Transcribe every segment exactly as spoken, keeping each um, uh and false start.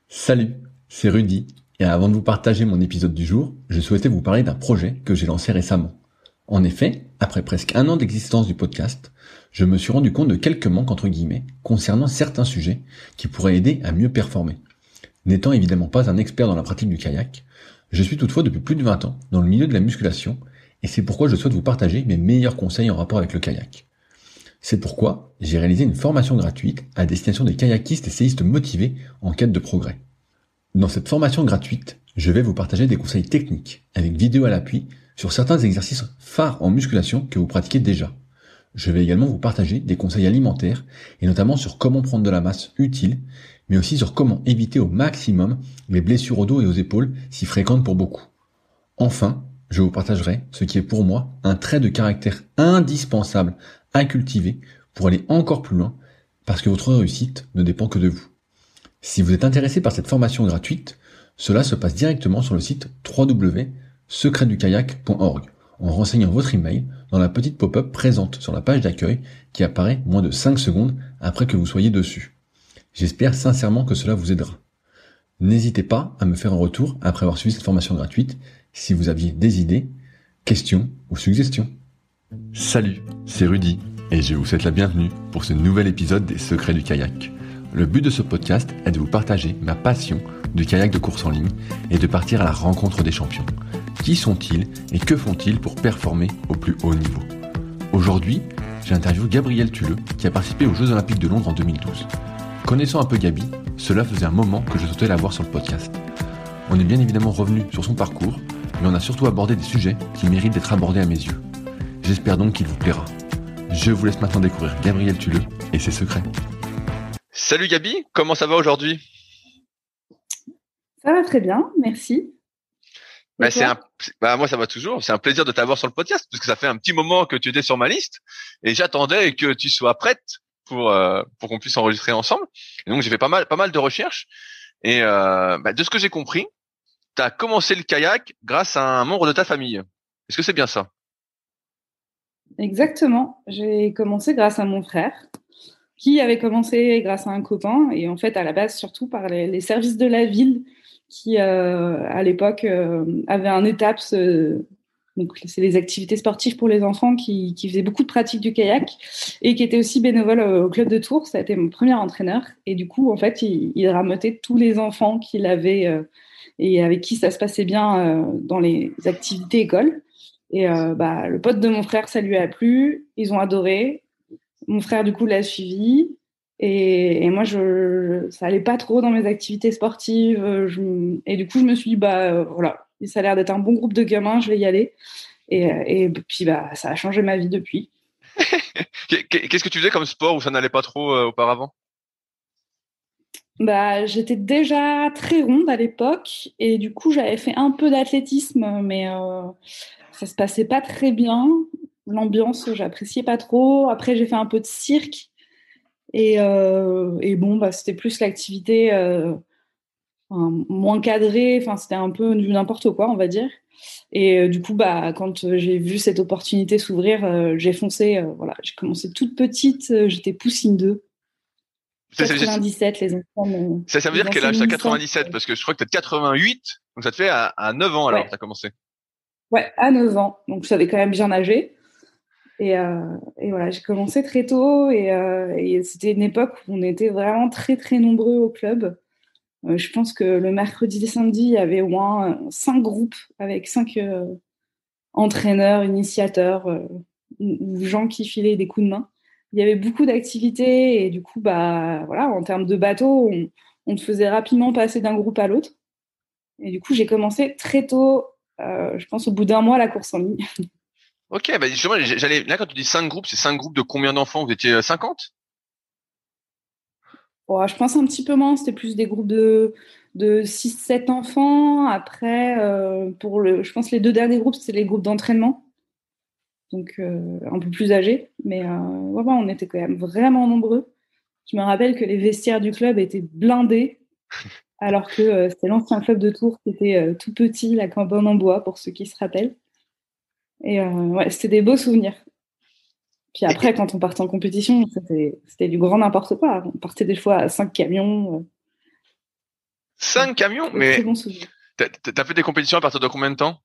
Salut, c'est Rudy, et avant de vous partager mon épisode du jour, je souhaitais vous parler d'un projet que j'ai lancé récemment. En effet, après presque un an d'existence du podcast, je me suis rendu compte de quelques manques entre guillemets concernant certains sujets qui pourraient aider à mieux performer. N'étant évidemment pas un expert dans la pratique du kayak, je suis toutefois depuis plus de vingt ans dans le milieu de la musculation, et c'est pourquoi je souhaite vous partager mes meilleurs conseils en rapport avec le kayak. C'est pourquoi j'ai réalisé une formation gratuite à destination des kayakistes et séistes motivés en quête de progrès. Dans cette formation gratuite, je vais vous partager des conseils techniques, avec vidéo à l'appui, sur certains exercices phares en musculation que vous pratiquez déjà. Je vais également vous partager des conseils alimentaires, et notamment sur comment prendre de la masse utile, mais aussi sur comment éviter au maximum les blessures au dos et aux épaules si fréquentes pour beaucoup. Enfin, je vous partagerai ce qui est pour moi un trait de caractère indispensable à cultiver pour aller encore plus loin, parce que votre réussite ne dépend que de vous. Si vous êtes intéressé par cette formation gratuite, cela se passe directement sur le site w w w point secret du kayak point org en renseignant votre email dans la petite pop-up présente sur la page d'accueil qui apparaît moins de cinq secondes après que vous soyez dessus. J'espère sincèrement que cela vous aidera. N'hésitez pas à me faire un retour après avoir suivi cette formation gratuite si vous aviez des idées, questions ou suggestions. Salut, c'est Rudy et je vous souhaite la bienvenue pour ce nouvel épisode des Secrets du kayak. Le but de ce podcast est de vous partager ma passion du kayak de course en ligne et de partir à la rencontre des champions. Qui sont-ils et que font-ils pour performer au plus haut niveau ? Aujourd'hui, j'interviewe Gabriel Tulleux qui a participé aux Jeux Olympiques de Londres en deux mille douze. Connaissant un peu Gabi, cela faisait un moment que je souhaitais la voir sur le podcast. On est bien évidemment revenu sur son parcours, mais on a surtout abordé des sujets qui méritent d'être abordés à mes yeux. J'espère donc qu'il vous plaira. Je vous laisse maintenant découvrir Gabriel Tulleux et ses secrets. Salut Gabi, comment ça va aujourd'hui ? Ça va très bien, merci. Bah, c'est un, bah, moi ça va toujours, c'est un plaisir de t'avoir sur le podcast parce que ça fait un petit moment que tu étais sur ma liste et j'attendais que tu sois prête pour euh, pour qu'on puisse enregistrer ensemble. Et donc j'ai fait pas mal pas mal de recherches et euh, bah, de ce que j'ai compris, tu as commencé le kayak grâce à un membre de ta famille. Est-ce que c'est bien ça ? Exactement, j'ai commencé grâce à mon frère qui avait commencé grâce à un copain et en fait à la base surtout par les, les services de la ville qui euh, à l'époque euh, avaient un ETAPS, euh, donc c'est les activités sportives pour les enfants qui, qui faisaient beaucoup de pratique du kayak et qui était aussi bénévole au club de Tours. Ça a été mon premier entraîneur et du coup en fait il, il rameutait tous les enfants qu'il avait euh, et avec qui ça se passait bien euh, dans les activités écoles. Et euh, bah, le pote de mon frère, ça lui a plu, ils ont adoré. Mon frère, du coup, l'a suivi. Et, et moi, je, ça allait pas trop dans mes activités sportives. Je, et du coup, je me suis dit, bah euh, voilà, ça a l'air d'être un bon groupe de gamins, je vais y aller. Et, et puis, bah, ça a changé ma vie depuis. Qu'est-ce que tu faisais comme sport où ça n'allait pas trop euh, auparavant ? Bah, j'étais déjà très ronde à l'époque. Et du coup, j'avais fait un peu d'athlétisme, mais euh, ça se passait pas très bien. L'ambiance, j'appréciais pas trop. Après, j'ai fait un peu de cirque. Et, euh, et bon, bah, c'était plus l'activité euh, enfin, moins cadrée. Enfin, c'était un peu du n'importe quoi, on va dire. Et euh, du coup, bah, quand j'ai vu cette opportunité s'ouvrir, euh, j'ai foncé. Euh, voilà, j'ai commencé toute petite. Euh, j'étais poussine deux. quatre-vingt-dix-sept, les enfants. Ça, ça veut dire quel âge ? T'as quatre-vingt-dix-sept, parce que je crois que t'as quatre-vingt-huit, donc ça te fait à, à neuf ans alors que t'as commencé. Ouais, à neuf ans. Donc, je savais quand même bien nager. Et, euh, et voilà, j'ai commencé très tôt et, euh, et c'était une époque où on était vraiment très, très nombreux au club. Euh, je pense que le mercredi et samedi, il y avait au moins cinq groupes avec cinq euh, entraîneurs, initiateurs euh, ou, ou gens qui filaient des coups de main. Il y avait beaucoup d'activités et du coup, bah, voilà, en termes de bateau, on, on te faisait rapidement passer d'un groupe à l'autre. Et du coup, j'ai commencé très tôt, euh, je pense au bout d'un mois, la course en ligne. Ok, bah justement, j'allais là quand tu dis cinq groupes, c'est cinq groupes de combien d'enfants ? Vous étiez cinquante ? Bon, je pense un petit peu moins, c'était plus des groupes de, de six sept enfants. Après, euh, pour le, je pense les deux derniers groupes, c'était les groupes d'entraînement, donc euh, un peu plus âgés. Mais euh, ouais, ouais, on était quand même vraiment nombreux. Je me rappelle que les vestiaires du club étaient blindés, alors que euh, c'était l'ancien club de Tours qui était euh, tout petit, la campagne en bois, pour ceux qui se rappellent. Et euh, ouais, c'était des beaux souvenirs. Puis après, quand on partait en compétition, c'était, c'était du grand n'importe quoi. On partait des fois à cinq camions. Cinq camions, mais très bon souvenir. T'as, t'as fait des compétitions à partir de combien de temps?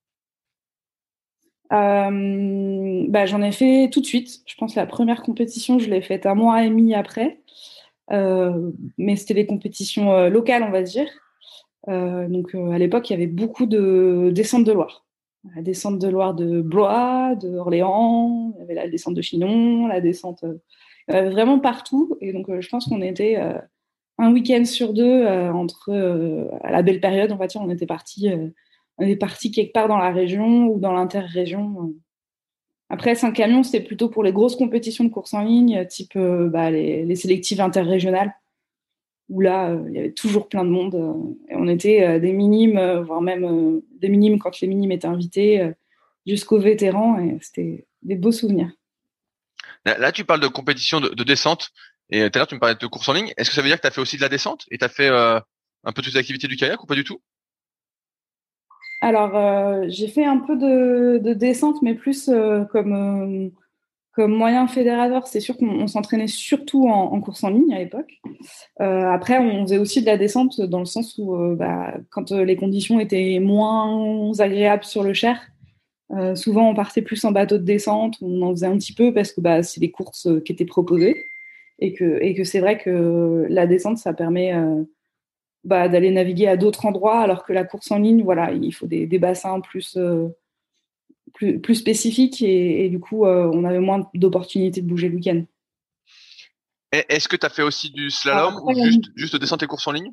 Euh, bah, j'en ai fait tout de suite. Je pense que la première compétition, je l'ai faite un mois et demi après. Euh, mais c'était des compétitions euh, locales, on va dire. Euh, donc euh, à l'époque, il y avait beaucoup de descentes de Loire. La descente de Loire de Blois, de Orléans, il y avait la descente de Chinon, la descente euh, il y avait vraiment partout. Et donc euh, je pense qu'on était euh, un week-end sur deux euh, entre euh, à la belle période, on va dire, on était parti, euh, on est parti quelque part dans la région ou dans l'interrégion. Après, cinq camions, c'était plutôt pour les grosses compétitions de course en ligne, type euh, bah, les, les sélectives interrégionales, où là, euh, il y avait toujours plein de monde. Euh, et on était euh, des minimes, euh, voire même euh, des minimes quand les minimes étaient invités, euh, jusqu'aux vétérans, et c'était des beaux souvenirs. Là, là, tu parles de compétition de, de descente, et tout à l'heure, tu me parlais de course en ligne. Est-ce que ça veut dire que tu as fait aussi de la descente et tu as fait euh, un peu toutes les activités du kayak ou pas du tout? Alors, euh, j'ai fait un peu de, de descente, mais plus euh, comme, euh, comme moyen fédérateur. C'est sûr qu'on on s'entraînait surtout en, en course en ligne à l'époque. Euh, après, on faisait aussi de la descente dans le sens où, euh, bah, quand euh, les conditions étaient moins agréables sur le Cher, euh, souvent on partait plus en bateau de descente. On en faisait un petit peu parce que bah, c'est des courses euh, qui étaient proposées et que, et que c'est vrai que la descente, ça permet euh, bah, d'aller naviguer à d'autres endroits, alors que la course en ligne, voilà, il faut des, des bassins plus, euh, plus, plus spécifiques et, et du coup, euh, on avait moins d'opportunités de bouger le week-end. Et est-ce que tu as fait aussi du slalom Après, ou juste juste descente et course en ligne?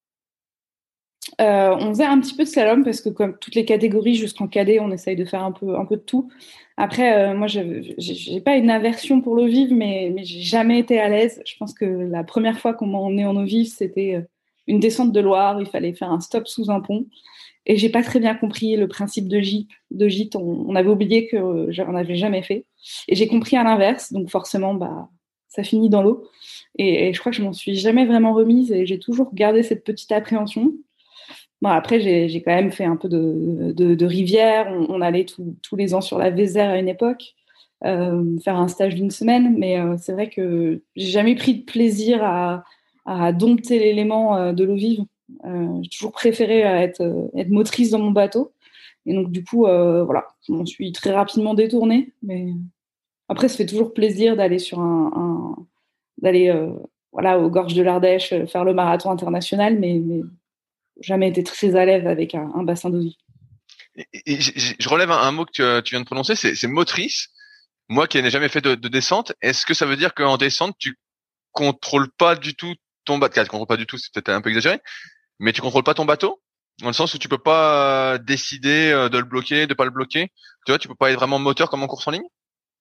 Euh, on faisait un petit peu de slalom parce que comme toutes les catégories jusqu'en cadet, on essaye de faire un peu, un peu de tout. Après, euh, moi, j'ai, j'ai pas une aversion pour l'eau vive, mais, mais j'ai jamais été à l'aise. Je pense que la première fois qu'on m'a emmené en eau vive, c'était euh, une descente de Loire. Il fallait faire un stop sous un pont. Et j'ai pas très bien compris le principe de gîte. De gîte, on, on avait oublié que euh, j'en avais jamais fait. Et j'ai compris à l'inverse. Donc forcément, bah, ça finit dans l'eau. Et, et je crois que je m'en suis jamais vraiment remise et j'ai toujours gardé cette petite appréhension. Bon, après, j'ai, j'ai quand même fait un peu de, de, de rivière. On, on allait tout, tous les ans sur la Vézère à une époque, euh, faire un stage d'une semaine. Mais euh, c'est vrai que j'ai jamais pris de plaisir à, à dompter l'élément euh, de l'eau vive. Euh, j'ai toujours préféré être, être motrice dans mon bateau. Et donc, du coup, euh, voilà, je m'en suis très rapidement détournée. Mais après, ça fait toujours plaisir d'aller sur un, un d'aller euh, voilà, aux gorges de l'Ardèche, faire le marathon international. Mais, mais jamais été très à l'aise avec un, un bassin d'eau vive. Et, et je, je relève un, un mot que tu, tu viens de prononcer, c'est, c'est motrice. Moi qui n'ai jamais fait de, de descente, est-ce que ça veut dire qu'en descente, tu contrôles pas du tout ton bateau? Tu contrôles pas du tout, c'est peut-être un peu exagéré, mais tu contrôles pas ton bateau? Dans le sens où tu peux pas euh, décider euh, de le bloquer, de pas le bloquer. Tu vois, tu peux pas être vraiment moteur comme en course en ligne?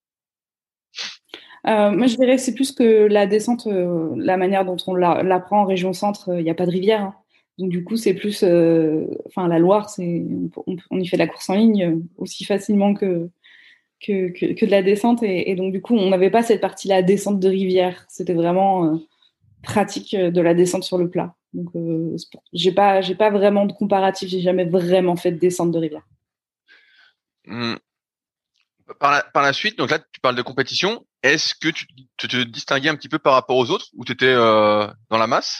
Euh, moi, je dirais que c'est plus que la descente, euh, la manière dont on la, l'apprend en région centre, il n'y a pas de rivière. Hein. Donc, du coup, c'est plus. euh, Enfin, la Loire, c'est, on, on y fait de la course en ligne euh, aussi facilement que, que, que, que de la descente. Et, et donc, du coup, on n'avait pas cette partie-là, descente de rivière. C'était vraiment euh, pratique euh, de la descente sur le plat. Donc, euh, c'est pour- j'ai pas, j'ai pas vraiment de comparatif. J'ai jamais vraiment fait de descente de rivière. Hmm. Par la, par la suite, donc là, tu parles de compétition. Est-ce que tu, tu te distinguais un petit peu par rapport aux autres ou tu étais euh, dans la masse?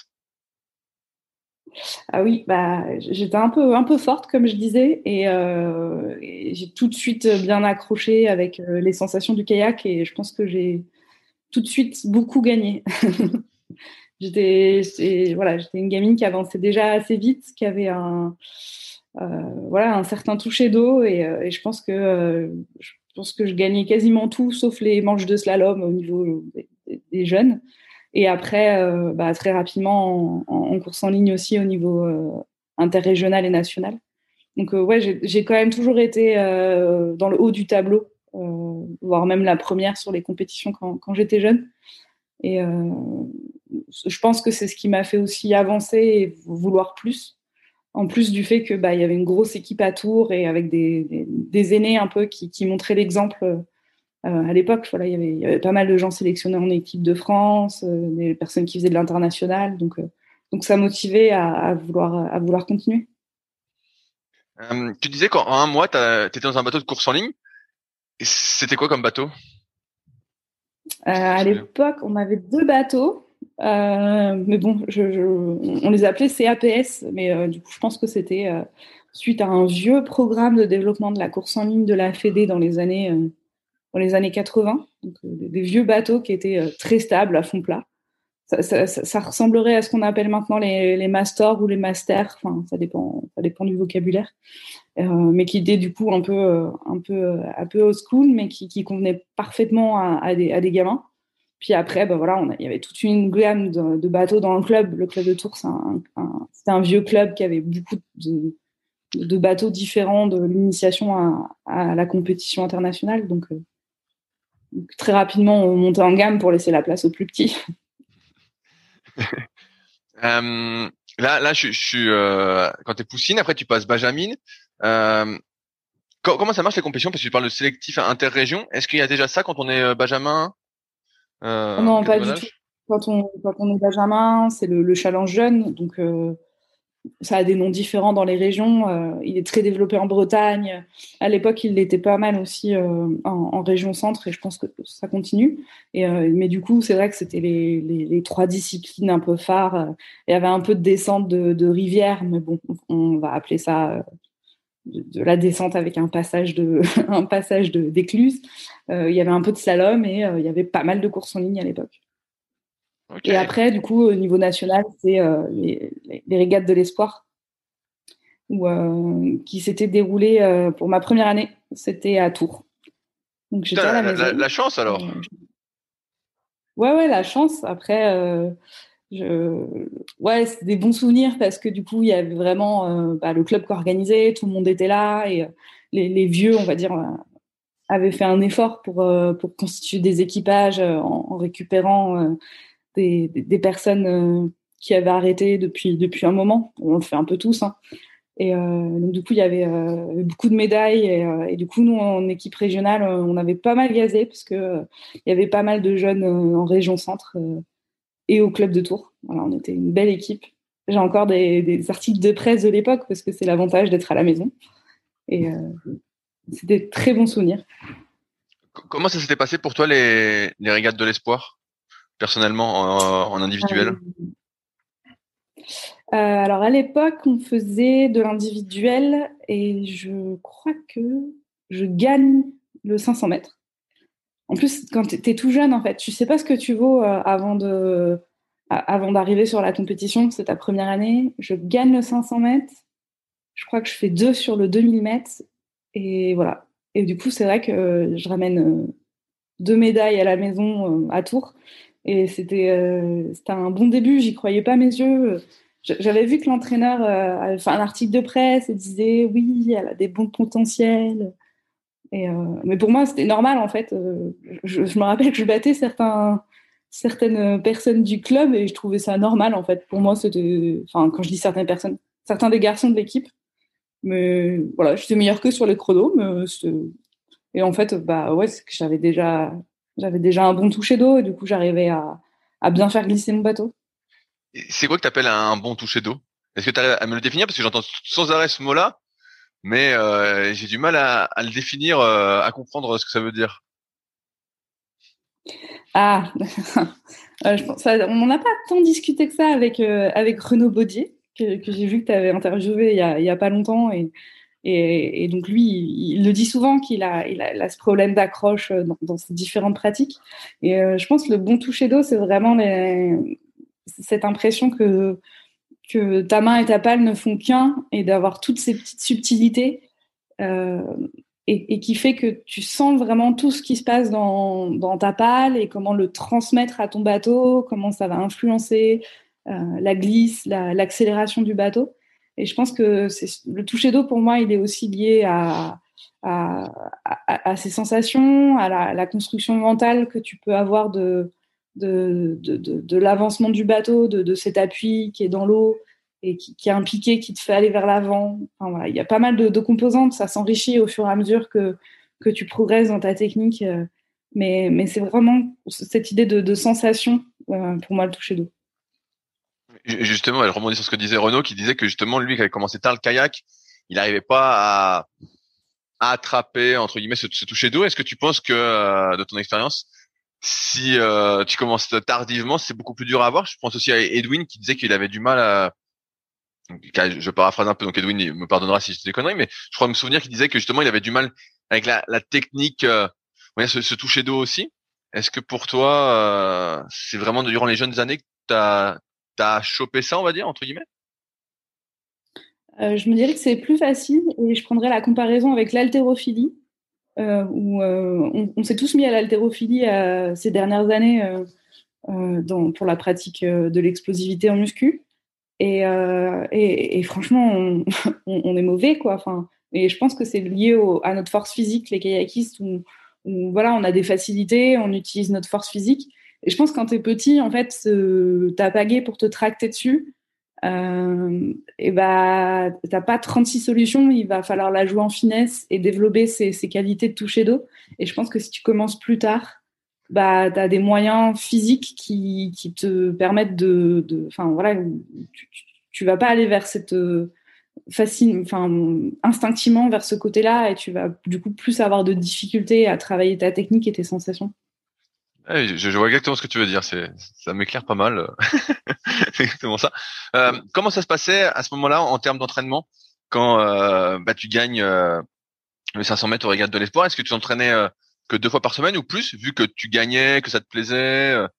Ah oui, bah, j'étais un peu, un peu forte, comme je disais, et, euh, et j'ai tout de suite bien accroché avec euh, les sensations du kayak, et je pense que j'ai tout de suite beaucoup gagné. J'étais, j'étais- voilà, j'étais une gamine qui avançait déjà assez vite, qui avait un, euh, voilà, un certain toucher d'eau, et, euh, et je pense que, euh, je pense que je gagnais quasiment tout, sauf les manches de slalom au niveau des, des- des jeunes. Et après, euh, bah, très rapidement, en, en, course en ligne aussi au niveau euh, interrégional et national. Donc, euh, ouais, j'ai, j'ai quand même toujours été euh, dans le haut du tableau, euh, voire même la première sur les compétitions quand, quand j'étais jeune. Et euh, je pense que c'est ce qui m'a fait aussi avancer et vouloir plus. En plus du fait que bah, y avait une grosse équipe à Tours et avec des, des, des aînés un peu qui, qui montraient l'exemple. Euh, à l'époque, voilà, il y avait, il y avait pas mal de gens sélectionnés en équipe de France, euh, des personnes qui faisaient de l'international, donc, euh, donc ça motivait à, à, vouloir, à vouloir continuer. Euh, tu disais qu'en un mois, tu étais dans un bateau de course en ligne. Et c'était quoi comme bateau? Euh, Je te à souviens. l'époque, on avait deux bateaux. Euh, mais bon, je, je, on les appelait C A P S, mais euh, du coup, je pense que c'était euh, suite à un vieux programme de développement de la course en ligne de la Fédé dans les années, euh, dans les années quatre-vingts. Donc, euh, des, des vieux bateaux qui étaient euh, très stables à fond plat. Ça, ça, ça, ça ressemblerait à ce qu'on appelle maintenant les, les masters ou les masters. Enfin, ça dépend, ça dépend du vocabulaire. Euh, mais qui étaient du coup un peu, euh, un peu, un peu old school, mais qui, qui convenaient parfaitement à, à, des, à des gamins. Puis après, ben voilà, on a, il y avait toute une gamme de, de bateaux dans le club. Le club de Tours, c'est un, un, c'était un vieux club qui avait beaucoup de, de bateaux différents de l'initiation à, à la compétition internationale. Donc, euh, donc, très rapidement, on montait en gamme pour laisser la place aux plus petits. euh, là, là, je, je suis euh, quand t'es poussine, après tu passes Benjamin. Euh, co- comment ça marche les compétitions? Parce que tu parles de sélectif interrégion. Est-ce qu'il y a déjà ça quand on est euh, Benjamin? Euh, Non, pas catégorie du tout. d'âge. Quand on, quand on est Benjamin, c'est le, le challenge jeune. Donc, euh, ça a des noms différents dans les régions. Euh, il est très développé en Bretagne. À l'époque, il l'était pas mal aussi euh, en, en région centre et je pense que ça continue. Et, euh, mais du coup, c'est vrai que c'était les, les, les trois disciplines un peu phares. Il y avait un peu de descente de, de rivière, mais bon, on va appeler ça euh, de, de la descente avec un passage de un passage de d'écluse. Euh, il y avait un peu de slalom et euh, il y avait pas mal de courses en ligne à l'époque. Ok. Et après, du coup, au niveau national, c'est euh, les, les, les régates de l'espoir où, euh, qui s'était déroulée euh, pour ma première année. C'était à Tours. Donc Putain, j'étais à la, la la, la- maison. la chance Euh, alors. ouais, ouais, la chance. Après, euh, je... ouais, c'est des bons souvenirs parce que du coup, il y avait vraiment euh, bah, le club qui organisait, tout le monde était là et euh, les, les vieux, on va dire, euh, avaient fait un effort pour, euh, pour constituer des équipages euh, en, en récupérant euh, des, des, des personnes euh, qui avaient arrêté depuis, depuis un moment. On le fait un peu tous, hein. Et euh, donc du coup, il y avait euh, beaucoup de médailles et, euh, et du coup, nous en équipe régionale, euh, on avait pas mal gazé parce que euh, il y avait pas mal de jeunes euh, en région centre euh, et au club de Tours. Voilà, on était une belle équipe. J'ai encore des, des articles de presse de l'époque parce que c'est l'avantage d'être à la maison et euh, c'était de très bons souvenirs. C- Comment ça s'était passé pour toi les, les régates de l'espoir, personnellement, en, en individuel? Euh, euh, alors à l'époque, on faisait de l'individuel et je crois que je gagne le cinq cents mètres. En plus, quand tu es tout jeune, en fait, tu sais pas ce que tu vaux euh, avant de, avant d'arriver sur la compétition. C'est ta première année. Je gagne le cinq cents mètres. Je crois que je fais deux sur le deux mille mètres. Et voilà. Et du coup, c'est vrai que euh, je ramène euh, deux médailles à la maison euh, à Tours. Et c'était euh, c'était un bon début. J'y croyais pas mes yeux. J'avais vu que l'entraîneur euh, avait fait un article de presse et disait oui, elle a des bons potentiels. Et euh, mais pour moi, c'était normal en fait. Euh, je, je me rappelle que je battais certains, certaines personnes du club et je trouvais ça normal en fait. Pour moi, c'était, enfin, quand je dis certaines personnes, certains des garçons de l'équipe, mais voilà, j'étais meilleure que sur les chronos. Mais et en fait, bah ouais, c'est que j'avais déjà, j'avais déjà un bon toucher d'eau et du coup, j'arrivais à, à bien faire glisser mon bateau. Et c'est quoi que t'appelles un bon toucher d'eau? Est-ce que t'arrives à me le définir? Parce que j'entends sans arrêt ce mot-là, mais euh, j'ai du mal à, à le définir, euh, à comprendre ce que ça veut dire. Ah, euh, je pense, ça, on n'en a pas tant discuté que ça avec, euh, avec Renaud Baudier, que, que j'ai vu que tu avais interviewé il y a, il y a pas longtemps. Et, et, et donc lui, il, il le dit souvent qu'il a, il a, il a ce problème d'accroche dans, dans ses différentes pratiques. Et euh, je pense que le bon toucher d'eau, c'est vraiment les, cette impression que, que ta main et ta pale ne font qu'un et d'avoir toutes ces petites subtilités. Euh, et, et qui fait que tu sens vraiment tout ce qui se passe dans, dans ta pale et comment le transmettre à ton bateau, comment ça va influencer euh, la glisse, la, l'accélération du bateau. Et je pense que c'est, le toucher d'eau, pour moi, il est aussi lié à, à, à, à ces sensations, à la, la construction mentale que tu peux avoir de, de, de, de, de l'avancement du bateau, de, de cet appui qui est dans l'eau et qui, qui a un piqué qui te fait aller vers l'avant. Enfin, voilà, il y a pas mal de, de composantes, ça s'enrichit au fur et à mesure que, que tu progresses dans ta technique. Euh, mais, mais c'est vraiment cette idée de, de sensation, euh, pour moi, le toucher d'eau. Ju- Justement, elle rebondit sur ce que disait Renaud, qui disait que justement, lui, qui avait commencé tard le kayak, il n'arrivait pas à, à attraper, entre guillemets, ce, ce toucher d'eau. Est-ce que tu penses que, euh, de ton expérience, si euh, tu commences tardivement, c'est beaucoup plus dur à avoir. Je pense aussi à Edwin qui disait qu'il avait du mal à... Je paraphrase un peu, donc Edwin il me pardonnera si je dis des conneries, mais je crois me souvenir qu'il disait que justement il avait du mal avec la, la technique, euh, ouais, ce, ce toucher d'eau aussi. Est-ce que pour toi, euh, c'est vraiment durant les jeunes années que t'as t'as chopé ça, on va dire, entre guillemets? Euh, je me dirais que c'est plus facile et je prendrais la comparaison avec l'haltérophilie, euh, où euh, on, on s'est tous mis à l'haltérophilie euh, ces dernières années euh, euh, dans, pour la pratique euh, de l'explosivité en muscu. Et, euh, et, et franchement, on, on, on est mauvais, quoi. Enfin, et je pense que c'est lié au, à notre force physique, les kayakistes, où, où voilà, on a des facilités, on utilise notre force physique. Et je pense que quand t'es petit, en fait, euh, t'as pagaie pour te tracter dessus. Euh, et bah, t'as pas trente-six solutions, il va falloir la jouer en finesse et développer ses, ses qualités de toucher d'eau. Et je pense que si tu commences plus tard, bah, t'as des moyens physiques qui, qui te permettent de, de, enfin voilà, tu, tu, tu vas pas aller vers cette facile, enfin instinctivement vers ce côté-là, et tu vas du coup plus avoir de difficultés à travailler ta technique et tes sensations. Ouais, je, je vois exactement ce que tu veux dire. C'est, ça m'éclaire pas mal. C'est exactement ça. Euh, comment ça se passait à ce moment-là en termes d'entraînement quand euh, bah, tu gagnes euh, le cinq cents mètres au Régates de l'Espoir? Est-ce que tu t'entraînais euh, que deux fois par semaine ou plus, vu que tu gagnais, que ça te plaisait? euh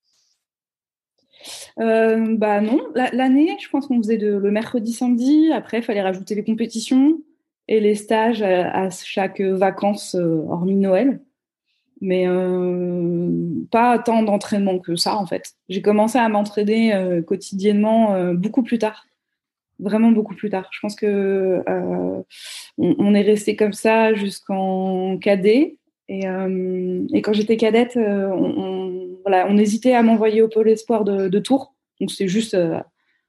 Euh, bah non, La- l'année, je pense qu'on faisait de, le mercredi, samedi. Après, il fallait rajouter les compétitions et les stages à, à chaque vacances, euh, hormis Noël. Mais euh, pas tant d'entraînement que ça, en fait. J'ai commencé à m'entraîner euh, quotidiennement euh, beaucoup plus tard. Vraiment beaucoup plus tard. Je pense que euh, on, on est resté comme ça jusqu'en cadet. Et, euh, et quand j'étais cadette, euh, on, on, voilà, on hésitait à m'envoyer au pôle espoir de, de Tours. Donc c'est juste euh,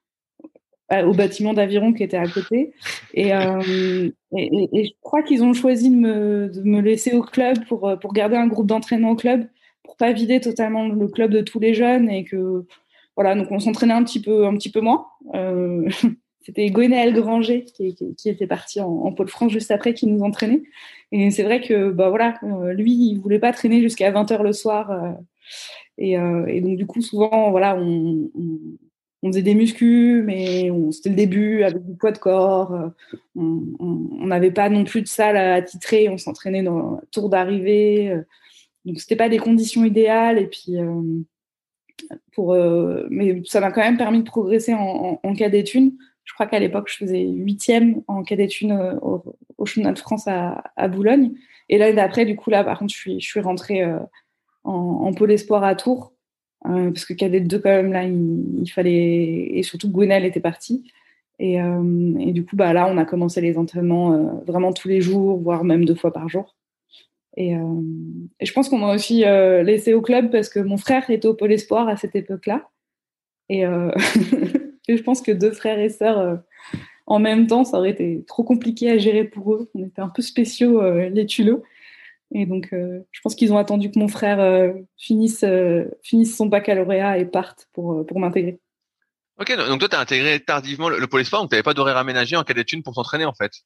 au bâtiment d'aviron qui était à côté. Et, euh, et, et, et je crois qu'ils ont choisi de me, de me laisser au club pour, pour garder un groupe d'entraînement au club, pour pas vider totalement le club de tous les jeunes. Et que voilà, donc on s'entraînait un petit peu, un petit peu moins. Euh, C'était Gwenaël Granger qui, qui, qui était parti en, en pôle France juste après, qui nous entraînait. Et c'est vrai que bah voilà, euh, lui, il voulait pas traîner jusqu'à vingt heures le soir. Euh, et, euh, et donc du coup, souvent, voilà, on, on, on faisait des muscles, mais on, c'était le début avec du poids de corps. Euh, on n'avait pas non plus de salle à attitrer. On s'entraînait dans le tour d'arrivée. Euh, donc c'était pas des conditions idéales. Et puis euh, pour, euh, mais ça m'a quand même permis de progresser en, en, en cadet une. Je crois qu'à l'époque, je faisais huitième en cadet une au, au championnat de France à, à Boulogne. Et l'année d'après, du coup, là, par contre, je suis, je suis rentrée euh, en, en pôle espoir à Tours. Euh, parce que cadet deux, quand même, là, il, il fallait... Et surtout, Gwenaël était parti. Et, euh, et du coup, bah, là, on a commencé les entraînements euh, vraiment tous les jours, voire même deux fois par jour. Et, euh, et je pense qu'on m'a aussi euh, laissé au club parce que mon frère était au pôle espoir à cette époque-là. Et, euh, et je pense que deux frères et sœurs euh, en même temps, ça aurait été trop compliqué à gérer pour eux. On était un peu spéciaux, euh, les tulos. Et donc, euh, je pense qu'ils ont attendu que mon frère euh, finisse, euh, finisse son baccalauréat et parte pour, euh, pour m'intégrer. Ok, donc toi, t'as intégré tardivement le, le pôle espoir, donc t'avais pas d'horaire aménagé en cadet une pour t'entraîner en fait.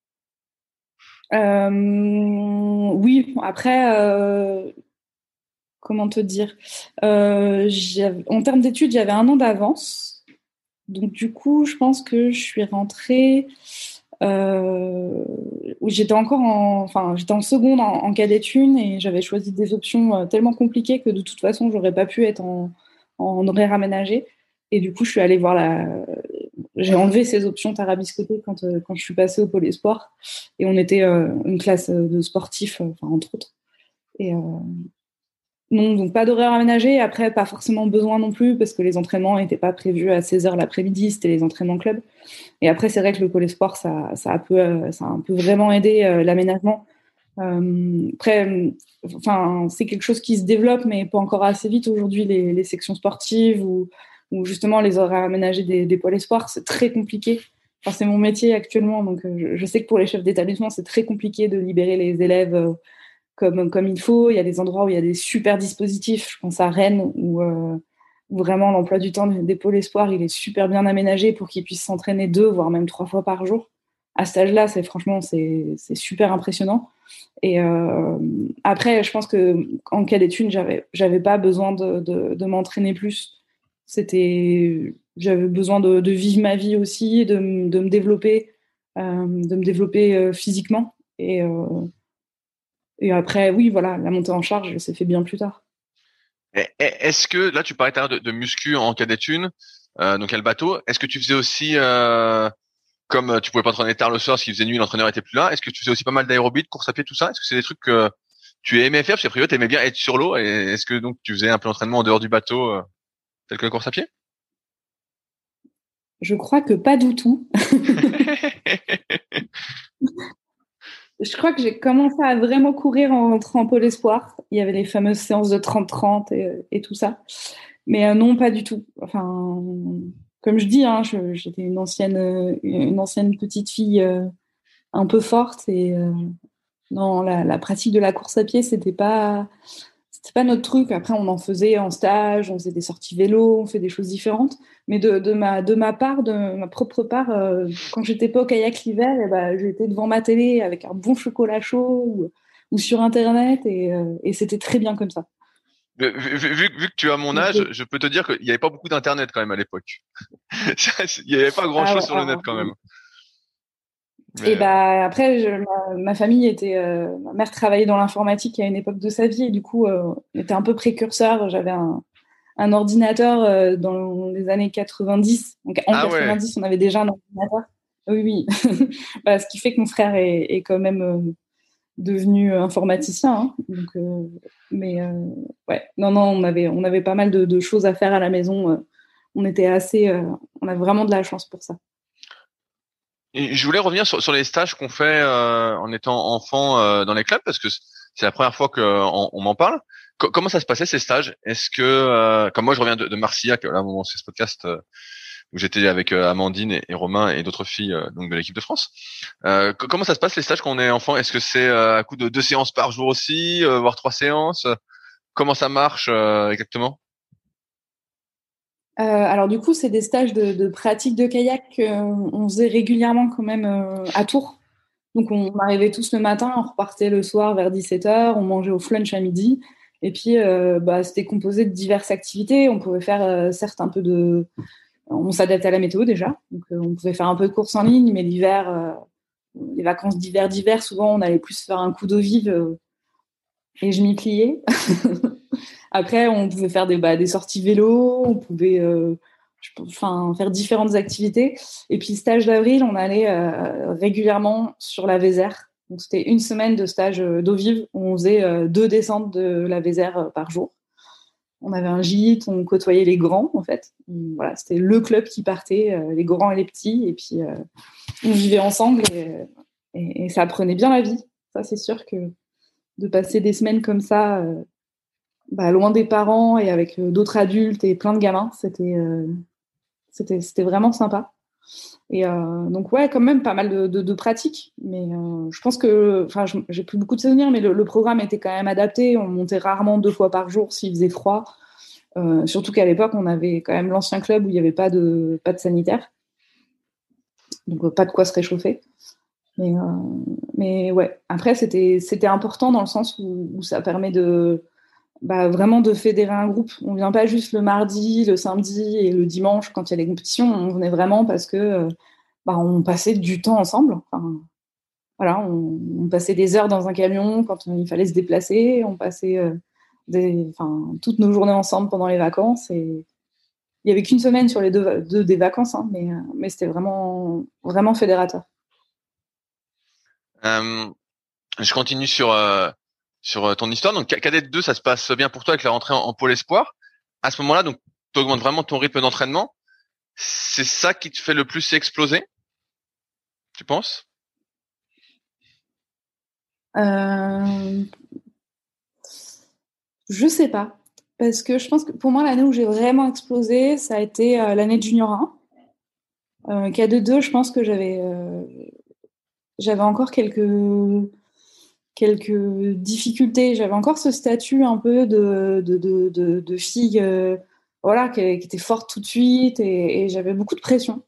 Euh, oui, après, euh, comment te dire euh, en termes d'études, j'avais un an d'avance. Donc, du coup, je pense que je suis rentrée... Euh, où j'étais encore en, enfin, j'étais en seconde en, en cadet une et j'avais choisi des options euh, tellement compliquées que de toute façon, j'aurais pas pu être en, en horaire aménagé. Et du coup, je suis allée voir la, j'ai enlevé ces options tarabiscotées quand, euh, quand je suis passée au pôle espoir. Et on était euh, une classe de sportifs, euh, enfin, entre autres. Et, euh, non, donc pas d'horaire aménagé. Après, pas forcément besoin non plus parce que les entraînements n'étaient pas prévus à seize heures l'après-midi, c'était les entraînements club. Et après, c'est vrai que le pôle espoir, ça, ça, a, peu, ça a un peu vraiment aidé euh, l'aménagement. Euh, après, enfin, c'est quelque chose qui se développe, mais pas encore assez vite aujourd'hui, les, les sections sportives ou, ou justement les horaires aménagés des, des pôles espoirs, c'est très compliqué. Enfin, c'est mon métier actuellement, donc euh, je, je sais que pour les chefs d'établissement, c'est très compliqué de libérer les élèves euh, comme, comme il faut. Il y a des endroits où il y a des super dispositifs. Je pense à Rennes, où, euh, où vraiment l'emploi du temps des pôles espoirs, il est super bien aménagé pour qu'ils puissent s'entraîner deux, voire même trois fois par jour. à cet âge-là, c'est franchement, c'est, c'est super impressionnant. Et euh, après, je pense que en cadet un, j'avais, j'avais pas besoin de, de, de m'entraîner plus. C'était, j'avais besoin de, de vivre ma vie aussi, de, de me développer, euh, de me développer euh, physiquement. Et, euh, et après, oui, voilà, la montée en charge, ça s'est fait bien plus tard. Et, est-ce que là, tu parlais tout à l'heure de, de muscu en cadet un, euh, donc à le bateau. Est-ce que tu faisais aussi euh, comme tu pouvais pas t'entraîner tard le soir, parce qu'il faisait nuit, l'entraîneur était plus là. Est-ce que tu faisais aussi pas mal d'aérobie, de course à pied, tout ça? Est-ce que c'est des trucs que tu aimais faire? Parce qu'à priori, tu aimais bien être sur l'eau. Et est-ce que donc tu faisais un peu d'entraînement en dehors du bateau, euh, tel que la course à pied? Je crois que pas du tout. Je crois que j'ai commencé à vraiment courir en rentrant en Pôle Espoir. Il y avait les fameuses séances de trente trente et, et tout ça. Mais euh, non, pas du tout. Enfin, comme je dis, hein, je, j'étais une ancienne, une ancienne petite fille euh, un peu forte et euh, non, la, la pratique de la course à pied, c'était pas, c'était pas notre truc. Après, on en faisait en stage, on faisait des sorties vélo, on fait des choses différentes. Mais de, de ma, de ma part, de ma propre part, euh, quand j'étais pas au kayak l'hiver, eh ben, j'étais devant ma télé avec un bon chocolat chaud ou, ou sur Internet et, euh, et c'était très bien comme ça. Vu, vu, vu, vu que tu as mon âge, je peux te dire qu'il n'y avait pas beaucoup d'internet quand même à l'époque. Il n'y avait pas grand chose ah ouais, sur le net quand même. Mais et bah après, je, ma, ma famille était, euh, ma mère travaillait dans l'informatique à une époque de sa vie et du coup, euh, on était un peu précurseur. J'avais un, un ordinateur euh, dans les années quatre-vingt-dix. Donc en ah quatre-vingt-dix, ouais. On avait déjà un ordinateur. Oui, oui. Bah, ce qui fait que mon frère est, est quand même euh, devenu informaticien. Hein. Donc, euh, mais euh, ouais, non, non, on avait, on avait pas mal de, de choses à faire à la maison. Euh, on était assez, euh, on a vraiment de la chance pour ça. Et je voulais revenir sur, sur les stages qu'on fait euh, en étant enfant euh, dans les clubs parce que c'est la première fois qu'on on m'en parle. C- comment ça se passait ces stages? Est-ce que, euh, comme moi je reviens de, de Marcillac, là où on fait ce podcast euh, où j'étais avec euh, Amandine et, et Romain et d'autres filles euh, donc de l'équipe de France. Euh, c- comment ça se passe les stages quand on est enfant? Est-ce que c'est euh, à coup de deux séances par jour aussi, euh, voire trois séances? Comment ça marche euh, exactement? Euh, alors du coup, c'est des stages de, de pratique de kayak qu'on faisait régulièrement quand même euh, à Tours. Donc on arrivait tous le matin, on repartait le soir vers dix-sept heures, on mangeait au flunch à midi. Et puis euh, bah, c'était composé de diverses activités. On pouvait faire euh, certes un peu de... On s'adaptait à la météo déjà. Donc euh, on pouvait faire un peu de course en ligne, mais l'hiver, euh, les vacances d'hiver, d'hiver, souvent on allait plus faire un coup d'eau vive euh, et je m'y pliais. Après, on pouvait faire des, bah, des sorties vélo, on pouvait euh, enfin, faire différentes activités. Et puis, stage d'avril, on allait euh, régulièrement sur la Vézère. Donc, c'était une semaine de stage d'eau vive où on faisait euh, deux descentes de la Vézère euh, par jour. On avait un gîte, on côtoyait les grands, en fait. Voilà, c'était le club qui partait, euh, les grands et les petits. Et puis, euh, on vivait ensemble et, et, et ça prenait bien la vie. Ça, c'est sûr que de passer des semaines comme ça... Euh, Bah, loin des parents et avec euh, d'autres adultes et plein de gamins, c'était, euh, c'était, c'était vraiment sympa. Et euh, donc, ouais, quand même pas mal de, de, de pratiques. Mais euh, je pense que, enfin, j'ai plus beaucoup de souvenirs, mais le, le programme était quand même adapté. On montait rarement deux fois par jour s'il faisait froid. Euh, surtout qu'à l'époque, on avait quand même l'ancien club où il n'y avait pas de, pas de sanitaire. Donc, euh, pas de quoi se réchauffer. Mais, euh, mais ouais, après, c'était, c'était important dans le sens où, où ça permet de. Bah, vraiment de fédérer un groupe. On vient pas juste le mardi, le samedi et le dimanche quand il y a des compétitions. On venait vraiment parce que bah, on passait du temps ensemble. Enfin, voilà, on, on passait des heures dans un camion quand il fallait se déplacer. On passait euh, des, enfin, toutes nos journées ensemble pendant les vacances. Et il y avait qu'une semaine sur les deux, deux des vacances, hein, mais, mais c'était vraiment, vraiment fédérateur. Euh, je continue sur euh... sur ton histoire. Donc, cadet deux, ça se passe bien pour toi avec la rentrée en, en pôle espoir. À ce moment-là, donc, tu augmentes vraiment ton rythme d'entraînement. C'est ça qui te fait le plus exploser, tu penses? euh... Je sais pas. Parce que je pense que pour moi, l'année où j'ai vraiment explosé, ça a été euh, l'année de Junior un. Euh, cadet deux, je pense que j'avais, euh, j'avais encore quelques... quelques difficultés. J'avais encore ce statut un peu de, de, de, de, de fille euh, voilà, qui, qui était forte tout de suite et, et j'avais beaucoup de pression.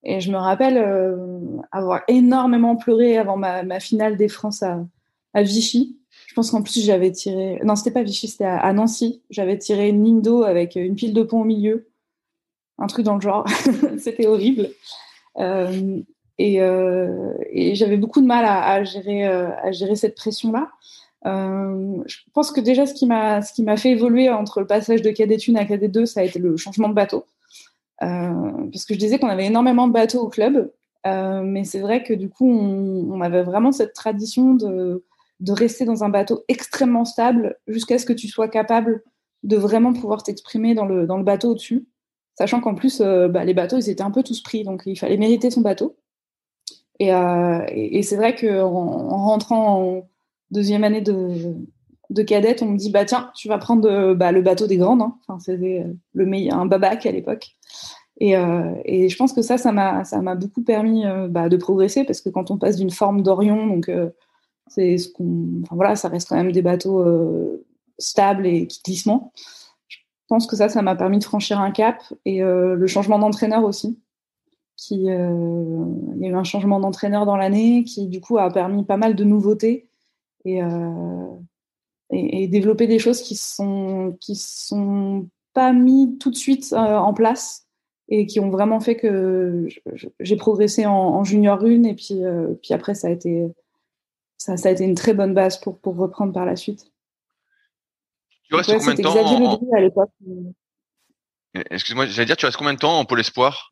Et je me rappelle euh, avoir énormément pleuré avant ma, ma finale des France à, à Vichy. Je pense qu'en plus, j'avais tiré... Non, c'était pas Vichy, c'était à, à Nancy. J'avais tiré une ligne d'eau avec une pile de pont au milieu. Un truc dans le genre. C'était horrible. Euh, et, euh, et j'avais beaucoup de mal à, à, gérer, euh, à gérer cette pression-là. Euh, je pense que déjà, ce qui m'a, ce qui m'a fait évoluer entre le passage de cadet un à cadet deux, ça a été le changement de bateau. Euh, parce que je disais qu'on avait énormément de bateaux au club, euh, mais c'est vrai que du coup, on, on avait vraiment cette tradition de, de rester dans un bateau extrêmement stable jusqu'à ce que tu sois capable de vraiment pouvoir t'exprimer dans le, dans le bateau au-dessus, sachant qu'en plus, euh, bah, les bateaux, ils étaient un peu tous pris, donc il fallait mériter son bateau. Et, euh, et, et c'est vrai qu'en en rentrant en deuxième année de, de cadette, on me dit, bah tiens, tu vas prendre euh, bah, le bateau des grandes, hein. Enfin, c'était le meilleur, un babac à l'époque. Et, euh, et je pense que ça, ça m'a, ça m'a beaucoup permis euh, bah, de progresser, parce que quand on passe d'une forme d'Orion, donc euh, c'est ce qu'on, enfin voilà, ça reste quand même des bateaux euh, stables et qui glissement. Je pense que ça, ça m'a permis de franchir un cap, et euh, le changement d'entraîneur aussi. Qui, euh, il y a eu un changement d'entraîneur dans l'année qui du coup a permis pas mal de nouveautés et, euh, et, et développer des choses qui sont qui sont pas mis tout de suite euh, en place et qui ont vraiment fait que j'ai progressé en, en junior un et puis euh, puis après ça a été ça, ça a été une très bonne base pour pour reprendre par la suite. Tu restes ouais, combien de temps Xavier en... Ledru à l'époque. Excuse-moi, j'allais dire, tu restes combien de temps en pôle espoir?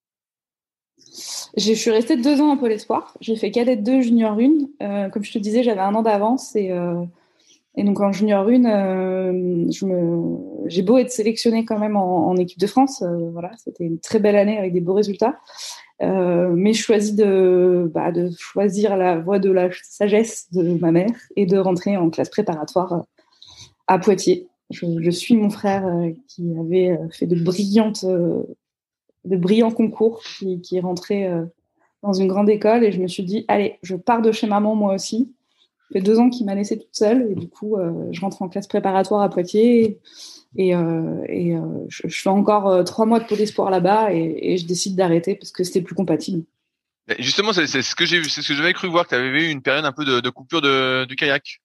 Je suis restée deux ans en pôle espoir. J'ai fait cadet deux, junior un. Euh, comme je te disais, j'avais un an d'avance et euh, et donc en junior un, euh, je me, j'ai beau être sélectionnée quand même en, en équipe de France. Euh, voilà, c'était une très belle année avec des beaux résultats. Euh, mais je choisis de, bah, de choisir la voie de la sagesse de ma mère et de rentrer en classe préparatoire à Poitiers. Je, je suis mon frère euh, qui avait fait de brillantes, euh, de brillants concours, qui, qui est rentré euh, dans une grande école et je me suis dit, allez, je pars de chez maman moi aussi. Ça fait deux ans qu'il m'a laissée toute seule et du coup, euh, je rentre en classe préparatoire à Poitiers et, et, euh, et euh, je, je fais encore euh, trois mois de pôle espoir là-bas et, et je décide d'arrêter parce que c'était plus compatible. Justement, c'est, c'est ce que j'ai vu, c'est ce que j'avais cru voir, que tu avais eu une période un peu de, de coupure de, du kayak.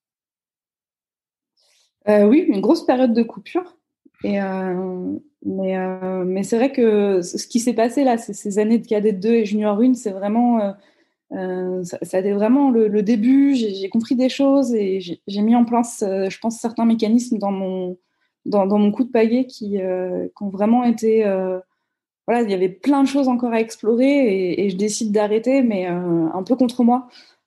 Euh, oui, une grosse période de coupure. Et euh, mais euh, mais c'est vrai que ce qui s'est passé là, ces, ces années de cadet deux et junior un, c'est vraiment euh, Euh, ça, ça a été vraiment le, le début. J'ai, j'ai compris des choses et j'ai, j'ai mis en place, euh, je pense, certains mécanismes dans mon, dans, dans mon coup de pagaie qui, euh, qui ont vraiment été. Euh, voilà, il y avait plein de choses encore à explorer et, et je décide d'arrêter, mais euh, un peu contre moi.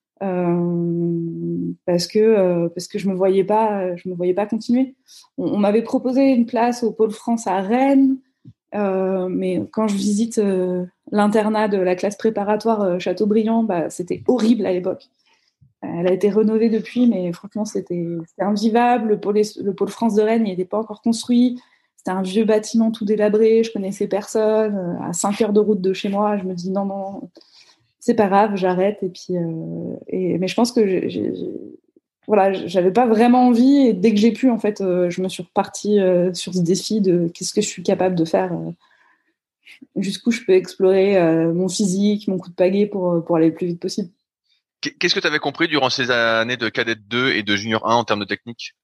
Euh, parce que euh, parce que je me voyais pas je me voyais pas continuer. On, on m'avait proposé une place au Pôle France à Rennes. Euh, mais quand je visite euh, l'internat de la classe préparatoire euh, Châteaubriand, bah, c'était horrible à l'époque. Elle a été rénovée depuis, mais franchement, c'était, c'était invivable. Le pôle, le pôle France de Rennes n'était pas encore construit. C'était un vieux bâtiment tout délabré. Je connaissais personne. Euh, à cinq heures de route de chez moi, je me dis non, non, c'est pas grave, j'arrête. Et puis, euh, et, mais je pense que j'ai, j'ai, voilà, j'avais pas vraiment envie et dès que j'ai pu, en fait, euh, je me suis repartie euh, sur ce défi de qu'est-ce que je suis capable de faire, euh, jusqu'où je peux explorer euh, mon physique, mon coup de pagaie pour, pour aller le plus vite possible. Qu'est-ce que tu avais compris durant ces années de cadet deux et de junior un en termes de technique?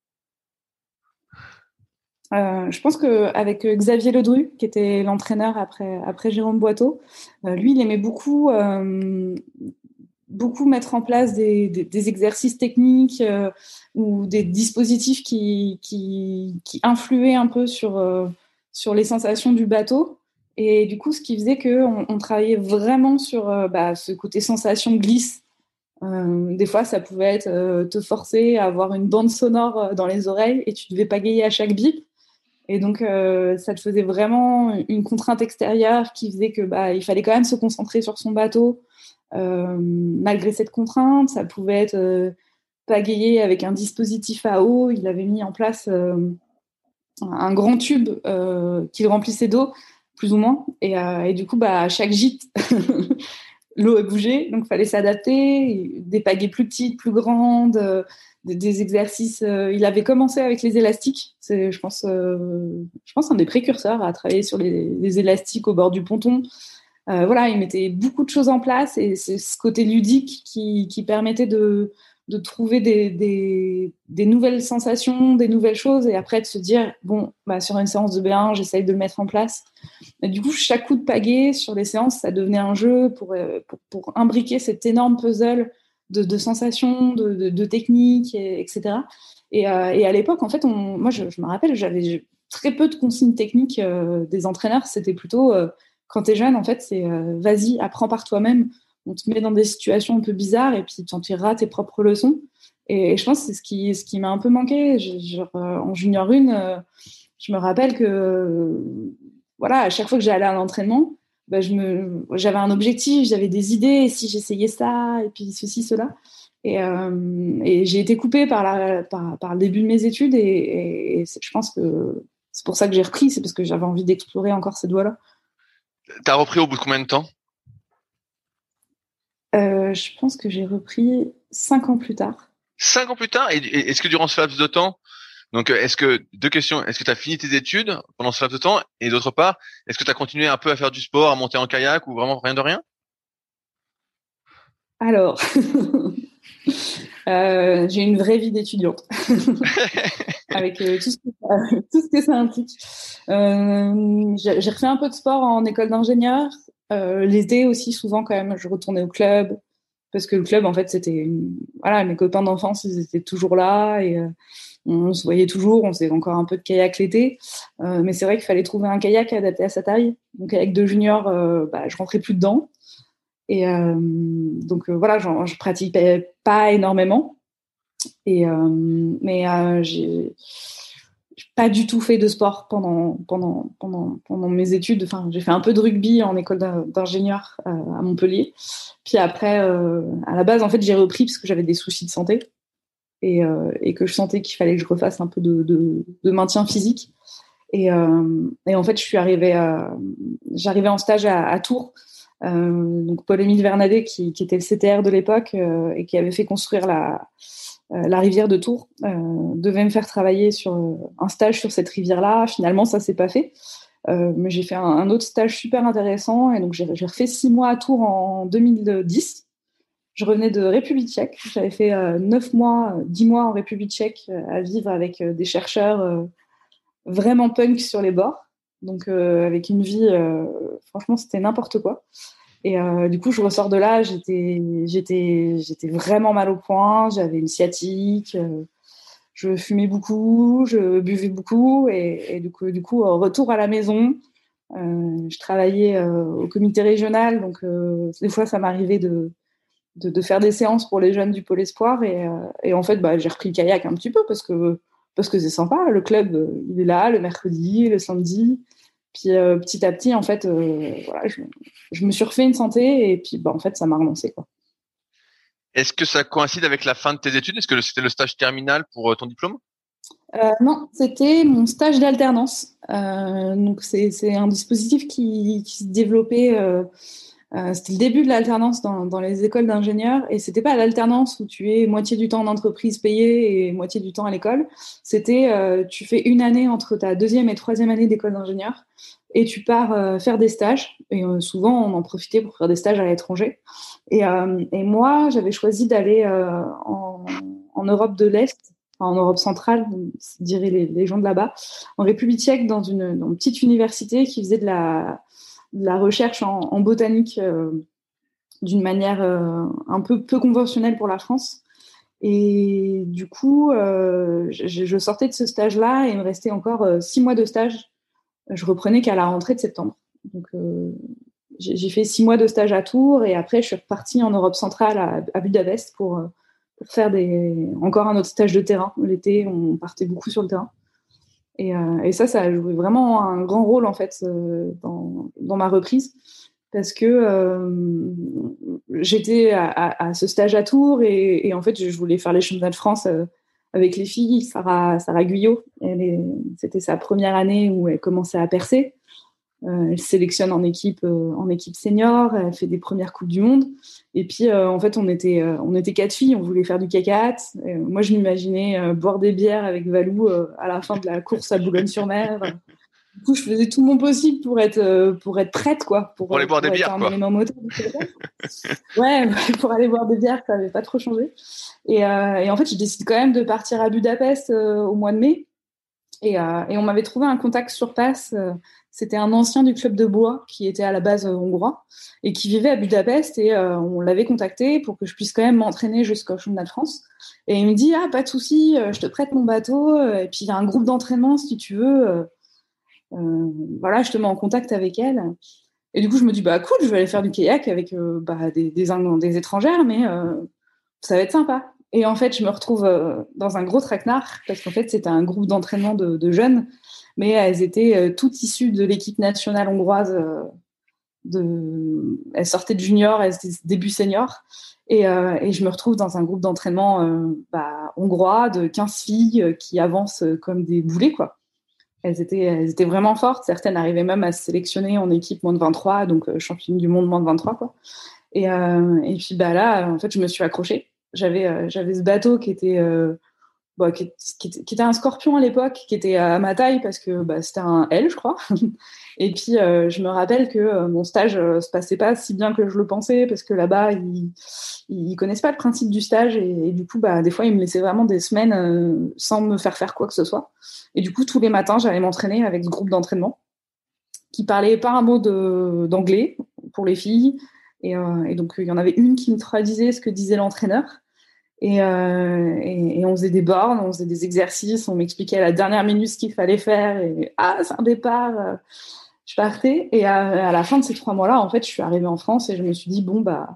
Euh, je pense qu'avec Xavier Ledru, qui était l'entraîneur après, après Jérôme Boiteau, euh, lui, il aimait beaucoup, euh, beaucoup mettre en place des, des, des exercices techniques euh, ou des dispositifs qui, qui, qui influaient un peu sur, euh, sur les sensations du bateau. Et du coup, ce qui faisait qu'on on travaillait vraiment sur euh, bah, ce côté sensation glisse. Euh, des fois, ça pouvait être euh, te forcer à avoir une bande sonore dans les oreilles et tu devais pagayer à chaque bip. Et donc, euh, ça te faisait vraiment une contrainte extérieure qui faisait que bah, il fallait quand même se concentrer sur son bateau. Euh, malgré cette contrainte, ça pouvait être euh, pagayé avec un dispositif à eau. Il avait mis en place euh, un grand tube euh, qu'il remplissait d'eau, plus ou moins. Et, euh, et du coup, bah, à chaque gîte, l'eau a bougé, donc il fallait s'adapter. Des pagaies plus petites, plus grandes, euh, des, des exercices. Euh, il avait commencé avec les élastiques. C'est, je pense, euh, je pense, un des précurseurs à travailler sur les, les élastiques au bord du ponton. Euh, voilà, il mettait beaucoup de choses en place et c'est ce côté ludique qui, qui permettait de, de trouver des, des, des nouvelles sensations, des nouvelles choses et après de se dire, bon, bah, sur une séance de B un, j'essaye de le mettre en place. Et du coup, chaque coup de pagaie sur les séances, ça devenait un jeu pour, pour, pour imbriquer cet énorme puzzle de, de sensations, de, de, de techniques, et, etc. Et, euh, et à l'époque, en fait, on, moi, je, je me rappelle, j'avais très peu de consignes techniques euh, des entraîneurs. C'était plutôt... Euh, quand t'es jeune, en fait, c'est euh, vas-y, apprends par toi-même. On te met dans des situations un peu bizarres et puis tu en tireras tes propres leçons. Et, et je pense que c'est ce qui, ce qui m'a un peu manqué. Je, genre, euh, en junior un, euh, je me rappelle que euh, voilà, à chaque fois que j'allais à l'entraînement, bah, je me, j'avais un objectif, j'avais des idées, et si j'essayais ça, et puis ceci, cela. Et, euh, et j'ai été coupée par, la, par, par le début de mes études et, et, et je pense que c'est pour ça que j'ai repris, c'est parce que j'avais envie d'explorer encore cette voie-là. T'as repris au bout de combien de temps? euh, Je pense que j'ai repris cinq ans plus tard. Cinq ans plus tard? Et, et est-ce que durant ce laps de temps, donc est-ce que, deux questions, est-ce que tu as fini tes études pendant ce laps de temps? Et d'autre part, est-ce que tu as continué un peu à faire du sport, à monter en kayak ou vraiment rien de rien? Alors, euh, j'ai une vraie vie d'étudiante. Avec euh, tout, ce que ça, tout ce que ça implique. Euh, j'ai, j'ai refait un peu de sport en école d'ingénieur. Euh, l'été aussi, souvent quand même, je retournais au club parce que le club, en fait, c'était une... voilà, mes copains d'enfance, ils étaient toujours là et euh, on se voyait toujours. On faisait encore un peu de kayak l'été, euh, mais c'est vrai qu'il fallait trouver un kayak adapté à sa taille. Donc kayak de junior, euh, bah, je rentrais plus dedans et euh, donc euh, voilà, j'en, je pratiquais pas énormément. Et euh, mais euh, j'ai pas du tout fait de sport pendant pendant pendant pendant mes études. Enfin, j'ai fait un peu de rugby en école d'ingénieur euh, à Montpellier. Puis après, euh, à la base, en fait, j'ai repris parce que j'avais des soucis de santé et, euh, et que je sentais qu'il fallait que je refasse un peu de, de, de maintien physique. Et, euh, et en fait, je suis arrivée, à, j'arrivais en stage à, à Tours. Euh, donc Paul-Émile Vernadet, qui, qui était le C T R de l'époque euh, et qui avait fait construire la Euh, la rivière de Tours, euh, devait me faire travailler sur euh, un stage sur cette rivière-là. Finalement, ça s'est pas fait. Euh, mais j'ai fait un, un autre stage super intéressant et donc j'ai, j'ai refait six mois à Tours en deux mille dix. Je revenais de République tchèque. J'avais fait euh, neuf mois, dix mois en République tchèque euh, à vivre avec euh, des chercheurs euh, vraiment punk sur les bords. Donc euh, avec une vie, euh, franchement, c'était n'importe quoi. Et euh, du coup, je ressors de là, j'étais, j'étais, j'étais vraiment mal au point, j'avais une sciatique, euh, je fumais beaucoup, je buvais beaucoup, et, et du coup, du coup, retour à la maison. Euh, je travaillais euh, au comité régional, donc euh, des fois, ça m'arrivait de, de, de faire des séances pour les jeunes du Pôle Espoir, et, euh, et en fait, bah, j'ai repris le kayak un petit peu parce que parce que c'est sympa. Le club, il est là le mercredi, le samedi. Puis euh, petit à petit, en fait, euh, voilà, je, je me suis refait une santé et puis bah, en fait, ça m'a relancé, quoi. Est-ce que ça coïncide avec la fin de tes études? Est-ce que c'était le stage terminal pour ton diplôme? Euh, non, c'était mon stage d'alternance. Euh, donc c'est, c'est un dispositif qui, qui se développait. Euh, euh, c'était le début de l'alternance dans, dans les écoles d'ingénieurs et c'était pas l'alternance où tu es moitié du temps en entreprise payée et moitié du temps à l'école. C'était euh, tu fais une année entre ta deuxième et troisième année d'école d'ingénieur et tu pars euh, faire des stages. Et euh, souvent on en profitait pour faire des stages à l'étranger. Et, euh, et moi j'avais choisi d'aller euh, en, en Europe de l'Est. En Europe centrale, diraient les, les gens de là-bas, en République tchèque, dans une, dans une petite université qui faisait de la, de la recherche en, en botanique euh, d'une manière euh, un peu peu conventionnelle pour la France. Et du coup, euh, je, je sortais de ce stage-là et il me restait encore euh, six mois de stage. Je reprenais qu'à la rentrée de septembre. Donc, euh, j'ai, j'ai fait six mois de stage à Tours et après, je suis repartie en Europe centrale à, à Budapest pour... Euh, pour faire des... encore un autre stage de terrain. L'été, on partait beaucoup sur le terrain. Et, euh, et ça, ça a joué vraiment un grand rôle, en fait, euh, dans, dans ma reprise. Parce que euh, j'étais à, à, à ce stage à Tours et, et en fait, je voulais faire les championnats de France euh, avec les filles. Sarah, Sarah Guyot, elle est, c'était sa première année où elle commençait à percer. Euh, elle sélectionne en équipe, euh, en équipe senior, elle fait des premières coupes du monde. Et puis, euh, en fait, on était, euh, on était quatre filles, on voulait faire du K quatre. Euh, moi, je m'imaginais euh, boire des bières avec Valou euh, à la fin de la course à Boulogne-sur-Mer. Du coup, je faisais tout mon possible pour être, euh, pour être prête, quoi. Pour, pour aller boire pour des bières, quoi. Moteur, ouais, pour aller boire des bières, ça n'avait pas trop changé. Et, euh, et en fait, je décide quand même de partir à Budapest euh, au mois de mai. Et, euh, et on m'avait trouvé un contact sur place. Euh, c'était un ancien du club de bois qui était à la base euh, hongrois et qui vivait à Budapest. Et euh, on l'avait contacté pour que je puisse quand même m'entraîner jusqu'au championnat de France. Et il me dit, ah, pas de souci, je te prête mon bateau. Et puis, il y a un groupe d'entraînement, si tu veux. Euh, euh, voilà, je te mets en contact avec elle. Et du coup, je me dis, bah cool, je vais aller faire du kayak avec euh, bah, des, des, des étrangères, mais euh, ça va être sympa. Et en fait, je me retrouve euh, dans un gros traquenard, parce qu'en fait, c'était un groupe d'entraînement de, de jeunes, mais elles étaient euh, toutes issues de l'équipe nationale hongroise. Euh, de... Elles sortaient de junior, elles étaient début senior. Et, euh, et je me retrouve dans un groupe d'entraînement euh, bah, hongrois de quinze filles euh, qui avancent comme des boulets, quoi. Elles étaient, elles étaient vraiment fortes. Certaines arrivaient même à se sélectionner en équipe moins de vingt-trois, donc euh, championne du monde moins de vingt-trois, quoi. Et, euh, et puis bah là, en fait, je me suis accrochée. J'avais, euh, j'avais ce bateau qui était, euh, bah, qui, qui, était, qui était un Scorpion à l'époque, qui était à ma taille parce que bah, c'était un L, je crois. Et puis euh, je me rappelle que euh, mon stage euh, se passait pas si bien que je le pensais parce que là-bas ils, ils connaissent pas le principe du stage et, et du coup bah des fois ils me laissaient vraiment des semaines euh, sans me faire faire quoi que ce soit. Et du coup tous les matins j'allais m'entraîner avec ce groupe d'entraînement qui parlait pas un mot de, d'anglais pour les filles et, euh, et donc il y en avait une qui me traduisait ce que disait l'entraîneur. Et, euh, et, et on faisait des bornes, on faisait des exercices, on m'expliquait à la dernière minute ce qu'il fallait faire. Et ah, c'est un départ. Euh, je partais. Et à, à la fin de ces trois mois-là, en fait, je suis arrivée en France et je me suis dit bon bah,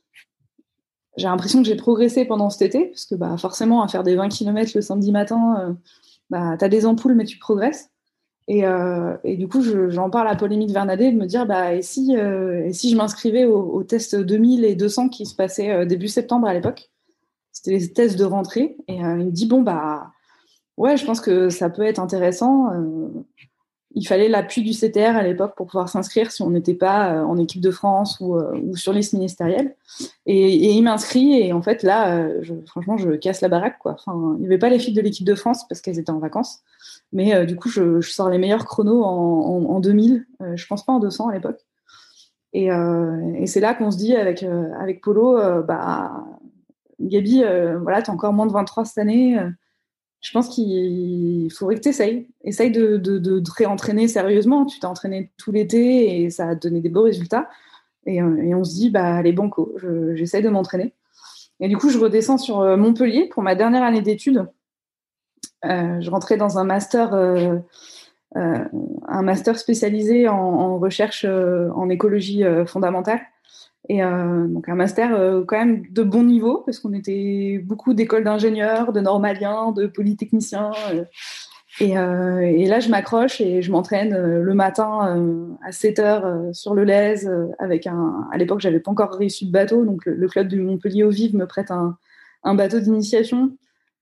j'ai l'impression que j'ai progressé pendant cet été parce que bah forcément à faire des vingt kilomètres le samedi matin, euh, bah t'as des ampoules mais tu progresses. Et, euh, et du coup, je, j'en parle à Polémique Vernadet de me dire bah et si euh, et si je m'inscrivais au, au test deux mille et deux cents qui se passait euh, début septembre à l'époque. C'était les tests de rentrée. Et euh, il me dit, bon, bah, ouais, je pense que ça peut être intéressant. Euh, il fallait l'appui du C T R à l'époque pour pouvoir s'inscrire si on n'était pas euh, en équipe de France ou, euh, ou sur liste ministérielle. Et, et il m'inscrit. Et en fait, là, euh, je, franchement, je casse la baraque, quoi. Enfin, il n'y avait pas les filles de l'équipe de France parce qu'elles étaient en vacances. Mais euh, du coup, je, je sors les meilleurs chronos en, en, en deux mille. Euh, je pense pas en deux cents à l'époque. Et, euh, et c'est là qu'on se dit avec, euh, avec Polo, euh, bah, Gabi, euh, voilà, tu as encore moins de vingt-trois cette année. Euh, je pense qu'il faudrait que tu essayes. Essaye de, de, de, de te réentraîner sérieusement. Tu t'es entraîné tout l'été et ça a donné des beaux résultats. Et, euh, et on se dit, bah, allez, banco, je, j'essaye de m'entraîner. Et du coup, je redescends sur Montpellier pour ma dernière année d'études. Euh, je rentrais dans un master, euh, euh, un master spécialisé en, en recherche euh, en écologie euh, fondamentale. Et euh, donc un master euh, quand même de bon niveau, parce qu'on était beaucoup d'écoles d'ingénieurs, de normaliens, de polytechniciens. Euh, et, euh, et là, je m'accroche et je m'entraîne euh, le matin euh, à sept heures euh, sur le Lez, euh, avec un... À l'époque, j'avais pas encore réussi de bateau, donc le, le club de Montpellier au Vive me prête un, un bateau d'initiation.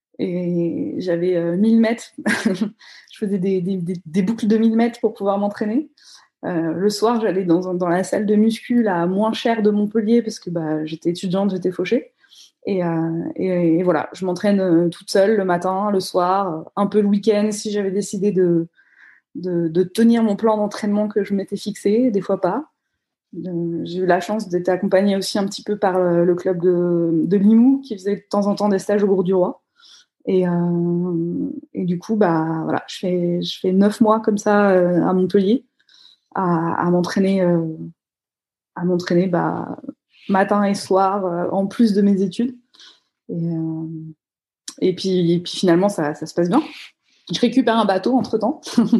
Et j'avais euh, mille mètres. Je faisais des, des, des, des boucles de mille mètres pour pouvoir m'entraîner. Euh, le soir, j'allais dans, dans la salle de muscu la moins chère de Montpellier parce que bah, j'étais étudiante, j'étais fauchée. Et, euh, et, et voilà, je m'entraîne euh, toute seule le matin, le soir, un peu le week-end si j'avais décidé de, de, de tenir mon plan d'entraînement que je m'étais fixé, des fois pas. Euh, j'ai eu la chance d'être accompagnée aussi un petit peu par le, le club de, de Limoux qui faisait de temps en temps des stages au Bourg du Roi. Et, euh, et du coup, bah, voilà, je fais, je fais neuf mois comme ça euh, à Montpellier. À, à m'entraîner, euh, à m'entraîner bah, matin et soir euh, en plus de mes études. Et, euh, et, puis, et puis finalement, ça, ça se passe bien. Je récupère un bateau entre-temps.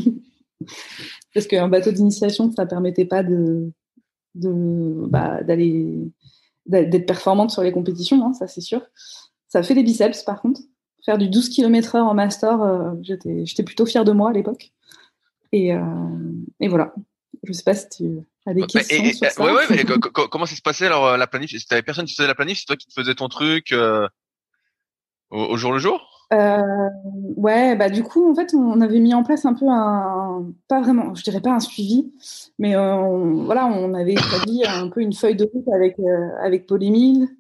Parce qu'un bateau d'initiation, ça ne permettait pas de, de, bah, d'aller, d'être performante sur les compétitions, hein, ça c'est sûr. Ça fait des biceps par contre. Faire du douze kilomètres heure en master, euh, j'étais, j'étais plutôt fière de moi à l'époque. Et, euh, et voilà. Je sais pas si tu as des questions et, et, sur ça. Ouais, ouais, mais comment ça se passait alors la planif? Si t'avais personne qui faisait la planif, c'est toi qui te faisais ton truc euh, au, au jour le jour? euh, Ouais, bah du coup, en fait, on avait mis en place un peu un, pas vraiment, je dirais pas un suivi, mais euh, on, voilà, on avait établi un peu une feuille de route avec euh, avec Paul-Émile,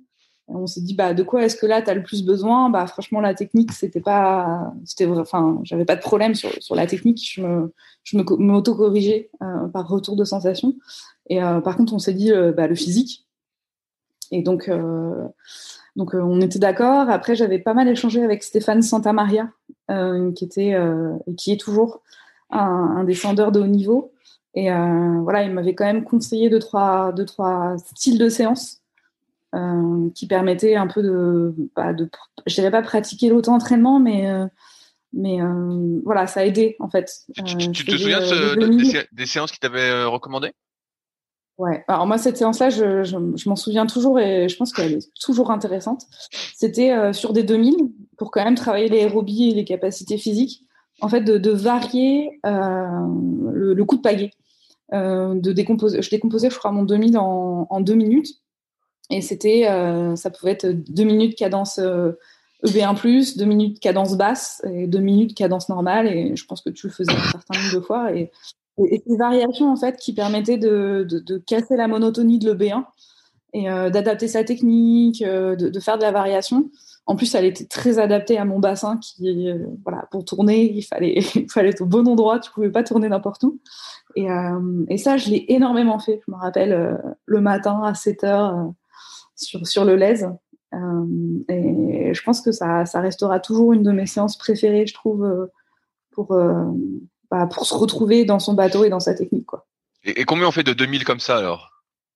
On s'est dit, bah, de quoi est-ce que là, tu as le plus besoin? Bah, franchement, la technique, c'était pas, c'était vrai, enfin, j'avais pas de problème sur, sur la technique. Je me, je me, m'auto-corrigeais euh, par retour de sensation. Et euh, par contre, on s'est dit, euh, bah, le physique. Et donc, euh, donc euh, on était d'accord. Après, j'avais pas mal échangé avec Stéphane Santamaria, euh, qui était, euh, et qui est toujours un, un descendeur de haut niveau. Et euh, voilà, il m'avait quand même conseillé deux, trois, deux, trois styles de séance. Euh, qui permettait un peu de, bah, de je dirais pas pratiquer l'auto-entraînement, mais euh, mais euh, voilà, ça a aidé en fait. Tu, tu, Euh, tu te souviens de, de, des, des séances qu'il t'avait euh, recommandées? Ouais. Alors moi cette séance-là, je, je, je m'en souviens toujours et je pense qu'elle est toujours intéressante. C'était euh, sur des deux mille pour quand même travailler l'aérobie et les capacités physiques. En fait, de, de varier euh, le, le coup de pagaie. Euh, de décomposer. Je décomposais, je crois, mon deux mille en, en deux minutes. Et c'était, euh, ça pouvait être deux minutes cadence euh, E B un plus, deux minutes cadence basse et deux minutes cadence normale. Et je pense que tu le faisais un certain nombre de fois. Et, et, et ces variations, en fait, qui permettaient de, de, de casser la monotonie de l'E B un et euh, d'adapter sa technique, euh, de, de faire de la variation. En plus, elle était très adaptée à mon bassin qui, euh, voilà, pour tourner, il fallait, il fallait être au bon endroit. Tu pouvais pas tourner n'importe où. Et, euh, et ça, je l'ai énormément fait. Je me rappelle euh, le matin à sept heures. Euh, sur, sur le lèse. Euh, et je pense que ça, ça restera toujours une de mes séances préférées, je trouve, euh, pour, euh, bah, pour se retrouver dans son bateau et dans sa technique, quoi. Et, et combien on fait de deux mille comme ça, alors?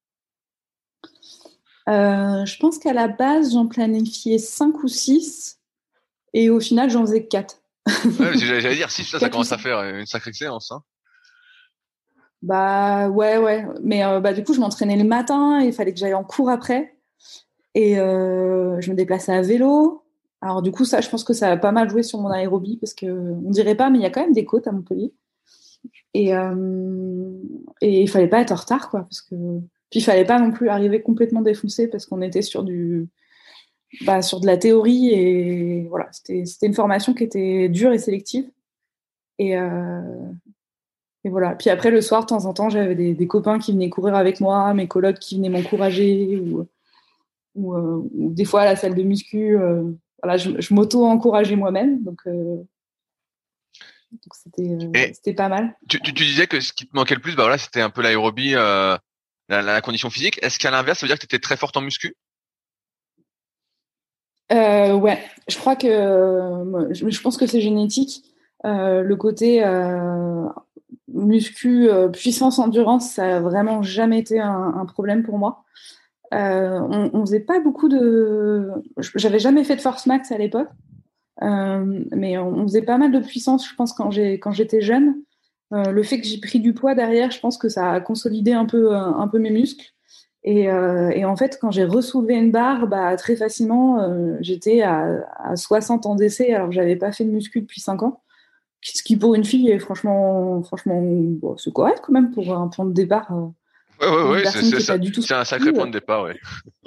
euh, Je pense qu'à la base, j'en planifiais cinq ou six, et au final, j'en faisais quatre. Ouais, j'allais dire six, ça, ça commence à faire une sacrée séance, hein. Bah ouais, ouais. Mais euh, bah, du coup, je m'entraînais le matin, et il fallait que j'aille en cours après. Et euh, je me déplaçais à vélo. Alors du coup, ça, je pense que ça a pas mal joué sur mon aérobie parce que on dirait pas, mais il y a quand même des côtes à Montpellier. Et euh, et il fallait pas être en retard, quoi, parce que puis il fallait pas non plus arriver complètement défoncé parce qu'on était sur du bah, sur de la théorie et voilà, c'était c'était une formation qui était dure et sélective. Et euh, et voilà. Puis après le soir, de temps en temps, j'avais des, des copains qui venaient courir avec moi, mes colocs qui venaient m'encourager ou Ou, euh, ou des fois à la salle de muscu, euh, voilà, je, je m'auto-encourageais moi-même, donc, euh, donc c'était, euh, c'était pas mal. Tu, tu, tu disais que ce qui te manquait le plus, bah voilà, c'était un peu l'aérobie, euh, la, la condition physique. Est-ce qu'à l'inverse, ça veut dire que tu étais très forte en muscu? Euh, ouais, je crois que euh, je, je pense que c'est génétique. Euh, le côté euh, muscu, euh, puissance, endurance, ça a vraiment jamais été un, un problème pour moi. Euh, on, on faisait pas beaucoup de. J'avais jamais fait de force max à l'époque. Euh, mais on, on faisait pas mal de puissance, je pense, quand, j'ai, quand j'étais jeune. Euh, le fait que j'ai pris du poids derrière, je pense que ça a consolidé un peu, un, un peu mes muscles. Et, euh, et en fait, quand j'ai ressoulevé une barre, bah, très facilement, euh, j'étais à, à soixante en D C, alors que j'avais pas fait de muscu depuis cinq ans. Ce qui, pour une fille, est franchement, franchement bon, c'est correct quand même pour un point de départ. Euh, ouais, ouais, ouais, c'est, c'est, ça, du tout c'est un sacré point de départ, ouais.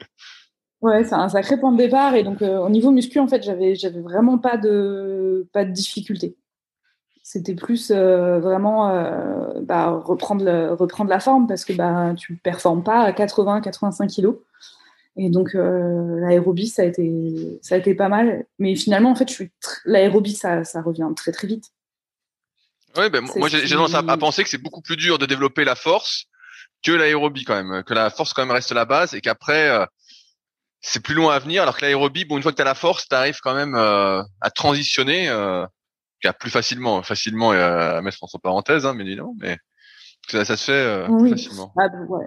Ouais, c'est un sacré point de départ. Et donc, euh, au niveau muscu, en fait, j'avais, j'avais vraiment pas de, pas de difficulté. C'était plus euh, vraiment euh, bah, reprendre, le, reprendre la forme parce que bah, tu ne performes pas à quatre-vingts à quatre-vingt-cinq kilos. Et donc, euh, l'aérobie, ça a, été, ça a été pas mal. Mais finalement, en fait, je suis tr- l'aérobie, ça, ça revient très, très vite. Ouais, ben, moi, j'ai, j'ai tendance à, à penser que c'est beaucoup plus dur de développer la force que l'aérobie quand même. Que la force quand même reste la base et qu'après, euh, c'est plus loin à venir. Alors que l'aérobie, bon, une fois que tu as la force, tu arrives quand même euh, à transitionner. Euh, plus facilement, facilement euh, à mettre entre parenthèses, hein, mais dis non, mais ça, ça se fait euh, oui. plus facilement. Ah, ouais.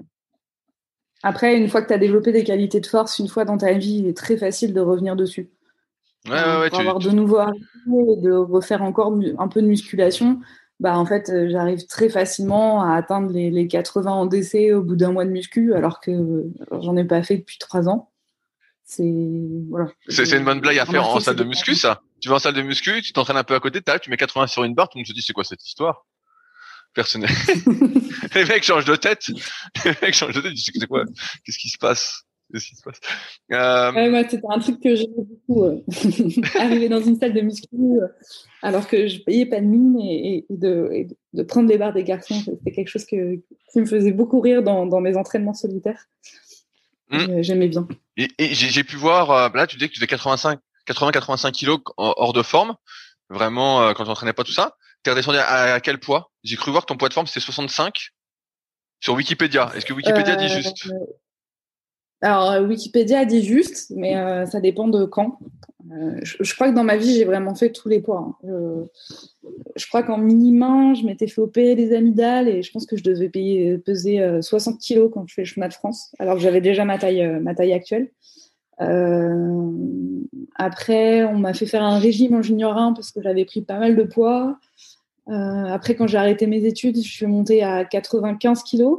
Après, une fois que tu as développé des qualités de force, une fois dans ta vie, il est très facile de revenir dessus. Ouais, ouais, ouais, pour tu, avoir tu... de nouveau arrivé et de refaire encore un peu de musculation, bah en fait, j'arrive très facilement à atteindre les, les quatre-vingts en D C au bout d'un mois de muscu, alors que alors, j'en ai pas fait depuis trois ans. C'est voilà. C'est, c'est une bonne blague à faire en salle de muscu, ça. Tu vas en salle de muscu, tu t'entraînes un peu à côté, t'arrives, tu mets quatre-vingts sur une barre, tout le monde se dit c'est quoi cette histoire? Personnel. Les mecs changent de tête. Les mecs changent de tête, ils disent c'est quoi? Qu'est-ce qui se passe? Qu'est-ce qui se passe? Euh... Ouais, moi, c'était un truc que j'aimais beaucoup. Euh... Arriver dans une salle de muscu, euh, alors que je payais pas de mine et, et, de, et de prendre les barres des garçons, c'était quelque chose que, qui me faisait beaucoup rire dans, dans mes entraînements solitaires. Mmh. J'aimais bien. Et, et j'ai, j'ai pu voir, euh, là, tu disais que tu faisais quatre-vingt-cinq, quatre-vingts, quatre-vingt-cinq kilos hors de forme. Vraiment, euh, quand tu n'entraînais pas tout ça. T'es redescendu à, à quel poids? J'ai cru voir que ton poids de forme, c'était soixante-cinq sur Wikipédia. Est-ce que Wikipédia Euh, dit juste? alors, Wikipédia dit juste, mais euh, ça dépend de quand. Euh, je, je crois que dans ma vie, j'ai vraiment fait tous les poids. Hein. Je, je crois qu'en mini-main, je m'étais fait opérer les amygdales et je pense que je devais payer, peser euh, soixante kilos quand je fais le chemin de France, alors que j'avais déjà ma taille, euh, ma taille actuelle. Euh, après, on m'a fait faire un régime en junior un parce que j'avais pris pas mal de poids. Euh, après, quand j'ai arrêté mes études, je suis montée à quatre-vingt-quinze kilos.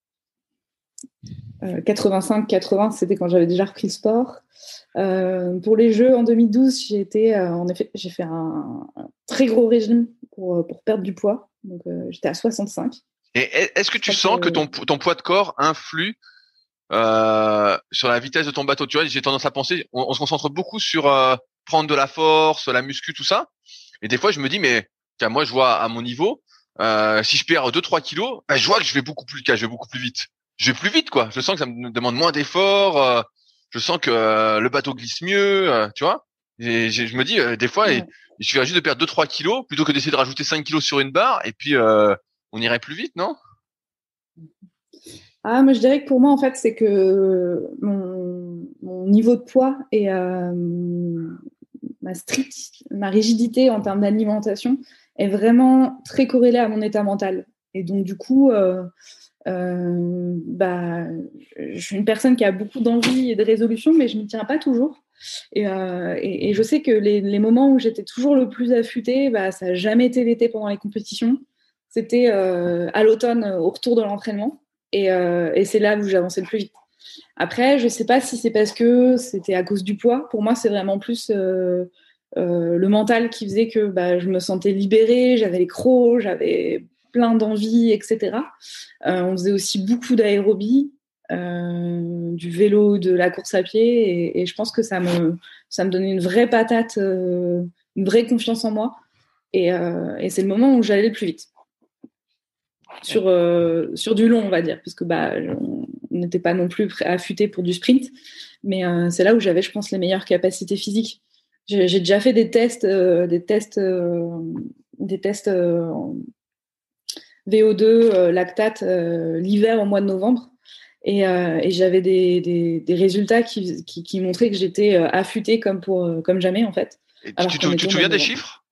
Euh, quatre-vingt-cinq, quatre-vingts, c'était quand j'avais déjà repris le sport. Euh, pour les Jeux en deux mille douze, j'ai été, euh, en effet, j'ai fait un, un très gros régime pour, pour perdre du poids. Donc, euh, j'étais à soixante-cinq. Et est-ce que tu sens que ton, ton poids de corps influe euh, sur la vitesse de ton bateau? Tu vois, j'ai tendance à penser, on, on se concentre beaucoup sur euh, prendre de la force, la muscu, tout ça. Et des fois, je me dis, mais tiens, moi, je vois à mon niveau, euh, si je perds deux trois kilos, ben, je vois que je vais beaucoup plus, je vais beaucoup plus vite. Je vais plus vite, quoi. Je sens que ça me demande moins d'efforts. Euh, je sens que euh, le bateau glisse mieux, euh, tu vois. Et je me dis, euh, des fois, ouais. il, il suffirait juste de perdre deux trois kilos plutôt que d'essayer de rajouter cinq kilos sur une barre, et puis euh, on irait plus vite, non? Ah, moi, je dirais que pour moi, en fait, c'est que mon, mon niveau de poids et euh, ma strict, ma rigidité en termes d'alimentation est vraiment très corrélée à mon état mental. Et donc, du coup, euh, euh, bah, je suis une personne qui a beaucoup d'envie et de résolution, mais je ne m'y tiens pas toujours. Et, euh, et, et je sais que les, les moments où j'étais toujours le plus affûtée, bah, ça n'a jamais été l'été pendant les compétitions. C'était euh, à l'automne, au retour de l'entraînement. Et, euh, et c'est là où j'avançais le plus vite. Après, je ne sais pas si c'est parce que c'était à cause du poids. Pour moi, c'est vraiment plus euh, euh, le mental qui faisait que bah, je me sentais libérée, j'avais les crocs, j'avais plein d'envie, et cetera. Euh, on faisait aussi beaucoup d'aérobie, euh, du vélo, de la course à pied. Et, et je pense que ça me, ça me donnait une vraie patate, euh, une vraie confiance en moi. Et, euh, et c'est le moment où j'allais le plus vite. Sur, euh, sur du long, on va dire, parce que bah, on n'était pas non plus affûté pour du sprint, mais euh, c'est là où j'avais, je pense, les meilleures capacités physiques. J'ai, j'ai déjà fait des tests, euh, des tests, euh, des tests euh, V O deux, euh, lactate, euh, l'hiver au mois de novembre, et, euh, et j'avais des, des, des résultats qui, qui, qui montraient que j'étais euh, affûtée comme pour, euh, comme jamais en fait. Et tu, tu, tu te souviens des chiffres?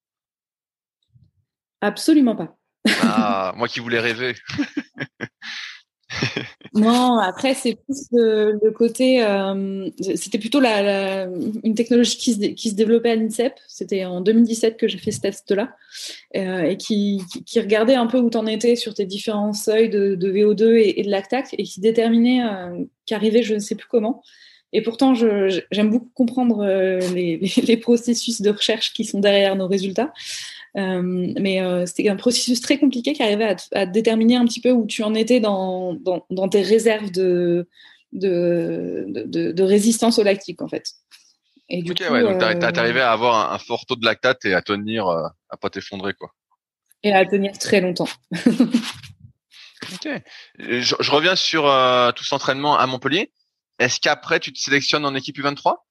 Absolument pas. Ah, moi qui voulais rêver. Non, après, c'est plus le, le côté. Euh, c'était plutôt la, la, une technologie qui se, qui se développait à l'INSEP. C'était en deux mille dix-sept que j'ai fait ce test-là. Euh, et qui, qui, qui regardait un peu où tu en étais sur tes différents seuils de, de V O deux et, et de lactate et qui déterminait euh, qu'arrivait je ne sais plus comment. Et pourtant, je, j'aime beaucoup comprendre euh, les, les, les processus de recherche qui sont derrière nos résultats. Euh, mais euh, c'était un processus très compliqué qui arrivait à, t- à déterminer un petit peu où tu en étais dans, dans, dans tes réserves de, de, de, de résistance au lactique, en fait. Et du ok, coup, ouais, donc euh... t'arrivais à avoir un, un fort taux de lactate et à tenir, euh, à pas t'effondrer, quoi. Et à tenir très longtemps. Ok. Je, je reviens sur euh, tout cet entraînement à Montpellier. Est-ce qu'après, tu te sélectionnes en équipe U vingt-trois?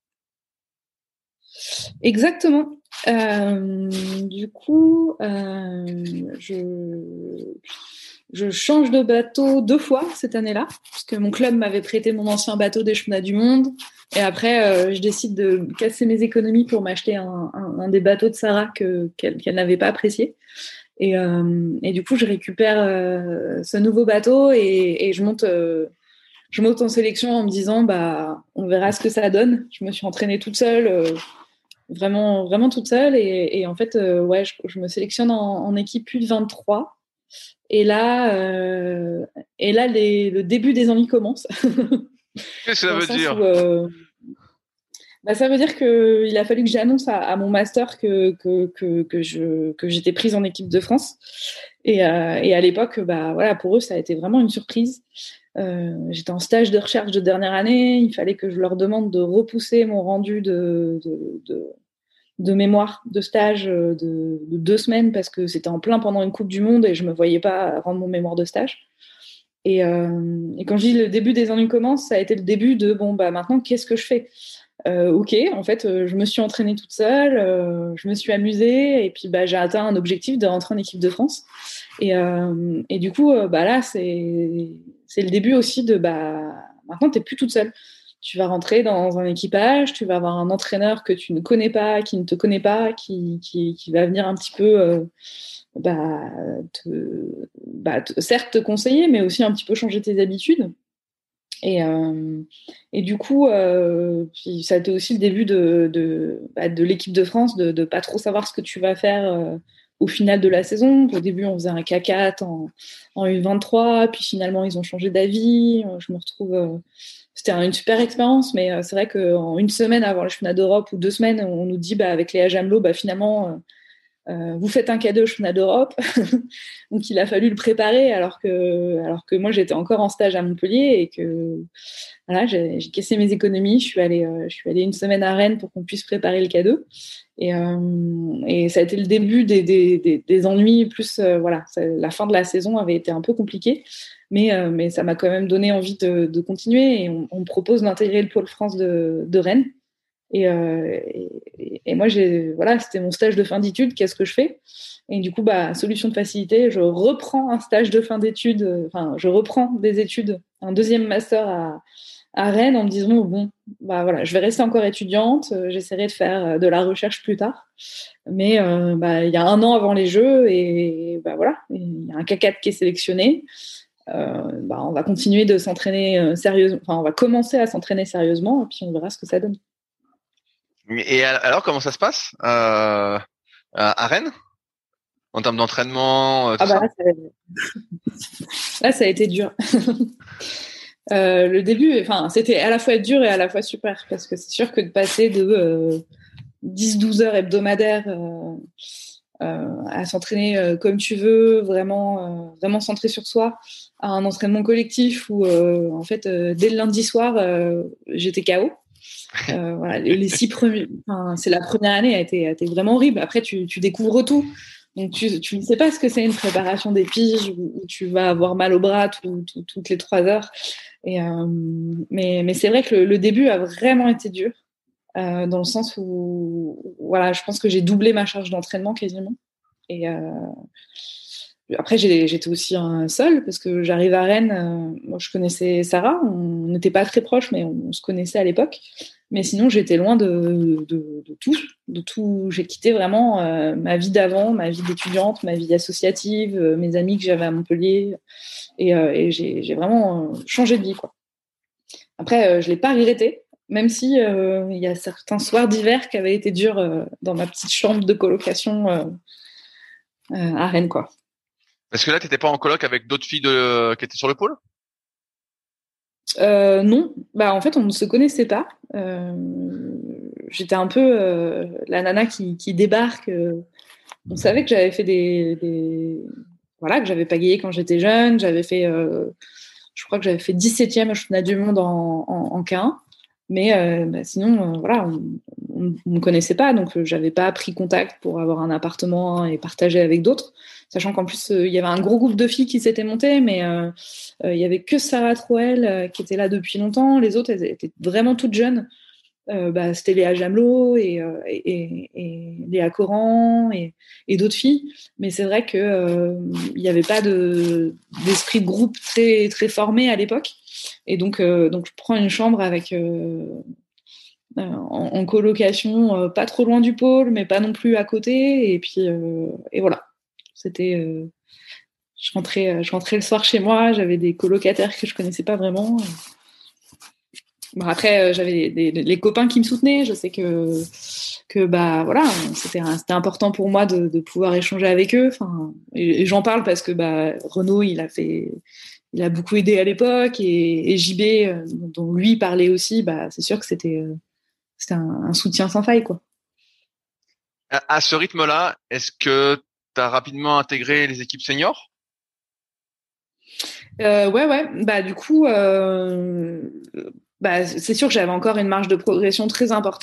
Exactement. Euh, du coup, euh, je, je change de bateau deux fois cette année-là, parce que mon club m'avait prêté mon ancien bateau des championnats du monde. Et après, euh, je décide de casser mes économies pour m'acheter un, un, un des bateaux de Sarah que, qu'elle, qu'elle n'avait pas apprécié. Et, euh, et du coup, je récupère euh, ce nouveau bateau et, et je monte... Euh, je monte en sélection en me disant, bah, on verra ce que ça donne. Je me suis entraînée toute seule, euh, vraiment, vraiment toute seule. Et, et en fait, euh, ouais, je, je me sélectionne en, en équipe U vingt-trois. Et là, euh, et là les, le début des ennuis commence. Qu'est-ce que ça veut dire où, euh, bah, ça veut dire qu'il a fallu que j'annonce à, à mon master que, que, que, que, je, que j'étais prise en équipe de France. Et, euh, et à l'époque, bah, voilà, pour eux, ça a été vraiment une surprise. Euh, j'étais en stage de recherche de dernière année, il fallait que je leur demande de repousser mon rendu de, de, de, de mémoire de stage de, de deux semaines parce que c'était en plein pendant une Coupe du Monde et je me voyais pas rendre mon mémoire de stage. Et, euh, et quand je dis le début des ennuis commence, ça a été le début de bon bah maintenant qu'est-ce que je fais? Euh, ok, en fait, euh, je me suis entraînée toute seule, euh, je me suis amusée, et puis bah j'ai atteint un objectif de rentrer en équipe de France. Et, euh, et du coup, euh, bah là, c'est c'est le début aussi de bah maintenant t'es plus toute seule. Tu vas rentrer dans un équipage, tu vas avoir un entraîneur que tu ne connais pas, qui ne te connaît pas, qui qui, qui va venir un petit peu euh, bah, te, bah te, certes te conseiller, mais aussi un petit peu changer tes habitudes. Et, euh, et du coup, euh, puis ça a été aussi le début de, de, bah, de l'équipe de France, de ne pas trop savoir ce que tu vas faire euh, au final de la saison. Au début, on faisait un K quatre en, en U vingt-trois, puis finalement, ils ont changé d'avis. Je me retrouve... Euh, c'était une super expérience, mais euh, c'est vrai qu'en une semaine avant le championnat d'Europe ou deux semaines, on nous dit bah, avec Léa Jamelot, bah, finalement... Euh, Euh, vous faites un cadeau au championnat d'Europe. Donc, il a fallu le préparer alors que, alors que moi, j'étais encore en stage à Montpellier et que voilà, j'ai, j'ai caissé mes économies. Je suis allée, euh, je suis allée une semaine à Rennes pour qu'on puisse préparer le cadeau. Et, euh, et ça a été le début des, des, des, des ennuis. Plus, euh, voilà, ça, la fin de la saison avait été un peu compliquée. Mais, euh, mais ça m'a quand même donné envie de, de continuer. Et on, on me propose d'intégrer le pôle France de, de Rennes. Et, euh, et, et moi, j'ai, voilà, c'était mon stage de fin d'études. Qu'est-ce que je fais? Et du coup, bah, solution de facilité, je reprends un stage de fin d'études. euh, Enfin, je reprends des études, un deuxième master à, à Rennes, en me disant bon, bah voilà, je vais rester encore étudiante. euh, J'essaierai de faire euh, de la recherche plus tard. Mais euh, bah, il y a un an avant les Jeux, et bah voilà, il y a un K quatre qui est sélectionné. Euh, bah, on va continuer de s'entraîner euh, sérieusement. Enfin, on va commencer à s'entraîner sérieusement, et puis on verra ce que ça donne. Et alors, comment ça se passe euh, à Rennes en termes d'entraînement, euh, tout Ah bah ça? là, ça, là, ça a été dur. euh, le début, enfin, c'était à la fois dur et à la fois super, parce que c'est sûr que de passer de euh, dix douze heures hebdomadaires euh, euh, à s'entraîner euh, comme tu veux, vraiment, euh, vraiment centré sur soi, à un entraînement collectif où, euh, en fait, euh, dès le lundi soir, euh, j'étais K O. Euh, voilà, les six premiers, enfin, c'est la première année a été, a été vraiment horrible. Après, tu, tu découvres tout. Donc, tu, tu ne sais pas ce que c'est une préparation des piges où, où tu vas avoir mal au bras tout, tout, toutes les trois heures. Et, euh, mais, mais c'est vrai que le, le début a vraiment été dur, euh, dans le sens où, voilà, je pense que j'ai doublé ma charge d'entraînement quasiment. Et euh, après, j'ai, j'étais aussi un seul parce que j'arrive à Rennes. Euh, moi, je connaissais Sarah. On n'était pas très proches, mais on, on se connaissait à l'époque. Mais sinon, j'étais loin de, de, de tout. De tout. J'ai quitté vraiment euh, ma vie d'avant, ma vie d'étudiante, ma vie associative, euh, mes amis que j'avais à Montpellier. Et, euh, et j'ai, j'ai vraiment euh, changé de vie, quoi. Après, euh, je l'ai pas regretté, même si euh, il y a certains soirs d'hiver qui avaient été durs euh, dans ma petite chambre de colocation euh, euh, à Rennes, quoi. Parce que là, t'étais pas en coloc avec d'autres filles de qui étaient sur le pôle? Euh, non, bah en fait on ne se connaissait pas. Euh, j'étais un peu euh, la nana qui, qui débarque. Euh, on savait que j'avais fait des, des... voilà, que j'avais pagayé quand j'étais jeune. J'avais fait, euh, je crois que j'avais fait dix-septième au championnat du monde en, en, en K un. Mais euh, bah, sinon, euh, voilà, on ne me connaissait pas, donc euh, j'avais pas pris contact pour avoir un appartement et partager avec d'autres. Sachant qu'en plus, euh, il y avait un gros groupe de filles qui s'était monté, mais euh, euh, il y avait que Sarah Trouel euh, qui était là depuis longtemps. Les autres, elles étaient vraiment toutes jeunes. Euh, bah, c'était Léa Jamelot et, euh, et, et, et Léa Coran et, et d'autres filles. Mais c'est vrai qu'il euh, n'y avait pas de, d'esprit de groupe très, très formé à l'époque. Et donc, euh, donc, je prends une chambre avec, euh, euh, en, en colocation, euh, pas trop loin du pôle, mais pas non plus à côté. Et puis, euh, et voilà. C'était, euh, je rentrais, je rentrais le soir chez moi. J'avais des colocataires que je connaissais pas vraiment. Bon, après, euh, j'avais des, des, les copains qui me soutenaient. Je sais que, que bah voilà, c'était, c'était important pour moi de, de pouvoir échanger avec eux. Enfin, et, et j'en parle parce que bah Renaud, il a fait, il a beaucoup aidé à l'époque, et, et J B, euh, dont lui parlait aussi. Bah c'est sûr que c'était, euh, c'était un, un soutien sans faille, quoi. À, à ce rythme-là, est-ce que tu as rapidement intégré les équipes seniors? Euh, ouais, ouais. Bah du coup. Euh... Bah, c'est sûr que j'avais encore une marge de progression très importante.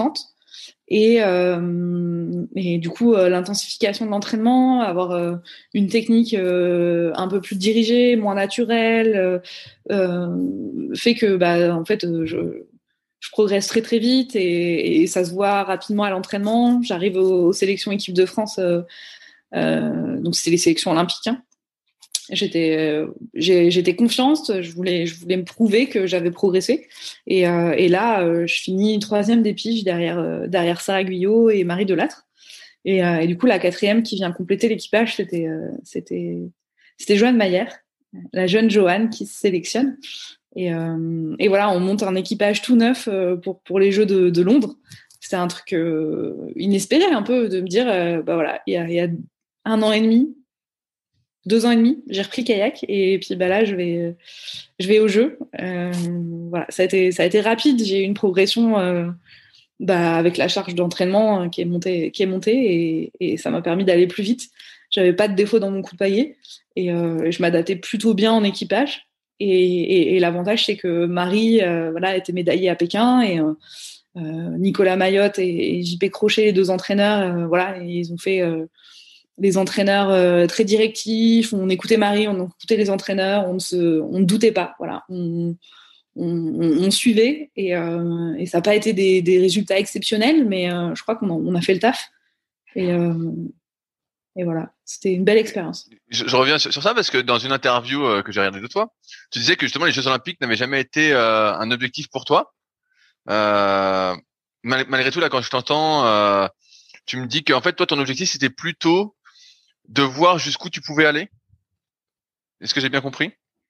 Et, euh, et du coup, euh, l'intensification de l'entraînement, avoir euh, une technique euh, un peu plus dirigée, moins naturelle, euh, euh, fait que, bah, en fait, euh, je, je progresse très très vite et, et ça se voit rapidement à l'entraînement. J'arrive aux, aux sélections équipe de France, euh, euh, donc c'était les sélections olympiques. Hein. J'étais, euh, j'ai, j'étais confiante, je voulais, je voulais me prouver que j'avais progressé. Et, euh, et là, euh, je finis troisième des piges derrière, euh, derrière Sarah Guyot et Marie Delattre. Et, euh, et du coup, la quatrième qui vient compléter l'équipage, c'était, euh, c'était, c'était Joanne Mayer, la jeune Joanne qui se sélectionne. Et, euh, et voilà, on monte un équipage tout neuf euh, pour, pour les Jeux de, de Londres. C'était un truc euh, inespéré un peu de me dire, euh, bah voilà, il y a, il y a un an et demi, deux ans et demi, j'ai repris le kayak et puis bah là je vais je vais au jeu. Euh, voilà, ça a été ça a été rapide. J'ai eu une progression euh, bah, avec la charge d'entraînement euh, qui est montée qui est montée et, et ça m'a permis d'aller plus vite. J'avais pas de défaut dans mon coup de paillet et euh, je m'adaptais plutôt bien en équipage. Et, et, et l'avantage c'est que Marie euh, voilà était médaillée à Pékin et euh, Nicolas Mayotte et, et J P Crochet, les deux entraîneurs, euh, voilà, ils ont fait euh, des entraîneurs euh, très directifs. On écoutait Marie, on écoutait les entraîneurs, on ne se, on ne doutait pas. Voilà, on, on, on suivait et, euh, et ça n'a pas été des, des résultats exceptionnels, mais euh, je crois qu'on a, on a fait le taf. Et, euh, et voilà, c'était une belle expérience. Je, je reviens sur, sur ça parce que dans une interview euh, que j'ai regardée de toi, tu disais que justement les Jeux Olympiques n'avaient jamais été euh, un objectif pour toi. Euh, mal, malgré tout, là, quand je t'entends, euh, tu me dis qu'en fait, toi, ton objectif, c'était plutôt de voir jusqu'où tu pouvais aller. Est-ce que j'ai bien compris?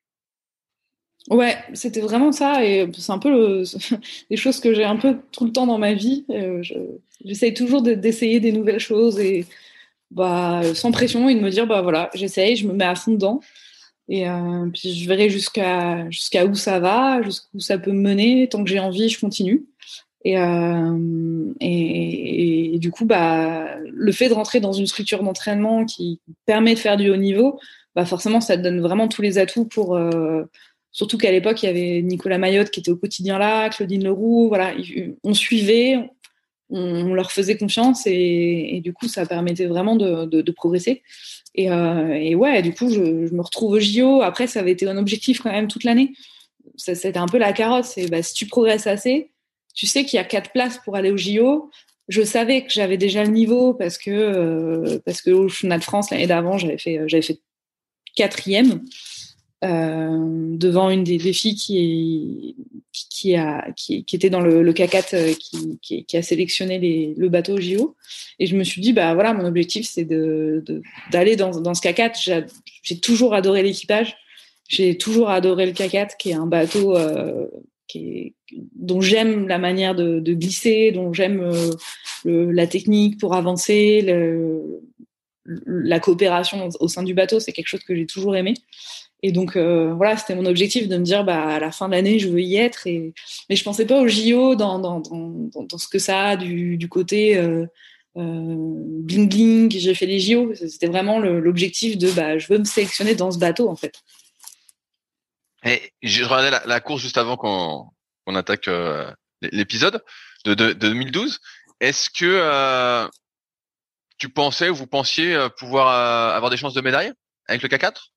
Ouais, c'était vraiment ça, et c'est un peu le, les choses que j'ai un peu tout le temps dans ma vie. Euh, je, j'essaye toujours de, d'essayer des nouvelles choses et bah sans pression et de me dire bah voilà, j'essaye, je me mets à fond dedans et euh, puis je verrai jusqu'à jusqu'à où ça va, jusqu'où ça peut me mener. Tant que j'ai envie, je continue. Et, euh, et, et du coup, bah, le fait de rentrer dans une structure d'entraînement qui permet de faire du haut niveau, bah forcément, ça te donne vraiment tous les atouts pour. Euh, surtout qu'à l'époque, il y avait Nicolas Mayotte qui était au quotidien là, Claudine Leroux, voilà, on suivait, on, on leur faisait confiance et, et du coup, ça permettait vraiment de, de, de progresser. Et, euh, et ouais, du coup, je, je me retrouve au J O. Après, ça avait été un objectif quand même toute l'année. Ça, c'était un peu la carotte. C'est bah, si tu progresses assez. Tu sais qu'il y a quatre places pour aller au J O. Je savais que j'avais déjà le niveau parce que euh, parce que au championnat de France l'année d'avant, j'avais fait j'avais fait quatrième euh, devant une des, des filles qui qui, qui a qui, qui était dans le, le K quatre qui, qui, qui a sélectionné les, le bateau au J O. Et je me suis dit bah voilà, mon objectif c'est de, de d'aller dans dans ce K quatre. J'ai, j'ai toujours adoré l'équipage. J'ai toujours adoré le K quatre qui est un bateau euh, qui est, dont j'aime la manière de, de glisser, dont j'aime euh, le, la technique pour avancer, le, la coopération au sein du bateau, c'est quelque chose que j'ai toujours aimé. Et donc euh, voilà, c'était mon objectif de me dire bah à la fin de l'année je veux y être. Et mais je pensais pas au J O dans dans dans, dans ce que ça a du, du côté euh, euh, bling bling. J'ai fait les J O, c'était vraiment le, l'objectif de bah je veux me sélectionner dans ce bateau en fait. Et j'ai regardé la, la course juste avant qu'on, qu'on attaque euh, l'épisode de, de, de deux mille douze. Est-ce que euh, tu pensais ou vous pensiez pouvoir euh, avoir des chances de médaille avec le K quatre?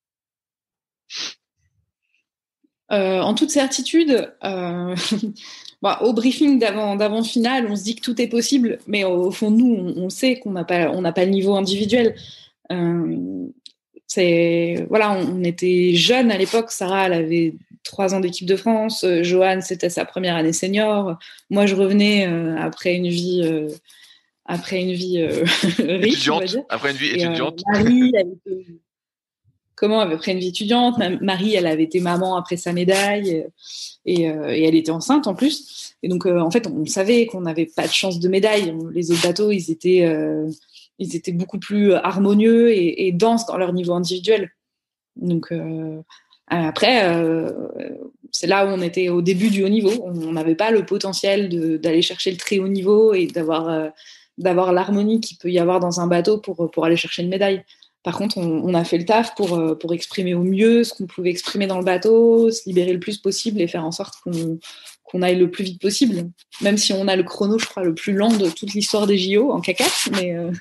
euh, En toute certitude, euh, bah, au briefing d'avant, d'avant finale, on se dit que tout est possible, mais au fond de nous, on, on sait qu'on n'a pas, on n'a pas le niveau individuel. Euh, C'est voilà, on, on était jeunes à l'époque. Sarah, elle avait trois ans d'équipe de France. Euh, Joanne, c'était sa première année senior. Moi, je revenais euh, après une vie euh, après une vie euh, riche, étudiante, on va dire. après une vie Et, étudiante. Euh, Marie, elle était comment après une vie étudiante. Marie, elle avait été maman après sa médaille et, euh, et elle était enceinte en plus. Et donc, euh, en fait, on savait qu'on n'avait pas de chance de médaille. Les autres bateaux, ils étaient euh, ils étaient beaucoup plus harmonieux et, et denses dans leur niveau individuel. Donc euh, après, euh, c'est là où on était au début du haut niveau. On n'avait pas le potentiel de, d'aller chercher le très haut niveau et d'avoir, euh, d'avoir l'harmonie qu'il peut y avoir dans un bateau pour, pour aller chercher une médaille. Par contre, on, on a fait le taf pour, euh, pour exprimer au mieux ce qu'on pouvait exprimer dans le bateau, se libérer le plus possible et faire en sorte qu'on, qu'on aille le plus vite possible. Même si on a le chrono, je crois, le plus lent de toute l'histoire des J O en cacasse. Mais euh...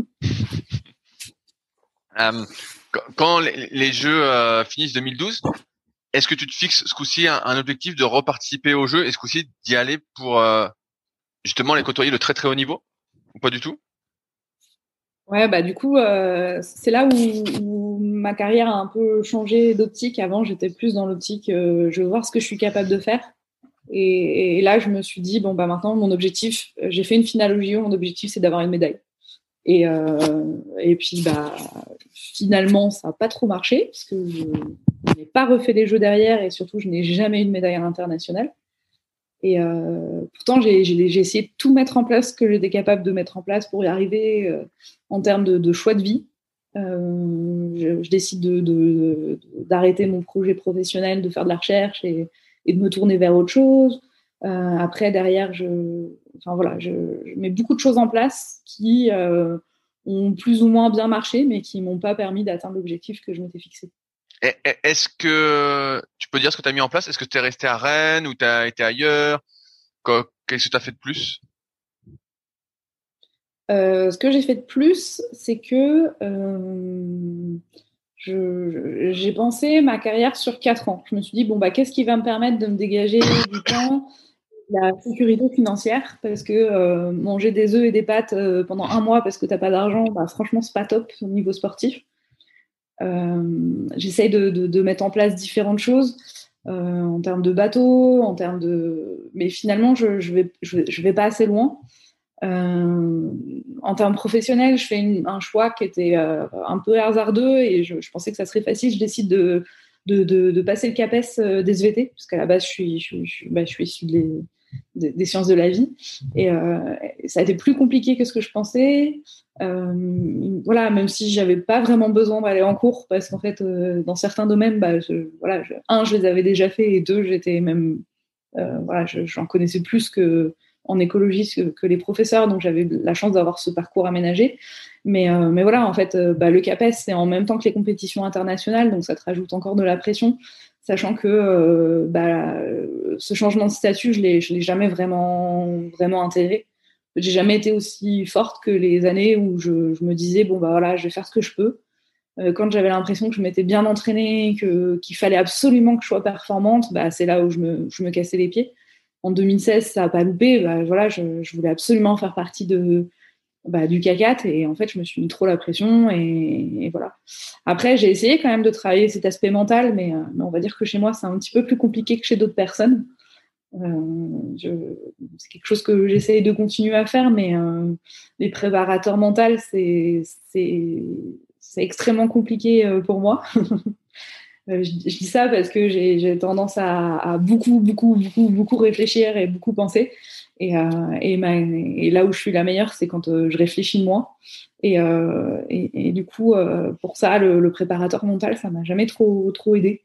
euh, quand les, les Jeux euh, finissent deux mille douze, est-ce que tu te fixes ce coup-ci un, un objectif de reparticiper aux Jeux et ce coup-ci d'y aller pour euh, justement les côtoyer de très très haut niveau ou pas du tout? Ouais, bah du coup, euh, c'est là où, où ma carrière a un peu changé d'optique. Avant, j'étais plus dans l'optique, euh, je veux voir ce que je suis capable de faire. Et, et là, je me suis dit, bon, bah maintenant, mon objectif, j'ai fait une finale au J O, mon objectif, c'est d'avoir une médaille. Et, euh, et puis, bah, finalement, ça n'a pas trop marché, parce que je, je n'ai pas refait les Jeux derrière, et surtout, je n'ai jamais eu de médaille à l'international. Et euh, pourtant, j'ai, j'ai, j'ai essayé de tout mettre en place ce que j'étais capable de mettre en place pour y arriver euh, en termes de, de choix de vie. Euh, je, je décide de, de, de, d'arrêter mon projet professionnel, de faire de la recherche et, et de me tourner vers autre chose. Euh, après, derrière, je, enfin, voilà, je, je mets beaucoup de choses en place qui euh, ont plus ou moins bien marché, mais qui m'ont pas permis d'atteindre l'objectif que je m'étais fixé. Est-ce que tu peux dire ce que tu as mis en place? Est-ce que tu es resté à Rennes ou tu as été ailleurs? Qu'est-ce que tu as fait de plus? euh, Ce que j'ai fait de plus, c'est que euh, je, j'ai pensé ma carrière sur quatre ans. Je me suis dit, bon, bah, qu'est-ce qui va me permettre de me dégager du temps, la sécurité financière, parce que euh, manger des œufs et des pâtes euh, pendant un mois parce que tu n'as pas d'argent, bah, franchement, c'est pas top au niveau sportif. Euh, j'essaye de, de, de mettre en place différentes choses euh, en termes de bateau, en termes de, mais finalement je je vais je vais, je vais pas assez loin. Euh, en termes professionnels, je fais une, un choix qui était euh, un peu hasardeux et je, je pensais que ça serait facile. Je décide de de, de, de passer le CAPES euh, des S V T parce qu'à la base je suis je, je, bah, je suis issue de les, des, des sciences de la vie et euh, ça a été plus compliqué que ce que je pensais. Euh, voilà, même si j'avais pas vraiment besoin d'aller en cours parce qu'en fait euh, dans certains domaines, bah, je, voilà, je, un je les avais déjà fait et deux j'étais même euh, voilà, je, j'en connaissais plus que en écologie que, que les professeurs, donc j'avais la chance d'avoir ce parcours aménagé. Mais, euh, mais voilà, en fait, euh, bah, le CAPES, c'est en même temps que les compétitions internationales, donc ça te rajoute encore de la pression, sachant que euh, bah, ce changement de statut, je l'ai, je l'ai jamais vraiment, vraiment intégré. J'ai jamais été aussi forte que les années où je, je me disais, bon, bah voilà, je vais faire ce que je peux. Euh, quand j'avais l'impression que je m'étais bien entraînée, que, qu'il fallait absolument que je sois performante, bah, c'est là où je me, je me cassais les pieds. En deux mille seize, ça n'a pas loupé. Bah, voilà, je, je voulais absolument faire partie de, bah, du C A quatre et en fait, je me suis mis trop la pression et, et voilà. Après, j'ai essayé quand même de travailler cet aspect mental, mais, euh, mais on va dire que chez moi, c'est un petit peu plus compliqué que chez d'autres personnes. Euh, je, c'est quelque chose que j'essaye de continuer à faire, mais euh, les préparateurs mentaux, c'est, c'est, c'est extrêmement compliqué euh, pour moi. Je, je dis ça parce que j'ai, j'ai tendance à, à beaucoup, beaucoup, beaucoup, beaucoup réfléchir et beaucoup penser. Et, euh, et, ma, et là où je suis la meilleure, c'est quand euh, je réfléchis moins. Et, euh, et, et du coup, euh, pour ça, le, le préparateur mental, ça m'a jamais trop, trop aidé.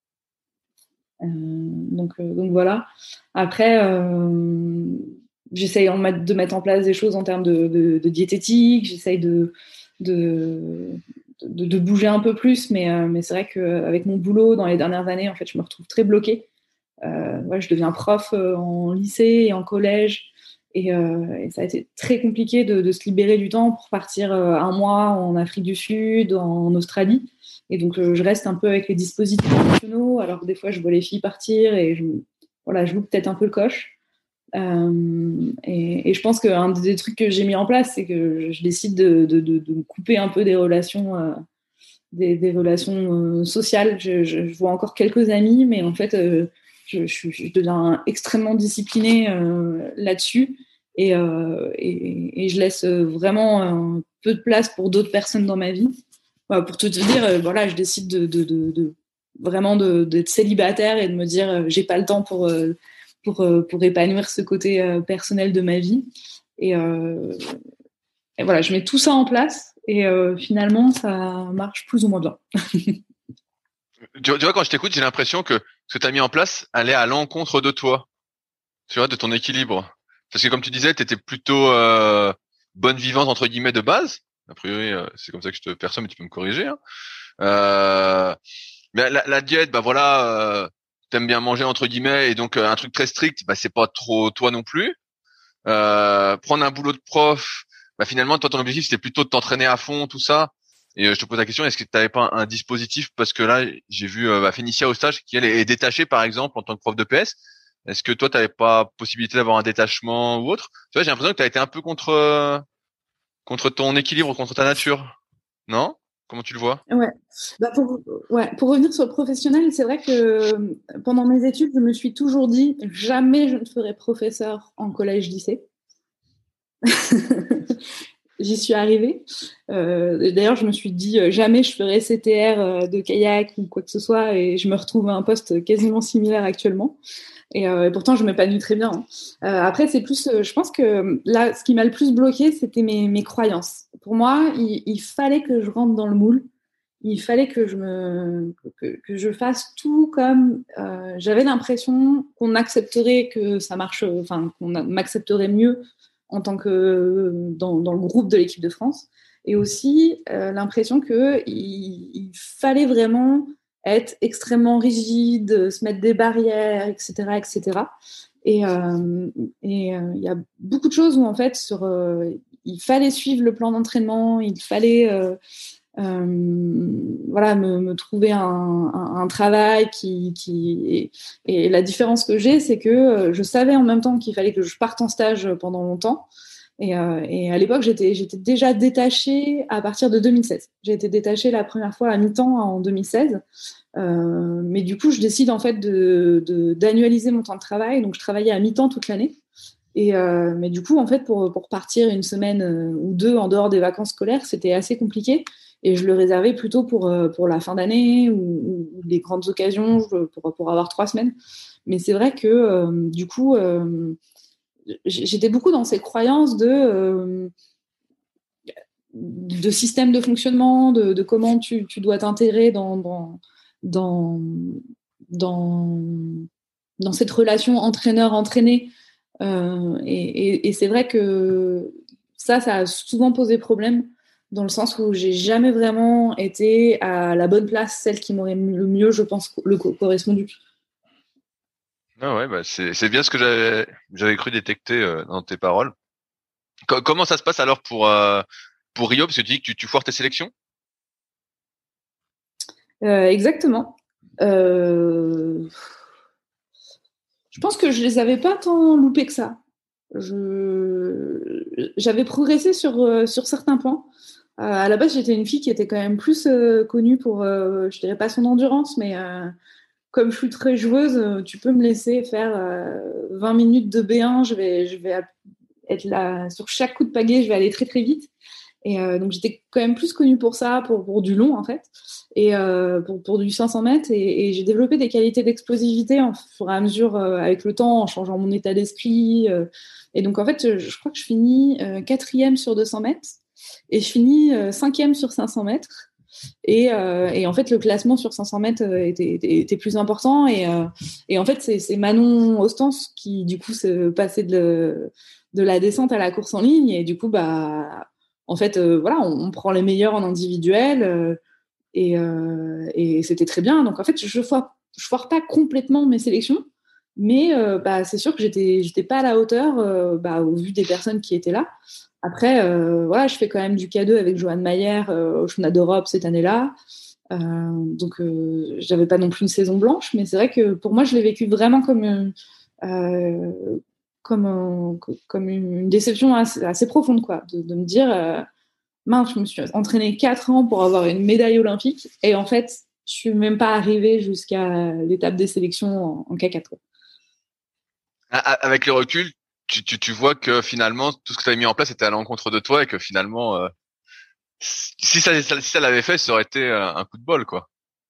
Euh, donc, euh, donc voilà. Après, euh, j'essaye de mettre en place des choses en termes de, de, de diététique. J'essaye de, de De, de bouger un peu plus, mais, euh, mais c'est vrai qu'avec mon boulot dans les dernières années, en fait, je me retrouve très bloquée. Euh, ouais, je deviens prof euh, en lycée et en collège, et, euh, et ça a été très compliqué de, de se libérer du temps pour partir euh, un mois en Afrique du Sud, en Australie. Et donc, euh, je reste un peu avec les dispositifs nationaux, alors que des fois, je vois les filles partir et je, voilà, je loupe peut-être un peu le coche. Euh, et, et je pense qu'un des trucs que j'ai mis en place, c'est que je décide de, de, de, de me couper un peu des relations, euh, des, des relations euh, sociales. Je, je, je vois encore quelques amis, mais en fait, euh, je, je, je deviens extrêmement disciplinée euh, là-dessus. Et, euh, et, et je laisse vraiment un peu de place pour d'autres personnes dans ma vie. Voilà, pour tout te dire, euh, voilà, je décide de, de, de, de vraiment de, d'être célibataire et de me dire, euh, j'ai pas le temps pour euh, Pour, pour épanouir ce côté euh, personnel de ma vie. Et, euh, et voilà, je mets tout ça en place et euh, finalement, ça marche plus ou moins bien. tu, tu vois, quand je t'écoute, j'ai l'impression que ce que tu as mis en place allait à l'encontre de toi, tu vois, de ton équilibre. Parce que comme tu disais, tu étais plutôt euh, bonne vivante, entre guillemets, de base. A priori, euh, c'est comme ça que je te perçois, mais tu peux me corriger. Hein. Euh, mais la, la diète, bah voilà, euh, t'aimes bien manger entre guillemets, et donc euh, un truc très strict, bah c'est pas trop toi non plus. Euh, prendre un boulot de prof, bah finalement toi ton objectif c'était plutôt de t'entraîner à fond, tout ça. Et euh, je te pose la question, est-ce que tu n'avais pas un, un dispositif, parce que là j'ai vu euh, bah, Fénicia au stage qui elle est détachée par exemple en tant que prof de P S. Est-ce que toi t'avais pas possibilité d'avoir un détachement ou autre? Tu vois, j'ai l'impression que tu as été un peu contre euh, contre ton équilibre, contre ta nature. Non? Comment tu le vois? Ouais. Bah pour, ouais. Pour revenir sur le professionnel, c'est vrai que pendant mes études, je me suis toujours dit jamais je ne ferai professeur en collège-lycée. J'y suis arrivée. Euh, d'ailleurs, je me suis dit euh, jamais je ferai C T R euh, de kayak ou quoi que ce soit, et je me retrouve à un poste quasiment similaire actuellement. Et, euh, et pourtant, je m'épanouis très bien. Hein. Euh, après, c'est plus, euh, je pense que là, ce qui m'a le plus bloqué, c'était mes, mes croyances. Pour moi, il, il fallait que je rentre dans le moule. Il fallait que je me, que, que je fasse tout comme. Euh, j'avais l'impression qu'on accepterait que ça marche, enfin qu'on m'accepterait mieux en tant que dans, dans le groupe de l'équipe de France, et aussi euh, l'impression que il, il fallait vraiment être extrêmement rigide, se mettre des barrières, et cetera, et cetera. Et euh, et euh, il y a beaucoup de choses où en fait sur, euh, il fallait suivre le plan d'entraînement, il fallait euh, euh, voilà, me, me trouver un, un, un travail qui, qui et, et la différence que j'ai, c'est que je savais en même temps qu'il fallait que je parte en stage pendant longtemps. Et, euh, et à l'époque, j'étais, j'étais déjà détachée à partir de deux mille seize. J'ai été détachée la première fois à mi-temps en deux mille seize. Euh, mais du coup, je décide en fait de, de, d'annualiser mon temps de travail. Donc, je travaillais à mi-temps toute l'année. Et euh, mais du coup, en fait, pour, pour partir une semaine euh, ou deux en dehors des vacances scolaires, c'était assez compliqué. Et je le réservais plutôt pour, euh, pour la fin d'année ou, ou les grandes occasions, pour, pour avoir trois semaines. Mais c'est vrai que, euh, du coup, euh, j'étais beaucoup dans ces croyances de, euh, de système de fonctionnement, de, de comment tu, tu dois t'intégrer dans, dans, dans, dans, dans cette relation entraîneur-entraîné. Euh, et, et, et c'est vrai que ça, ça a souvent posé problème, dans le sens où j'ai jamais vraiment été à la bonne place, celle qui m'aurait le mieux, je pense, le co- correspondu. Ah ouais, bah c'est c'est bien ce que j'avais j'avais cru détecter euh, dans tes paroles. Co- comment ça se passe alors pour euh, pour Rio, parce que tu dis que tu, tu foires tes sélections? Euh, exactement. Euh, je pense que je les avais pas tant loupés que ça. Je... J'avais progressé sur, euh, sur certains points. Euh, à la base, j'étais une fille qui était quand même plus euh, connue pour, euh, je dirais pas son endurance, mais euh, comme je suis très joueuse, euh, tu peux me laisser faire euh, vingt minutes de B un, je vais, je vais être là sur chaque coup de pagaie, je vais aller très très vite. Et euh, donc j'étais quand même plus connue pour ça, pour, pour du long en fait, et euh, pour, pour du cinq cents mètres. Et, et j'ai développé des qualités d'explosivité en fur et à mesure euh, avec le temps, en changeant mon état d'esprit. Euh, et donc en fait, je, je crois que je finis euh, quatrième sur deux cents mètres et je finis euh, cinquième sur cinq cents mètres. Et, euh, et en fait, le classement sur cinq cents mètres était, était, était plus important. Et, euh, et en fait, c'est, c'est Manon Ostens qui, du coup, se passait de, de la descente à la course en ligne. Et du coup, bah, en fait, euh, voilà, on, on prend les meilleurs en individuel. Euh, et, euh, et c'était très bien. Donc, en fait, je ne foire, je foire pas complètement mes sélections. Mais euh, bah, c'est sûr que j'étais, j'étais pas à la hauteur euh, bah, au vu des personnes qui étaient là. Après, euh, voilà, je fais quand même du K deux avec Johan Mayer euh, au championnat d'Europe cette année-là. Euh, donc, euh, j'avais pas non plus une saison blanche, mais c'est vrai que pour moi, je l'ai vécu vraiment comme, euh, comme, un, comme une déception assez, assez profonde, quoi, de, de me dire, euh, mince, je me suis entraînée quatre ans pour avoir une médaille olympique, et en fait, je suis même pas arrivée jusqu'à l'étape des sélections en, en K quatre. Quoi. Avec le recul, tu, tu, tu vois que finalement tout ce que tu avais mis en place était à l'encontre de toi, et que finalement euh, si ça si ça l'avait fait, ça aurait été euh, un coup de bol, quoi.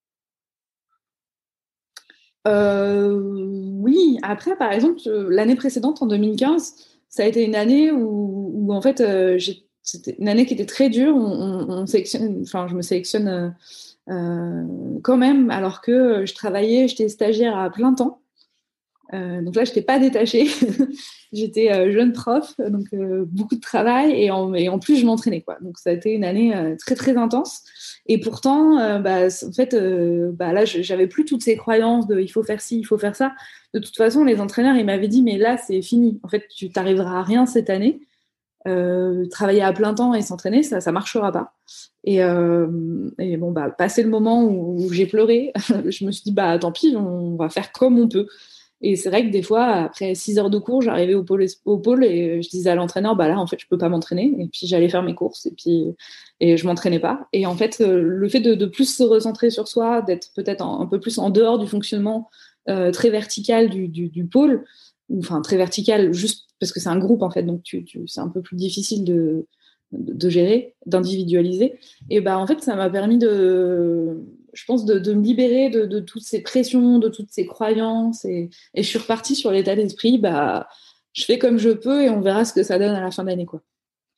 Euh, oui, après, par exemple, l'année précédente, en deux mille quinze, ça a été une année où, où en fait, euh, j'ai, c'était une année qui était très dure. On, on, on sélectionne, enfin, je me sélectionne euh, euh, quand même, alors que je travaillais, j'étais stagiaire à plein temps. Euh, donc là, je n'étais pas détachée. J'étais euh, jeune prof, donc euh, beaucoup de travail et en, et en plus, je m'entraînais, quoi. Donc ça a été une année euh, très, très intense. Et pourtant, euh, bah, en fait, euh, bah, là, je, j'avais plus toutes ces croyances de il faut faire ci, il faut faire ça. De toute façon, les entraîneurs, ils m'avaient dit mais là, c'est fini. En fait, tu t'arriveras à rien cette année. Euh, travailler à plein temps et s'entraîner, ça, ça marchera pas. Et, euh, et bon, bah, passé le moment où, où j'ai pleuré, je me suis dit bah tant pis, on va faire comme on peut. Et c'est vrai que des fois, après six heures de cours, j'arrivais au pôle, au pôle et je disais à l'entraîneur, bah là, en fait, je peux pas m'entraîner. Et puis, j'allais faire mes courses et puis, et je m'entraînais pas. Et en fait, le fait de, de plus se recentrer sur soi, d'être peut-être un, un peu plus en dehors du fonctionnement euh, très vertical du, du, du pôle, enfin, très vertical juste parce que c'est un groupe, en fait, donc tu, tu, c'est un peu plus difficile de, de, de gérer, d'individualiser. Et bah, en fait, ça m'a permis de, je pense, de, de me libérer de, de toutes ces pressions, de toutes ces croyances. Et, et je suis repartie sur l'état d'esprit, bah, je fais comme je peux et on verra ce que ça donne à la fin de l'année, quoi.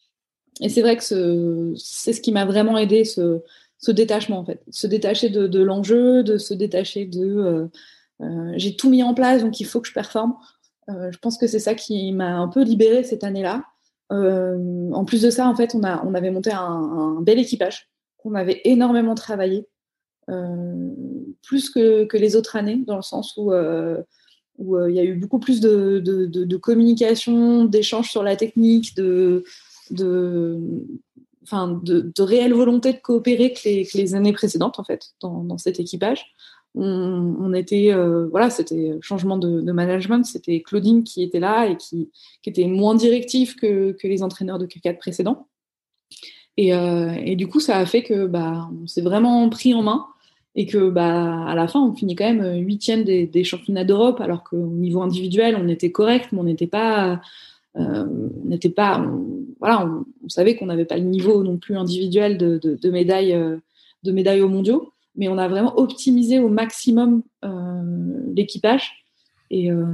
Et c'est vrai que ce, c'est ce qui m'a vraiment aidé, ce, ce détachement, en fait. Se détacher de, de l'enjeu, de se détacher de... Euh, euh, j'ai tout mis en place, donc il faut que je performe. Euh, je pense que c'est ça qui m'a un peu libérée cette année-là. Euh, en plus de ça, en fait, on, a, on avait monté un, un bel équipage qu'on avait énormément travaillé. Euh, plus que, que les autres années, dans le sens où euh, où il euh, y a eu beaucoup plus de, de, de, de communication, d'échanges sur la technique, de, de, enfin, de, de réelle volonté de coopérer que les, que les années précédentes, en fait, dans, dans cet équipage. On, on était, euh, voilà, c'était changement de, de management, c'était Claudine qui était là et qui, qui était moins directif que, que les entraîneurs de K quatre précédents. Et, euh, et du coup, ça a fait que bah, on s'est vraiment pris en main et que bah, à la fin, on finit quand même huitième des, des championnats d'Europe, alors qu'au niveau individuel, on était correct, mais on n'était pas, euh, on n'était pas, on, voilà, on, on savait qu'on n'avait pas le niveau non plus individuel de, de, de médailles, euh, de médailles aux mondiaux, mais on a vraiment optimisé au maximum euh, l'équipage et euh,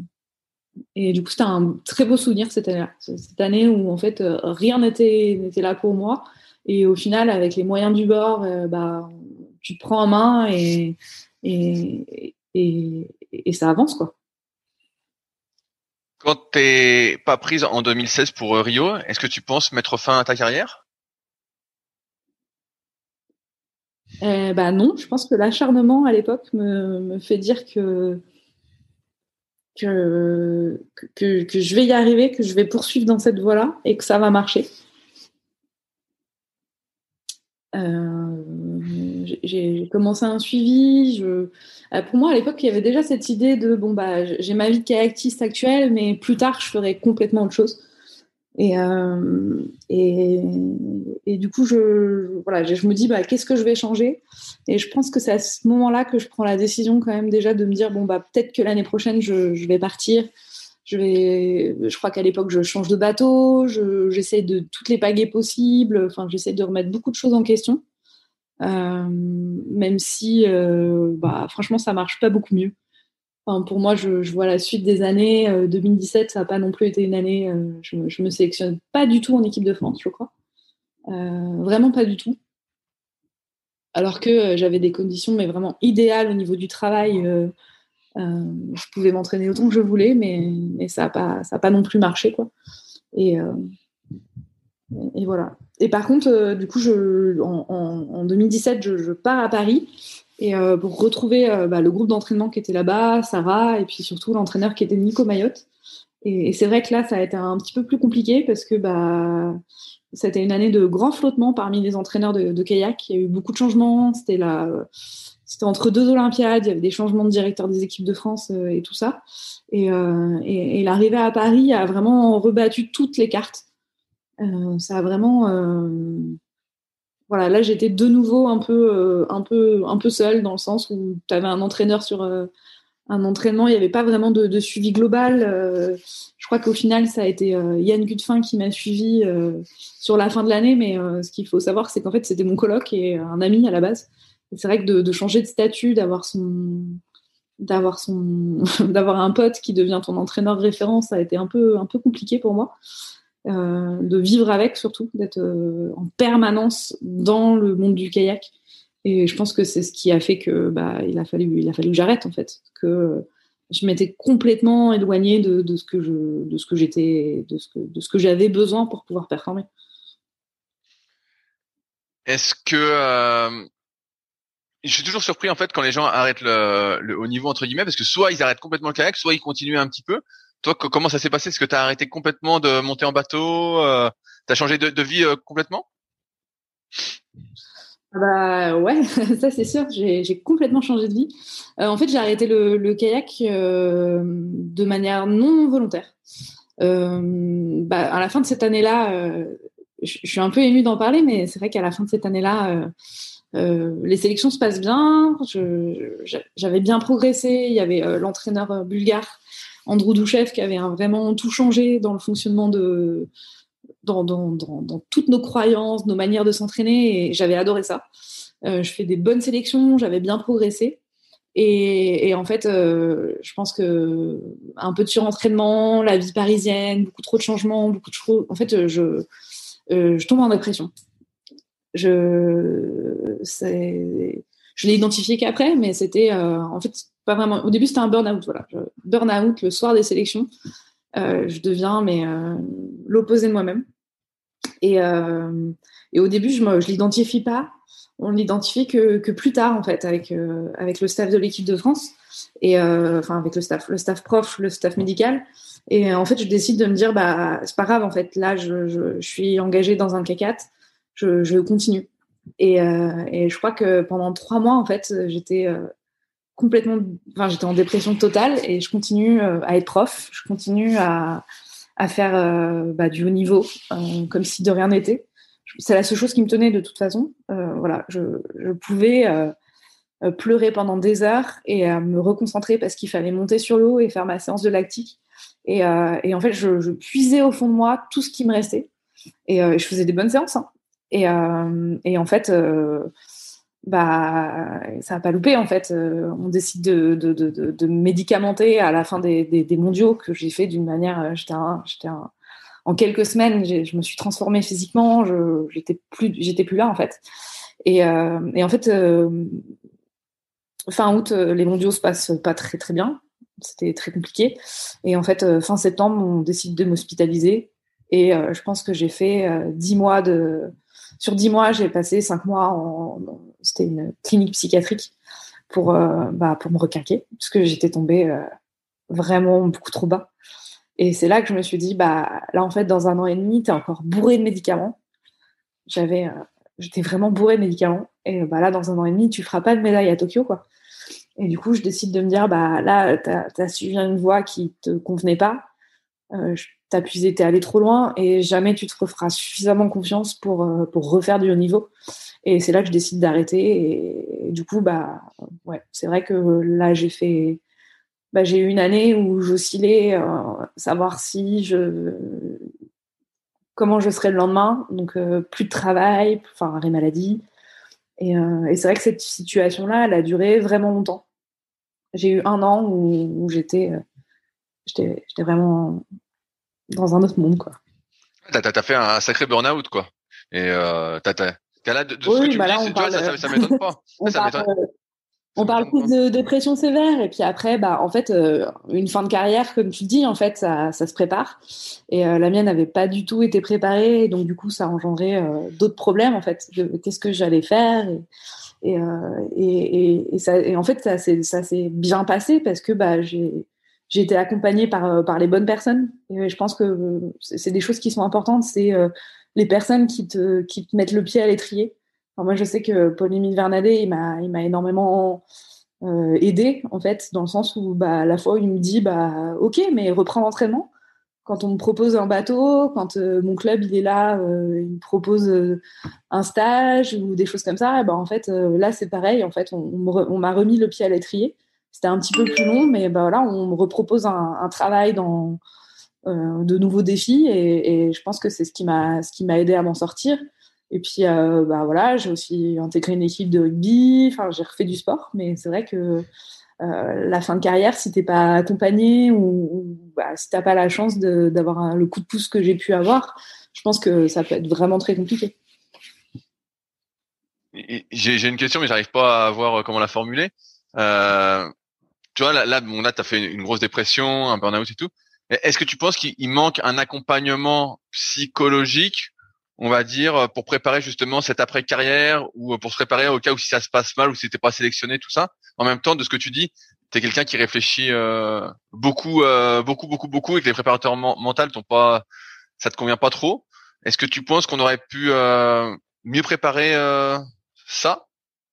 et du coup, c'était un très beau souvenir cette année-là. Cette année où, en fait, euh, rien n'était, n'était là pour moi. Et au final, avec les moyens du bord, euh, bah, tu te prends en main et, et, et, et ça avance, quoi. Quand t'es pas prise en deux mille seize pour Rio, est-ce que tu penses mettre fin à ta carrière? Euh, bah non, je pense que l'acharnement à l'époque me, me fait dire que Que, que, que je vais y arriver, que je vais poursuivre dans cette voie-là et que ça va marcher. Euh, j'ai, j'ai commencé un suivi. Je... Pour moi, à l'époque, il y avait déjà cette idée de bon, bah, j'ai ma vie de kayakiste actuelle, mais plus tard, je ferai complètement autre chose. Et, euh, et, et du coup, je, voilà, je, je me dis, bah, qu'est-ce que je vais changer? Et je pense que c'est à ce moment-là que je prends la décision quand même déjà de me dire, bon, bah, peut-être que l'année prochaine, je, je vais partir. Je vais, je crois qu'à l'époque, je change de bateau, je, j'essaie de toutes les pagaies possibles. Enfin, j'essaie de remettre beaucoup de choses en question. Euh, même si, euh, bah, franchement, ça marche pas beaucoup mieux. Enfin, pour moi, je, je vois la suite des années. Euh, deux mille dix-sept, ça n'a pas non plus été une année. Euh, je, je me sélectionne pas du tout en équipe de France, je crois. Euh, vraiment pas du tout. Alors que euh, j'avais des conditions, mais vraiment idéales au niveau du travail. Euh, euh, je pouvais m'entraîner autant que je voulais, mais, mais ça n'a pas, ça a pas non plus marché, quoi. Et, euh, et voilà. Et par contre, euh, du coup, je, en, en, en deux mille dix-sept, je, je pars à Paris. Et euh, pour retrouver euh, bah, le groupe d'entraînement qui était là-bas, Sarah, et puis surtout l'entraîneur qui était Nico Mayotte. Et, et c'est vrai que là, ça a été un petit peu plus compliqué parce que bah, c'était une année de grand flottement parmi les entraîneurs de, de kayak. Il y a eu beaucoup de changements. C'était là, c'était entre deux Olympiades. Il y avait des changements de directeur des équipes de France euh, et tout ça. Et, euh, et, et l'arrivée à Paris a vraiment rebattu toutes les cartes. Euh, ça a vraiment euh, voilà, là j'étais de nouveau un peu, euh, un peu, un peu seule dans le sens où tu avais un entraîneur sur euh, un entraînement, il n'y avait pas vraiment de, de suivi global. Euh, je crois qu'au final, ça a été euh, Yann Gutfin qui m'a suivi euh, sur la fin de l'année, mais euh, ce qu'il faut savoir, c'est qu'en fait, c'était mon coloc et un ami à la base. Et c'est vrai que de, de changer de statut, d'avoir son, d'avoir son, d'avoir un pote qui devient ton entraîneur référent, ça a été un peu, un peu compliqué pour moi. Euh, de vivre avec surtout, d'être euh, en permanence dans le monde du kayak. Et je pense que c'est ce qui a fait que bah il a fallu il a fallu que j'arrête en fait, que je m'étais complètement éloignée de, de ce que je, de ce que j'étais, de ce que, de ce que j'avais besoin pour pouvoir performer. Est-ce que euh, je suis toujours surpris en fait quand les gens arrêtent le, le haut niveau entre guillemets, parce que soit ils arrêtent complètement le kayak, soit ils continuent un petit peu. Toi, comment ça s'est passé? Est-ce que tu as arrêté complètement de monter en bateau? euh, T'as changé de, de vie euh, complètement? Ah bah ouais, ça c'est sûr, j'ai, j'ai complètement changé de vie. Euh, en fait, j'ai arrêté le, le kayak euh, de manière non volontaire. Euh, bah, à la fin de cette année-là, euh, je, je suis un peu émue d'en parler, mais c'est vrai qu'à la fin de cette année-là, euh, euh, les sélections se passent bien. Je, je, j'avais bien progressé. Il y avait euh, l'entraîneur bulgare, Andrew Douchev, qui avait hein, vraiment tout changé dans le fonctionnement de, dans, dans, dans, dans toutes nos croyances, nos manières de s'entraîner. Et j'avais adoré ça. Euh, je fais des bonnes sélections. J'avais bien progressé. Et, et en fait, euh, je pense que un peu de surentraînement, la vie parisienne, beaucoup trop de changements, beaucoup de choses. En fait, je, euh, je tombe en dépression. Je, c'est, je l'ai identifié qu'après, mais c'était, euh, en fait, pas vraiment. Au début, c'était un burn-out. Voilà, je, burn-out le soir des sélections. Euh, je deviens mais euh, l'opposé de moi-même. Et, euh, et au début, je, me, je l'identifie pas. On l'identifie que, que plus tard, en fait, avec, euh, avec le staff de l'équipe de France, et euh, enfin avec le staff, le staff prof, le staff médical. Et euh, en fait, je décide de me dire, bah, c'est pas grave, en fait, là, je, je, je suis engagée dans un K quatre, je, je continue. Et, euh, et je crois que pendant trois mois, en fait, j'étais euh, complètement, enfin, j'étais en dépression totale, et je continue euh, à être prof, je continue à, à faire euh, bah, du haut niveau, euh, comme si de rien n'était. C'est la seule chose qui me tenait de toute façon. Euh, voilà, je, je pouvais euh, pleurer pendant des heures et euh, me reconcentrer parce qu'il fallait monter sur l'eau et faire ma séance de lactique. Et, euh, et en fait, je, je puisais au fond de moi tout ce qui me restait. Et euh, je faisais des bonnes séances. Hein. Et, euh, et en fait, euh, bah, ça n'a pas loupé. En fait, euh, on décide de, de, de, de, de médicamenter à la fin des, des, des mondiaux que j'ai fait d'une manière. Euh, j'étais un, j'étais un, en quelques semaines, j'ai, je me suis transformée physiquement. Je, j'étais plus, j'étais plus là en fait. Et, euh, et en fait, euh, fin août, euh, les mondiaux se passent pas très très bien. C'était très compliqué. Et en fait, euh, fin septembre, on décide de m'hospitaliser. Et euh, je pense que j'ai fait euh, dix mois de. Sur dix mois, j'ai passé cinq mois en. C'était une clinique psychiatrique pour euh, bah, pour me requinquer parce que j'étais tombée euh, vraiment beaucoup trop bas. Et c'est là que je me suis dit, bah, là, en fait, dans un an et demi, t'es encore bourré de médicaments. J'avais, euh, j'étais vraiment bourré de médicaments. Et bah, là, dans un an et demi, tu feras pas de médaille à Tokyo, quoi. Et du coup, je décide de me dire, bah, là, t'as, t'as suivi une voie qui te convenait pas. Euh, t'as puisé, t'es allé trop loin et jamais tu te referas suffisamment confiance pour, euh, pour refaire du haut niveau. Et c'est là que je décide d'arrêter. Et, et du coup, bah, ouais, c'est vrai que là, j'ai fait, bah, j'ai eu une année où j'oscillais, euh, savoir si je, comment je serais le lendemain. Donc, euh, plus de travail, enfin, arrêt maladie. Et, euh, et c'est vrai que cette situation-là, elle a duré vraiment longtemps. J'ai eu un an où, où j'étais, euh, j'étais, j'étais vraiment dans un autre monde, quoi. T'as, t'as, t'as fait un sacré burn-out, quoi. Et euh, t'as, t'as, t'as là de, de Oui, ce que tu bah me là, dis, on c'est, tu vois, parle, ça, ça, ça m'étonne pas. on Ça, ça parle, m'étonne. on parle plus de dépression sévère. Et puis après, bah, en fait, euh, une fin de carrière, comme tu dis, en fait, ça, ça se prépare. Et euh, la mienne n'avait pas du tout été préparée. Donc, du coup, ça a engendré euh, d'autres problèmes, en fait. De, qu'est-ce que j'allais faire et, et, euh, et, et, et, ça, et en fait, ça, c'est, ça s'est bien passé parce que bah, j'ai, j'ai été accompagnée par, par les bonnes personnes. Et je pense que c'est, c'est des choses qui sont importantes. C'est euh, les personnes qui te, qui te mettent le pied à l'étrier. Alors moi, je sais que Paul-Émile Vernadet, il m'a, il m'a énormément euh, aidé, en fait, dans le sens où, bah, à la fois, il me dit, bah, ok, mais reprends l'entraînement. Quand on me propose un bateau, quand euh, mon club, il est là, euh, il me propose euh, un stage ou des choses comme ça, bah, en fait, euh, là, c'est pareil. En fait, on, on, me re, on m'a remis le pied à l'étrier. C'était un petit peu plus long, mais bah, voilà, on me repropose un, un travail dans euh, de nouveaux défis et, et je pense que c'est ce qui m'a, ce qui m'a aidé à m'en sortir. Et puis, euh, bah voilà, j'ai aussi intégré une équipe de rugby. Enfin, j'ai refait du sport, mais c'est vrai que euh, la fin de carrière, si t'es pas accompagné ou, ou bah, si t'as pas la chance de, d'avoir un, le coup de pouce que j'ai pu avoir, je pense que ça peut être vraiment très compliqué. J'ai, j'ai une question, mais j'arrive pas à voir comment la formuler. Euh, tu vois, là, là, bon, là, t'as fait une, une grosse dépression, un burn-out et tout. Est-ce que tu penses qu'il manque un accompagnement psychologique, on va dire, pour préparer justement cette après-carrière ou pour se préparer au cas où si ça se passe mal ou si t'es pas sélectionné, tout ça? En même temps, de ce que tu dis, t'es quelqu'un qui réfléchit euh, beaucoup, euh, beaucoup, beaucoup, beaucoup et que les préparateurs men- mentaux t'ont pas, ça te convient pas trop. Est-ce que tu penses qu'on aurait pu euh, mieux préparer euh, ça,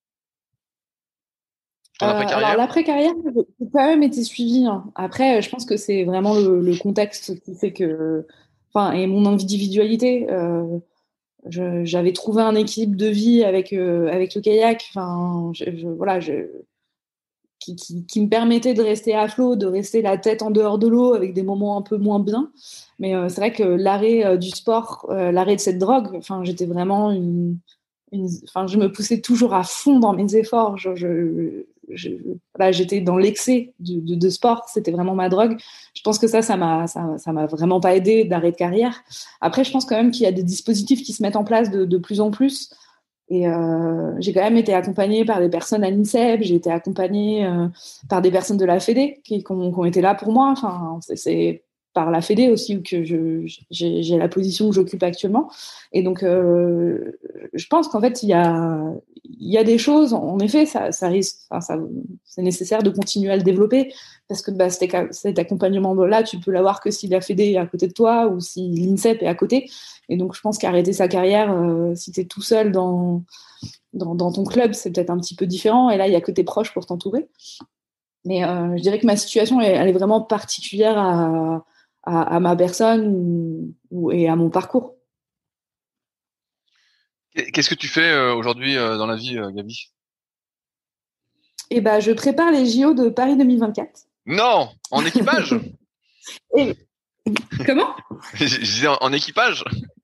ton Euh, alors après-carrière? l'après-carrière, j'ai quand même été suivie, hein. Après, je pense que c'est vraiment le, le contexte qui fait que, enfin, et mon individualité. Euh, je- j'avais trouvé un équilibre de vie avec euh, avec le kayak. Enfin, je, je- voilà, je, qui, qui, qui me permettait de rester à flot, de rester la tête en dehors de l'eau avec des moments un peu moins bien. Mais euh, c'est vrai que l'arrêt euh, du sport, euh, l'arrêt de cette drogue, enfin, j'étais vraiment une, une, enfin, je me poussais toujours à fond dans mes efforts. Je, je, je, voilà, j'étais dans l'excès de, de, de sport. C'était vraiment ma drogue. Je pense que ça, ça m'a, ça, ça m'a vraiment pas aidé d'arrêt de carrière. Après, je pense quand même qu'il y a des dispositifs qui se mettent en place de, de plus en plus. Et euh, j'ai quand même été accompagnée par des personnes à l'INSEP, j'ai été accompagnée euh, par des personnes de la Fédé qui, qui, ont, qui ont été là pour moi. Enfin, c'est, c'est par la Fédé aussi que je, j'ai, j'ai la position que j'occupe actuellement. Et donc, euh, je pense qu'en fait, il y a, il y a des choses, en effet, ça, ça risque, enfin, ça, c'est nécessaire de continuer à le développer parce que bah, cet, cet accompagnement-là, tu peux l'avoir que si la Fédé est à côté de toi ou si l'INSEP est à côté. Et donc, je pense qu'arrêter sa carrière, euh, si tu es tout seul dans, dans, dans ton club, c'est peut-être un petit peu différent. Et là, il n'y a que tes proches pour t'entourer. Mais euh, je dirais que ma situation, elle, elle est vraiment particulière à, à, à ma personne ou, et à mon parcours. Qu'est-ce que tu fais euh, aujourd'hui euh, dans la vie, euh, Gabi? Et ben, je prépare les J O de Paris deux mille vingt-quatre. Non, en équipage. Et comment? Je je disais en, en équipage.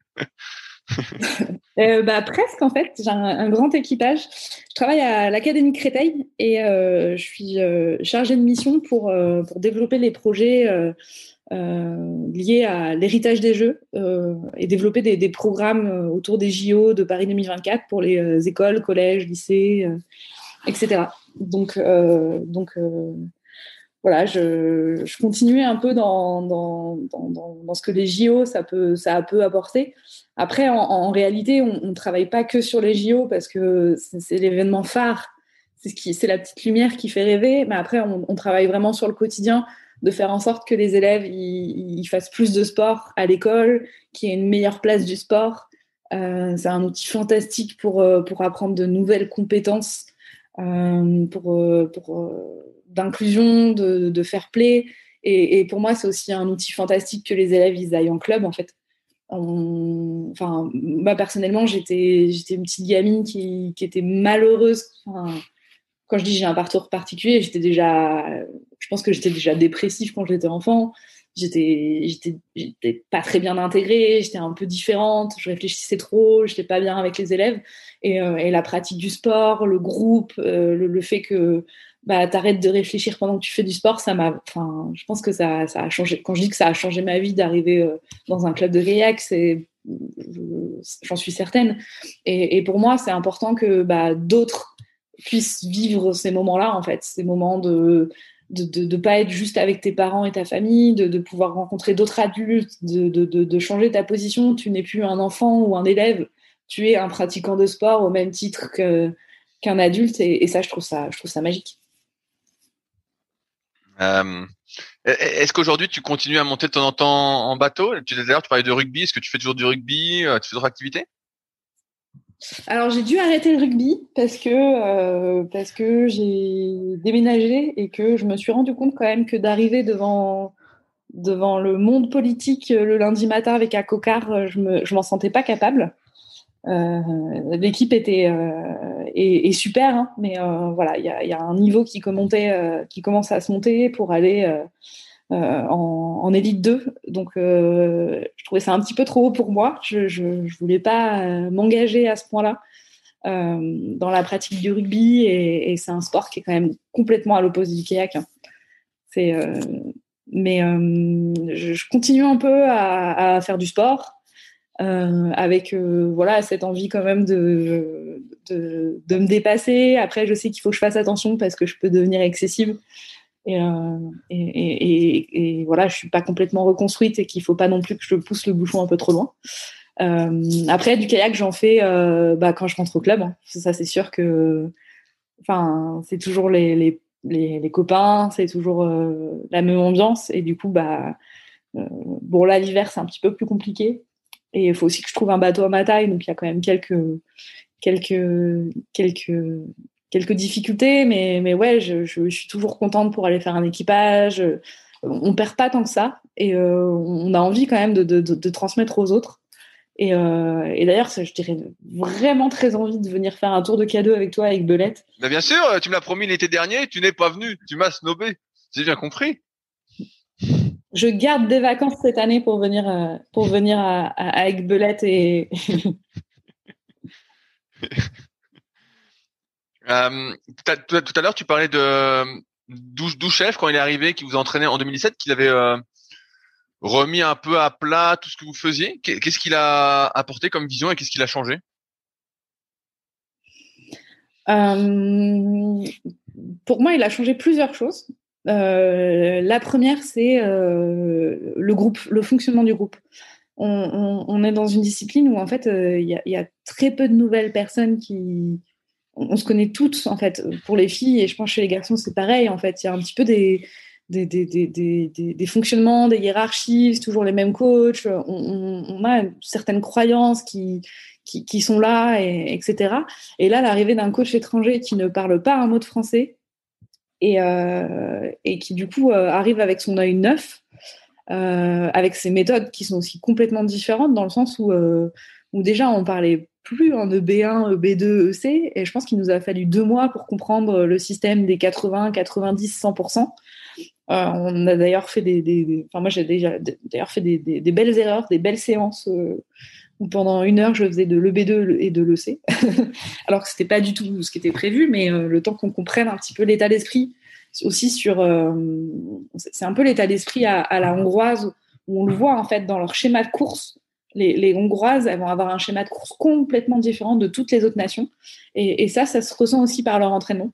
Euh, bah, presque en fait, j'ai un, un grand équipage. Je travaille à l'Académie Créteil et euh, je suis euh, chargée de mission pour, euh, pour développer les projets euh, euh, liés à l'héritage des Jeux euh, et développer des, des programmes euh, autour des J O de Paris deux mille vingt-quatre pour les euh, écoles, collèges, lycées, euh, et cetera. Donc, euh, donc euh, voilà, je, je continuais un peu dans, dans, dans, dans ce que les J O, ça peut, ça peut apporter. Après, en, en réalité, on ne travaille pas que sur les J O parce que c'est, c'est l'événement phare, c'est, ce qui, c'est la petite lumière qui fait rêver, mais après, on, on travaille vraiment sur le quotidien de faire en sorte que les élèves ils, ils fassent plus de sport à l'école, qu'il y ait une meilleure place du sport. Euh, c'est un outil fantastique pour, pour apprendre de nouvelles compétences, euh, pour, pour d'inclusion, de, de fair play. Et, et pour moi, c'est aussi un outil fantastique que les élèves ils aillent en club, en fait. On... Enfin, moi, personnellement, j'étais, j'étais une petite gamine qui, qui était malheureuse. Enfin, quand je dis j'ai un parcours particulier, j'étais déjà, je pense que j'étais déjà dépressive quand j'étais enfant. J'étais, j'étais, j'étais pas très bien intégrée, j'étais un peu différente, je réfléchissais trop, j'étais pas bien avec les élèves. Et, euh, et la pratique du sport, le groupe, euh, le, le fait que bah, t'arrêtes de réfléchir pendant que tu fais du sport, ça m'a, enfin, je pense que ça, ça a changé. Quand je dis que ça a changé ma vie d'arriver euh, dans un club de kayak, c'est, j'en suis certaine. Et, et pour moi, c'est important que bah, d'autres puissent vivre ces moments-là, en fait, ces moments de de de, de pas être juste avec tes parents et ta famille, de, de pouvoir rencontrer d'autres adultes, de, de, de, de changer ta position. Tu n'es plus un enfant ou un élève, tu es un pratiquant de sport au même titre que, qu'un adulte, et, et ça, je trouve ça, je trouve ça magique. Euh, est-ce qu'aujourd'hui tu continues à monter de temps en temps en bateau? Tu d'ailleurs tu parlais de rugby. Est-ce que tu fais toujours du rugby? Tu fais d'autres activités? Alors j'ai dû arrêter le rugby parce que euh, parce que j'ai déménagé et que je me suis rendu compte quand même que d'arriver devant devant le monde politique le lundi matin avec un cocard, je me je m'en sentais pas capable. Euh, l'équipe était euh, est, est super, hein, mais euh, voilà, il y a, y a un niveau qui commentait, euh, qui commence à se monter pour aller euh, euh, en, en élite deux. Donc, euh, je trouvais ça un petit peu trop haut pour moi. Je, je, je voulais pas euh, m'engager à ce point-là euh, dans la pratique du rugby, et, et c'est un sport qui est quand même complètement à l'opposé du kayak, hein. C'est, euh, mais euh, je, je continue un peu à, à faire du sport. Euh, avec euh, voilà cette envie quand même de, de, de me dépasser. Après, je sais qu'il faut que je fasse attention parce que je peux devenir excessive. Et, euh, et, et, et, et voilà, je suis pas complètement reconstruite et qu'il faut pas non plus que je pousse le bouchon un peu trop loin. Euh, après, du kayak, j'en fais euh, bah, quand je rentre au club. Hein. Ça, c'est sûr que, enfin, c'est toujours les, les, les, les copains, c'est toujours euh, la même ambiance. Et du coup, bah, euh, bon, là, l'hiver, c'est un petit peu plus compliqué. Et il faut aussi que je trouve un bateau à ma taille. Donc, il y a quand même quelques, quelques, quelques, quelques difficultés. Mais, mais ouais, je, je, je suis toujours contente pour aller faire un équipage. On perd pas tant que ça. Et euh, on a envie quand même de, de, de, de transmettre aux autres. Et, euh, et d'ailleurs, je dirais vraiment très envie de venir faire un tour de cadeau avec toi, avec Belette. Mais bien sûr, tu me l'as promis l'été dernier, tu n'es pas venu, tu m'as snobé. J'ai bien compris. Je garde des vacances cette année pour venir, euh, pour venir à, à, avec Belette et. euh, tout à l'heure, tu parlais de Douchef quand il est arrivé, qui vous a entraîné en deux mille dix-sept, qu'il avait euh, remis un peu à plat tout ce que vous faisiez. Qu'est-ce qu'il a apporté comme vision et qu'est-ce qu'il a changé? euh, Pour moi, il a changé plusieurs choses. Euh, la première, c'est euh, le groupe, le fonctionnement du groupe. On, on, on est dans une discipline où en fait, il euh, y, y a très peu de nouvelles personnes qui. On, on se connaît toutes en fait. Pour les filles et je pense chez les garçons, c'est pareil. En fait, il y a un petit peu des des, des, des, des, des, des fonctionnements, des hiérarchies, c'est toujours les mêmes coachs. On, on, on a certaines croyances qui qui, qui sont là, et, etc. Et là, l'arrivée d'un coach étranger qui ne parle pas un mot de français et, euh, et qui du coup euh, arrive avec son œil neuf, euh, avec ses méthodes qui sont aussi complètement différentes dans le sens où, euh, où déjà on parlait plus en E B un, E B deux, E C, et je pense qu'il nous a fallu deux mois pour comprendre le système des quatre-vingts, quatre-vingt-dix, cent pour cent. Euh, on a d'ailleurs fait des, des, des enfin moi j'ai déjà d'ailleurs fait des, des, des belles erreurs, des belles séances euh, où pendant une heure je faisais de l'E B deux et de l'E C, alors que c'était pas du tout ce qui était prévu, mais euh, le temps qu'on comprenne un petit peu l'état d'esprit aussi sur, euh, c'est un peu l'état d'esprit à, à la hongroise où on le voit en fait dans leur schéma de course. Les, les hongroises, elles vont avoir un schéma de course complètement différent de toutes les autres nations, et, et ça, ça se ressent aussi par leur entraînement.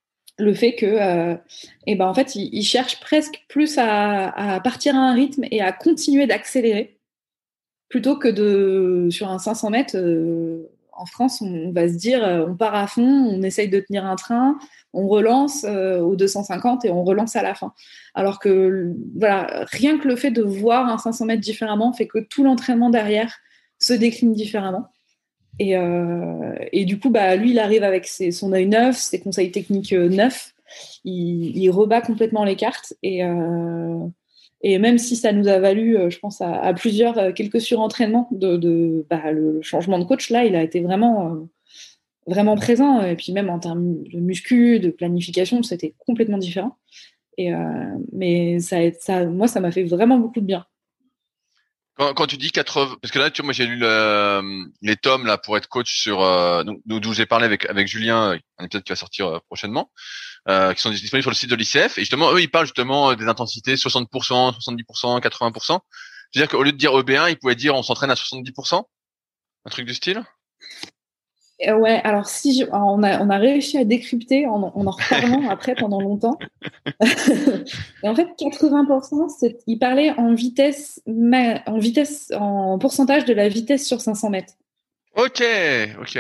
Le fait que, euh, eh ben en fait, ils, ils cherchent presque plus à, à partir à un rythme et à continuer d'accélérer plutôt que de sur un cinq cents mètres. Euh, en France, on va se dire, euh, on part à fond, on essaye de tenir un train, on relance euh, aux deux cent cinquante et on relance à la fin. Alors que voilà, rien que le fait de voir un cinq cents mètres différemment fait que tout l'entraînement derrière se décline différemment. Et, euh, et du coup, bah, lui, il arrive avec ses, son œil neuf, ses conseils techniques euh, neufs. Il, il rebat complètement les cartes. Et, euh, et même si ça nous a valu, euh, je pense, à, à plusieurs, euh, quelques surentraînements, de, de, bah, le changement de coach, là, il a été vraiment, euh, vraiment présent. Et puis même en termes de muscu, de planification, c'était complètement différent. Et, euh, mais ça, ça, moi, ça m'a fait vraiment beaucoup de bien. Quand, quand tu dis quatre-vingts, parce que là, tu vois, moi j'ai lu le, les tomes là pour être coach sur, euh, donc, d'où j'ai parlé avec avec Julien, un épisode qui va sortir euh, prochainement, euh, qui sont disponibles sur le site de l'I C F. Et justement, eux, ils parlent justement des intensités soixante pour cent, soixante-dix pour cent, quatre-vingts pour cent. C'est-à-dire qu'au lieu de dire E B un, ils pouvaient dire on s'entraîne à soixante-dix pour cent, un truc du style. Ouais, alors si je, alors on a on a réussi à décrypter en en, en reparlant après pendant longtemps. Et en fait, quatre-vingts pour cent, c'est, il parlait en vitesse, en vitesse, en pourcentage de la vitesse sur cinq cents mètres. Ok, ok.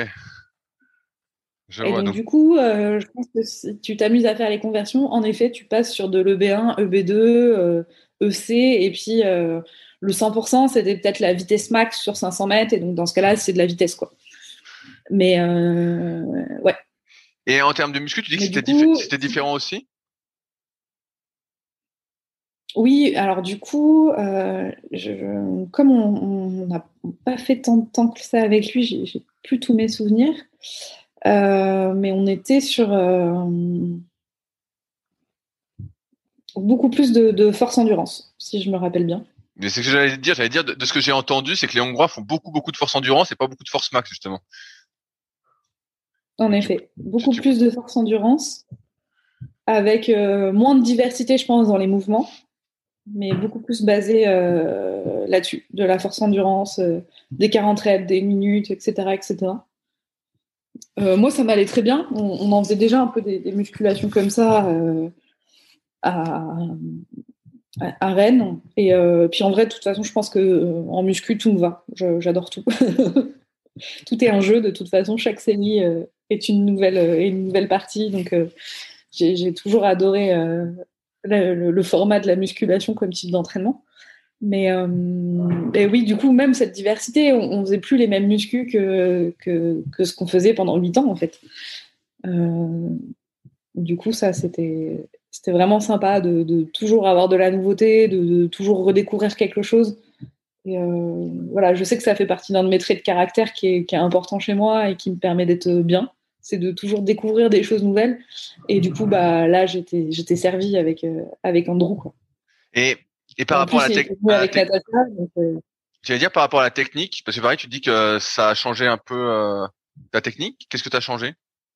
Je et vois, donc, donc du coup, euh, je pense que si tu t'amuses à faire les conversions, en effet, tu passes sur de l'E B un, E B deux, euh, E C, et puis euh, le cent pour cent, c'était peut-être la vitesse max sur cinq cents mètres, et donc dans ce cas-là, c'est de la vitesse, quoi. Mais euh, ouais. Et en termes de muscu, tu dis que c'était, coup, dif- c'était différent aussi? Oui, alors du coup, euh, je, comme on n'a pas fait tant de temps que ça avec lui, j'ai, j'ai plus tous mes souvenirs, euh, mais on était sur euh, beaucoup plus de, de force endurance, si je me rappelle bien. Mais c'est ce que j'allais dire, j'allais dire de, de ce que j'ai entendu, c'est que les Hongrois font beaucoup beaucoup de force endurance et pas beaucoup de force max justement. En effet, beaucoup plus de force endurance, avec euh, moins de diversité, je pense, dans les mouvements, mais beaucoup plus basé euh, là-dessus, de la force endurance, euh, des quarante reps, des minutes, et cetera, et cetera. Euh, moi, ça m'allait très bien. On, on en faisait déjà un peu des, des musculations comme ça, euh, à, à Rennes. Et euh, puis en vrai, de toute façon, je pense que euh, en muscu, tout me va. Je, j'adore tout. Tout est un jeu, de toute façon. Chaque série euh, est une nouvelle, euh, une nouvelle partie. Donc, euh, j'ai, j'ai toujours adoré euh, le, le, le format de la musculation comme type d'entraînement. Mais euh, et oui, du coup, même cette diversité, on, on faisait plus les mêmes muscles que, que, que ce qu'on faisait pendant huit ans, en fait. Euh, du coup, ça, c'était, c'était vraiment sympa de, de toujours avoir de la nouveauté, de, de toujours redécouvrir quelque chose. Et euh, voilà, je sais que ça fait partie d'un de mes traits de caractère qui est, qui est important chez moi et qui me permet d'être bien. C'est de toujours découvrir des choses nouvelles. Et du coup, bah, là, j'étais, j'étais servie avec, euh, avec Andrew, quoi. Et, et par Et en rapport plus, à la, il tech- était venu à la avec tech- Natacha. Donc, euh, j'allais dire par rapport à la technique, parce que pareil, tu dis que ça a changé un peu euh, ta technique. Qu'est-ce que tu as changé?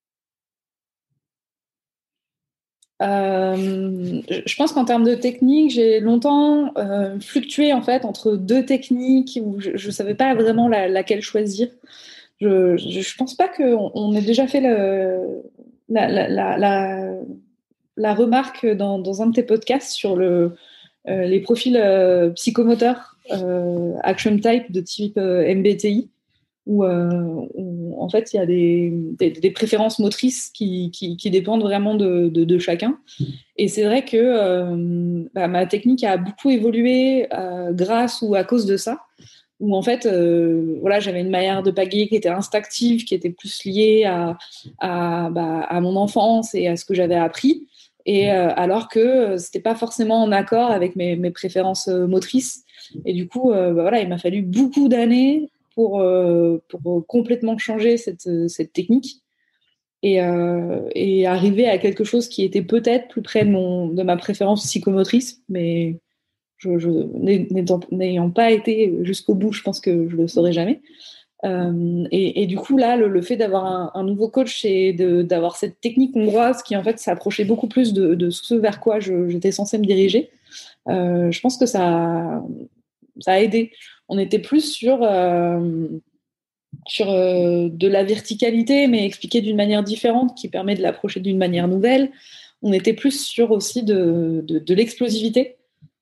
Euh, je pense qu'en termes de technique, j'ai longtemps euh, fluctué en fait entre deux techniques où je ne savais pas vraiment la, laquelle choisir. Je, je, je pense pas qu'on on ait déjà fait le, la, la, la, la, la remarque dans, dans un de tes podcasts sur le, euh, les profils euh, psychomoteurs, euh, action type de type euh, M B T I. Où, euh, où, en fait il y a des, des, des préférences motrices qui, qui, qui dépendent vraiment de, de, de chacun. Et c'est vrai que euh, bah, ma technique a beaucoup évolué euh, grâce ou à cause de ça. Où en fait, euh, voilà, j'avais une manière de pagayer qui était instinctive, qui était plus liée à, à, bah, à mon enfance et à ce que j'avais appris. Et euh, alors que euh, c'était pas forcément en accord avec mes, mes préférences euh, motrices. Et du coup, euh, bah, voilà, il m'a fallu beaucoup d'années pour, euh, pour complètement changer cette, cette technique et, euh, et arriver à quelque chose qui était peut-être plus près de, mon, de ma préférence psychomotrice, mais je, je, n'ayant pas été jusqu'au bout, je pense que je le saurai jamais. Euh, et, et du coup, là, le, le fait d'avoir un, un nouveau coach et de, d'avoir cette technique hongroise qui, en fait, s'approchait beaucoup plus de, de ce vers quoi je, j'étais censée me diriger, euh, je pense que ça, ça a aidé. On était plus sur... Euh, sur euh, de la verticalité, mais expliqué d'une manière différente, qui permet de l'approcher d'une manière nouvelle. On était plus sur aussi de, de, de l'explosivité,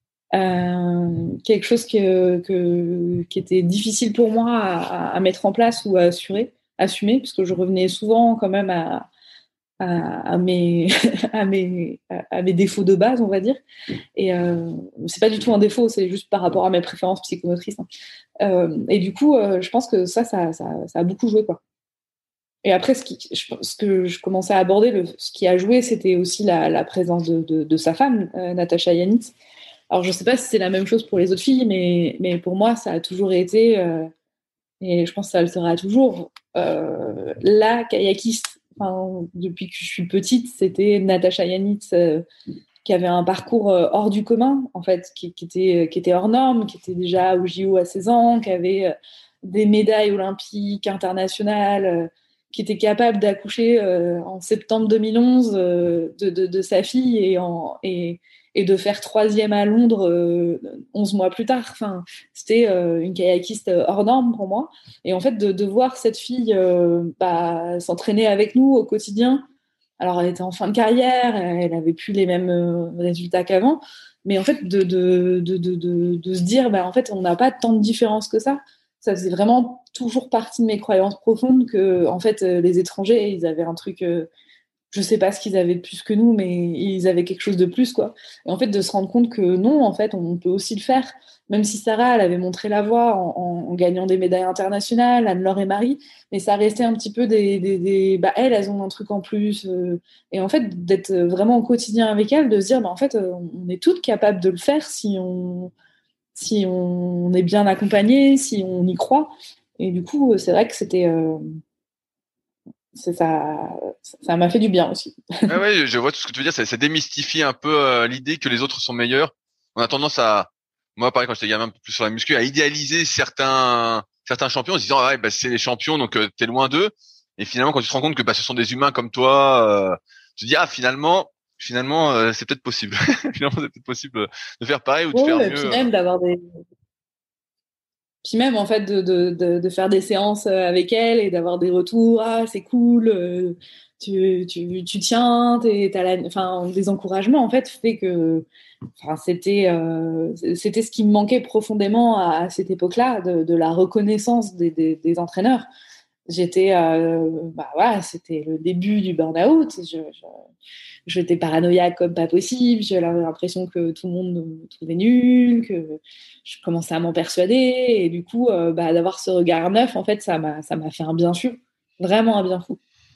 euh, quelque chose que, que, qui était difficile pour moi à, à, mettre en place ou à assurer, assumer, parce que je revenais souvent quand même à, à, à, mes, à, mes, à mes défauts de base, on va dire. Et euh, c'est pas du tout un défaut, c'est juste par rapport à mes préférences psychomotrices. Hein. Euh, et du coup, euh, je pense que ça, ça, ça, ça a beaucoup joué, quoi. Et après, ce, qui, je, ce que je commençais à aborder, le, ce qui a joué, c'était aussi la, la présence de, de, de sa femme, euh, Natacha Yanitz. Alors, je sais pas si c'est la même chose pour les autres filles, mais, mais pour moi, ça a toujours été, euh, et je pense que ça le sera toujours, euh, la kayakiste. Enfin, depuis que je suis petite, c'était Natacha Yanitz euh, qui avait un parcours euh, hors du commun, en fait, qui, qui, était, qui était hors norme, qui était déjà au J O à seize ans, qui avait euh, des médailles olympiques internationales, euh, qui était capable d'accoucher euh, en septembre deux mille onze euh, de, de, de sa fille et, en, et, et de faire troisième à Londres euh, onze mois plus tard. Enfin, c'était euh, une kayakiste hors norme pour moi. Et en fait, de, de voir cette fille euh, bah, s'entraîner avec nous au quotidien, alors, elle était en fin de carrière, elle avait plus les mêmes euh, résultats qu'avant, mais en fait, de, de, de, de, de, de se dire, bah, en fait, on n'a pas tant de différence que ça. Ça faisait vraiment toujours partie de mes croyances profondes que, en fait, euh, les étrangers, ils avaient un truc, euh, je sais pas ce qu'ils avaient de plus que nous, mais ils avaient quelque chose de plus, quoi. Et en fait, de se rendre compte que non, en fait, on peut aussi le faire. Même si Sarah, elle avait montré la voie en, en, en gagnant des médailles internationales, Anne-Laure et Marie, mais ça restait un petit peu des, des, des... bah, elles, elles ont un truc en plus. Euh, et en fait, d'être vraiment au quotidien avec elles, de se dire, bah, en fait, euh, on est toutes capables de le faire si on, si on est bien accompagné, si on y croit. Et du coup, c'est vrai que c'était, euh, c'est ça, ça m'a fait du bien aussi. Ouais, ouais, je vois tout ce que tu veux dire. Ça, ça démystifie un peu euh, l'idée que les autres sont meilleurs. On a tendance à, moi, pareil, quand j'étais gamin, un peu plus sur la muscu, à idéaliser certains certains champions en se disant, ah ouais, bah, c'est les champions, donc euh, t'es loin d'eux. Et finalement, quand tu te rends compte que bah, ce sont des humains comme toi, euh, tu te dis, ah, finalement, finalement, euh, c'est peut-être possible. Finalement, c'est peut-être possible de faire pareil ou de Ouais, faire et puis mieux. même d'avoir des, Puis même, en fait, de, de, de, de faire des séances avec elle et d'avoir des retours. Ah, c'est cool, euh, tu, tu, tu tiens, t'es, t'as la... enfin, des encouragements, en fait, fait que enfin, c'était, euh, c'était ce qui me manquait profondément à, à cette époque-là, de, de la reconnaissance des, des, des entraîneurs. J'étais, euh, bah voilà, c'était le début du burn-out. Je, je, j'étais paranoïaque comme pas possible. J'avais l'impression que tout le monde me trouvait nul, que je commençais à m'en persuader. Et du coup, euh, bah, d'avoir ce regard neuf, en fait, ça m'a, ça m'a fait un bien fou. Vraiment un bien fou.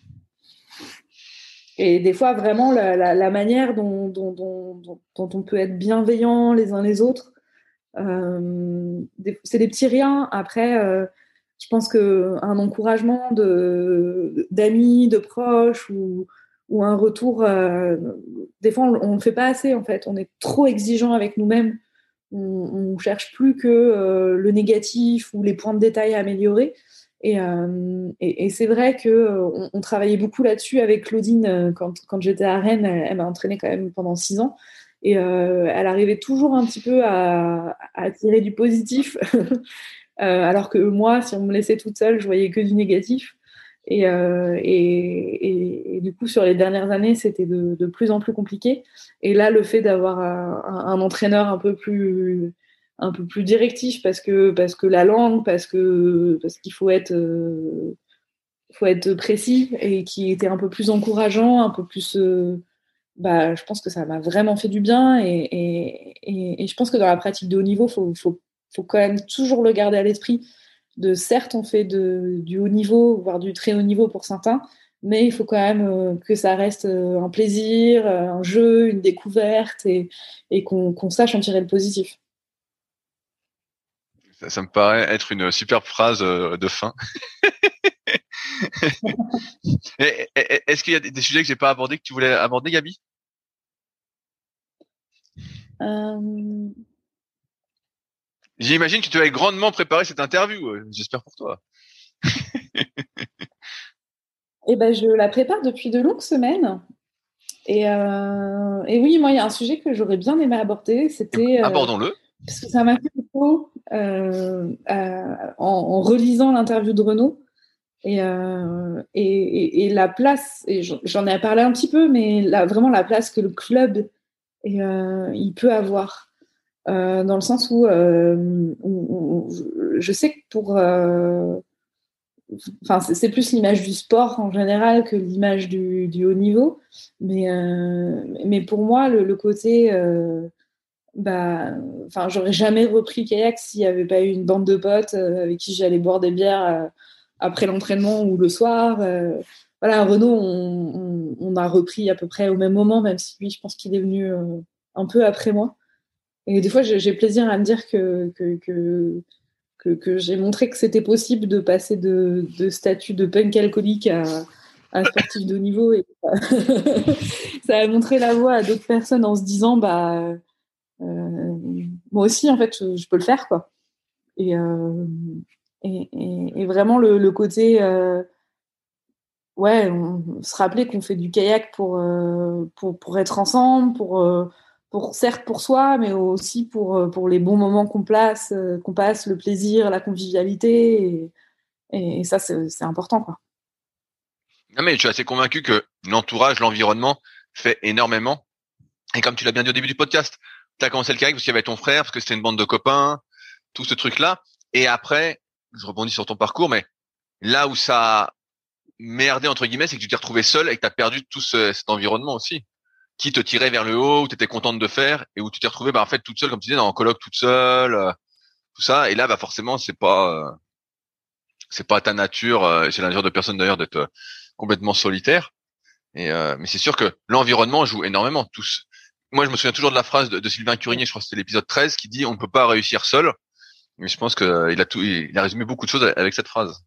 Et des fois, vraiment, la, la, la manière dont, dont, dont, dont on peut être bienveillant les uns les autres, euh, des, c'est des petits riens. Après, euh, je pense qu'un encouragement de, d'amis, de proches ou, ou un retour, euh, des fois, on ne le fait pas assez, en fait. On est trop exigeant avec nous-mêmes. On ne cherche plus que euh, le négatif ou les points de détail à améliorer. Et, euh, et, et c'est vrai qu'on euh, on travaillait beaucoup là-dessus avec Claudine euh, quand, quand j'étais à Rennes. Elle, elle m'a entraînée quand même pendant six ans. Et euh, elle arrivait toujours un petit peu à, à tirer du positif. euh, alors que moi, si on me laissait toute seule, je voyais que du négatif. Et, euh, et, et, et du coup, sur les dernières années, c'était de, de plus en plus compliqué. Et là, le fait d'avoir un, un, un entraîneur un peu plus, un peu plus directif, parce que, parce que la langue, parce que, parce qu'il faut être, euh, faut être précis, et qui était un peu plus encourageant, un peu plus, euh, bah, je pense que ça m'a vraiment fait du bien. Et, et, et, et je pense que dans la pratique de haut niveau, faut, faut, faut quand même toujours le garder à l'esprit. De certes, on fait de, du haut niveau, voire du très haut niveau pour certains, mais il faut quand même euh, que ça reste euh, un plaisir, euh, un jeu, une découverte, et, et qu'on, qu'on sache en tirer le positif. Ça, ça me paraît être une superbe phrase euh, de fin. et, et, est-ce qu'il y a des, des sujets que j'ai pas abordés que tu voulais aborder, Gabi? Euh... J'imagine que tu avais grandement préparé cette interview. euh, J'espère pour toi. Eh ben, je la prépare depuis de longues semaines. Et, euh, et oui, moi, il y a un sujet que j'aurais bien aimé aborder, c'était euh, Abordons-le. parce que ça m'a fait écho euh, à- en, en relisant l'interview de Renaud et, euh, et, et, et la place, et j'en j'en ai parlé un petit peu, mais la, vraiment la place que le club et, euh, il peut avoir, euh, dans le sens où, euh, où- où- je sais que pour euh, enfin, c'est c'est plus l'image du sport en général que l'image du, du haut niveau. Mais, euh, mais pour moi, le, le côté, euh, bah, enfin, j'aurais jamais repris le kayak s'il n'y avait pas eu une bande de potes euh, avec qui j'allais boire des bières euh, après l'entraînement ou le soir. Euh, voilà, Renaud, on, on, on a repris à peu près au même moment, même si lui, je pense qu'il est venu euh, un peu après moi. Et des fois, j'ai j'ai plaisir à me dire que, que, que que, que j'ai montré que c'était possible de passer de, de statut de punk alcoolique à, à sportif de haut niveau. Et ça a montré la voie à d'autres personnes en se disant, bah, euh, moi aussi, en fait, je, je peux le faire, quoi. Et, euh, et, et, et vraiment, le, le côté, euh, ouais, on, se rappeler qu'on fait du kayak pour, euh, pour, pour être ensemble, pour, euh, pour, certes pour soi, mais aussi pour, euh, pour les bons moments qu'on place, euh, qu'on passe, le plaisir, la convivialité. Et, et ça, c'est, c'est important, quoi. Non mais je suis assez convaincu que l'entourage, l'environnement fait énormément. Et comme tu l'as bien dit au début du podcast, tu as commencé le kayak parce qu'il y avait ton frère, parce que c'était une bande de copains, tout ce truc-là. Et après, je rebondis sur ton parcours, mais là où ça a merdé, entre guillemets, c'est que tu t'es retrouvé seul et que tu as perdu tout ce, cet environnement aussi, qui te tirait vers le haut, où tu étais contente de faire, et où tu t'es retrouvé bah, en fait toute seule, comme tu disais, dans un coloc toute seule, euh, tout ça. Et là, bah forcément, c'est pas euh, c'est pas ta nature, euh, c'est la nature de personne d'ailleurs d'être euh, complètement solitaire. Et euh, mais c'est sûr que l'environnement joue énormément. Tous. Moi, je me souviens toujours de la phrase de, de Sylvain Curigny, je crois que c'était l'épisode treize, qui dit on ne peut pas réussir seul. Mais je pense que euh, il a tout, il a résumé beaucoup de choses avec cette phrase.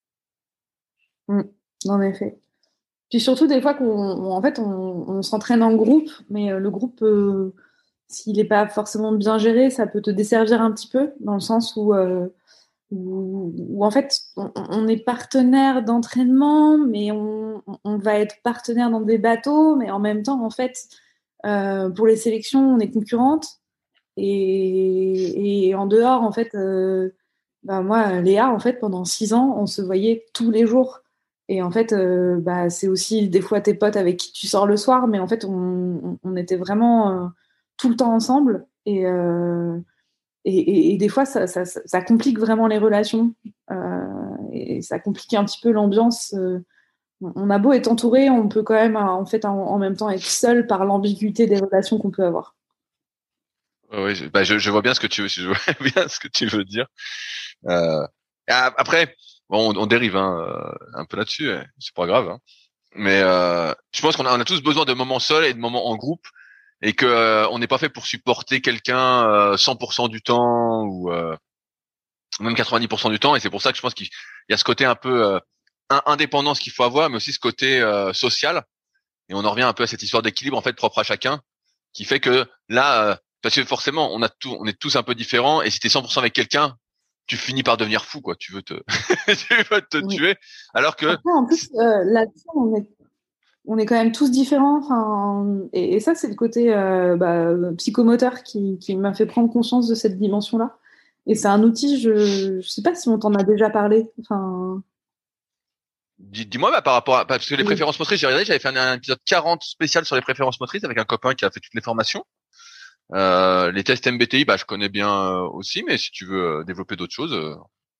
Mm, en effet. Puis surtout, des fois, qu'on, on- en fait, on, on s'entraîne en groupe, mais euh, le groupe, euh, s'il n'est pas forcément bien géré, ça peut te desservir un petit peu, dans le sens où, euh, où, où, en fait, on, on est partenaire d'entraînement, mais on, on va être partenaire dans des bateaux, mais en même temps, en fait, euh, pour les sélections, on est concurrente. Et, et en dehors, en fait, euh, Bah, moi, Léa, en fait, pendant six ans, on se voyait tous les jours. Et en fait, euh, bah, c'est aussi des fois tes potes avec qui tu sors le soir, mais en fait, on, on était vraiment euh, tout le temps ensemble. Et, euh, et, et, et des fois, ça, ça, ça complique vraiment les relations. Euh, et ça complique un petit peu l'ambiance. Euh, on a beau être entouré, on peut quand même, en fait, en, en même temps, être seul par l'ambiguïté des relations qu'on peut avoir. Oui, je, bah je, je vois bien ce que tu veux, je vois bien ce que tu veux dire. Euh, après, bon, on, on dérive hein, euh, un peu là-dessus, hein, c'est pas grave. Hein. Mais euh, je pense qu'on a, on a tous besoin de moments seuls et de moments en groupe, et que euh, on n'est pas fait pour supporter quelqu'un euh, cent pour cent du temps ou euh, même quatre-vingt-dix pour cent du temps. Et c'est pour ça que je pense qu'il y a ce côté un peu euh, indépendance qu'il faut avoir, mais aussi ce côté euh, social. Et on en revient un peu à cette histoire d'équilibre en fait propre à chacun, qui fait que là, euh, parce que forcément, on a tout, on est tous un peu différents. Et si t'es cent pour cent avec quelqu'un, tu finis par devenir fou, quoi. Tu veux te, tu veux te Oui. tuer. Alors que après, en plus, euh, là-dessus, on est, on est quand même tous différents. Enfin, et, et ça, c'est le côté euh, bah, psychomoteur qui, qui m'a fait prendre conscience de cette dimension-là. Et c'est un outil, je ne sais pas si on t'en a déjà parlé. Enfin, Dis- dis-moi bah, par rapport à parce que les oui. préférences motrices, j'ai regardé, j'avais fait un, un épisode quarante spécial sur les préférences motrices avec un copain qui a fait toutes les formations. Euh, les tests M B T I, bah je connais bien euh, aussi, mais si tu veux euh, développer d'autres choses, euh,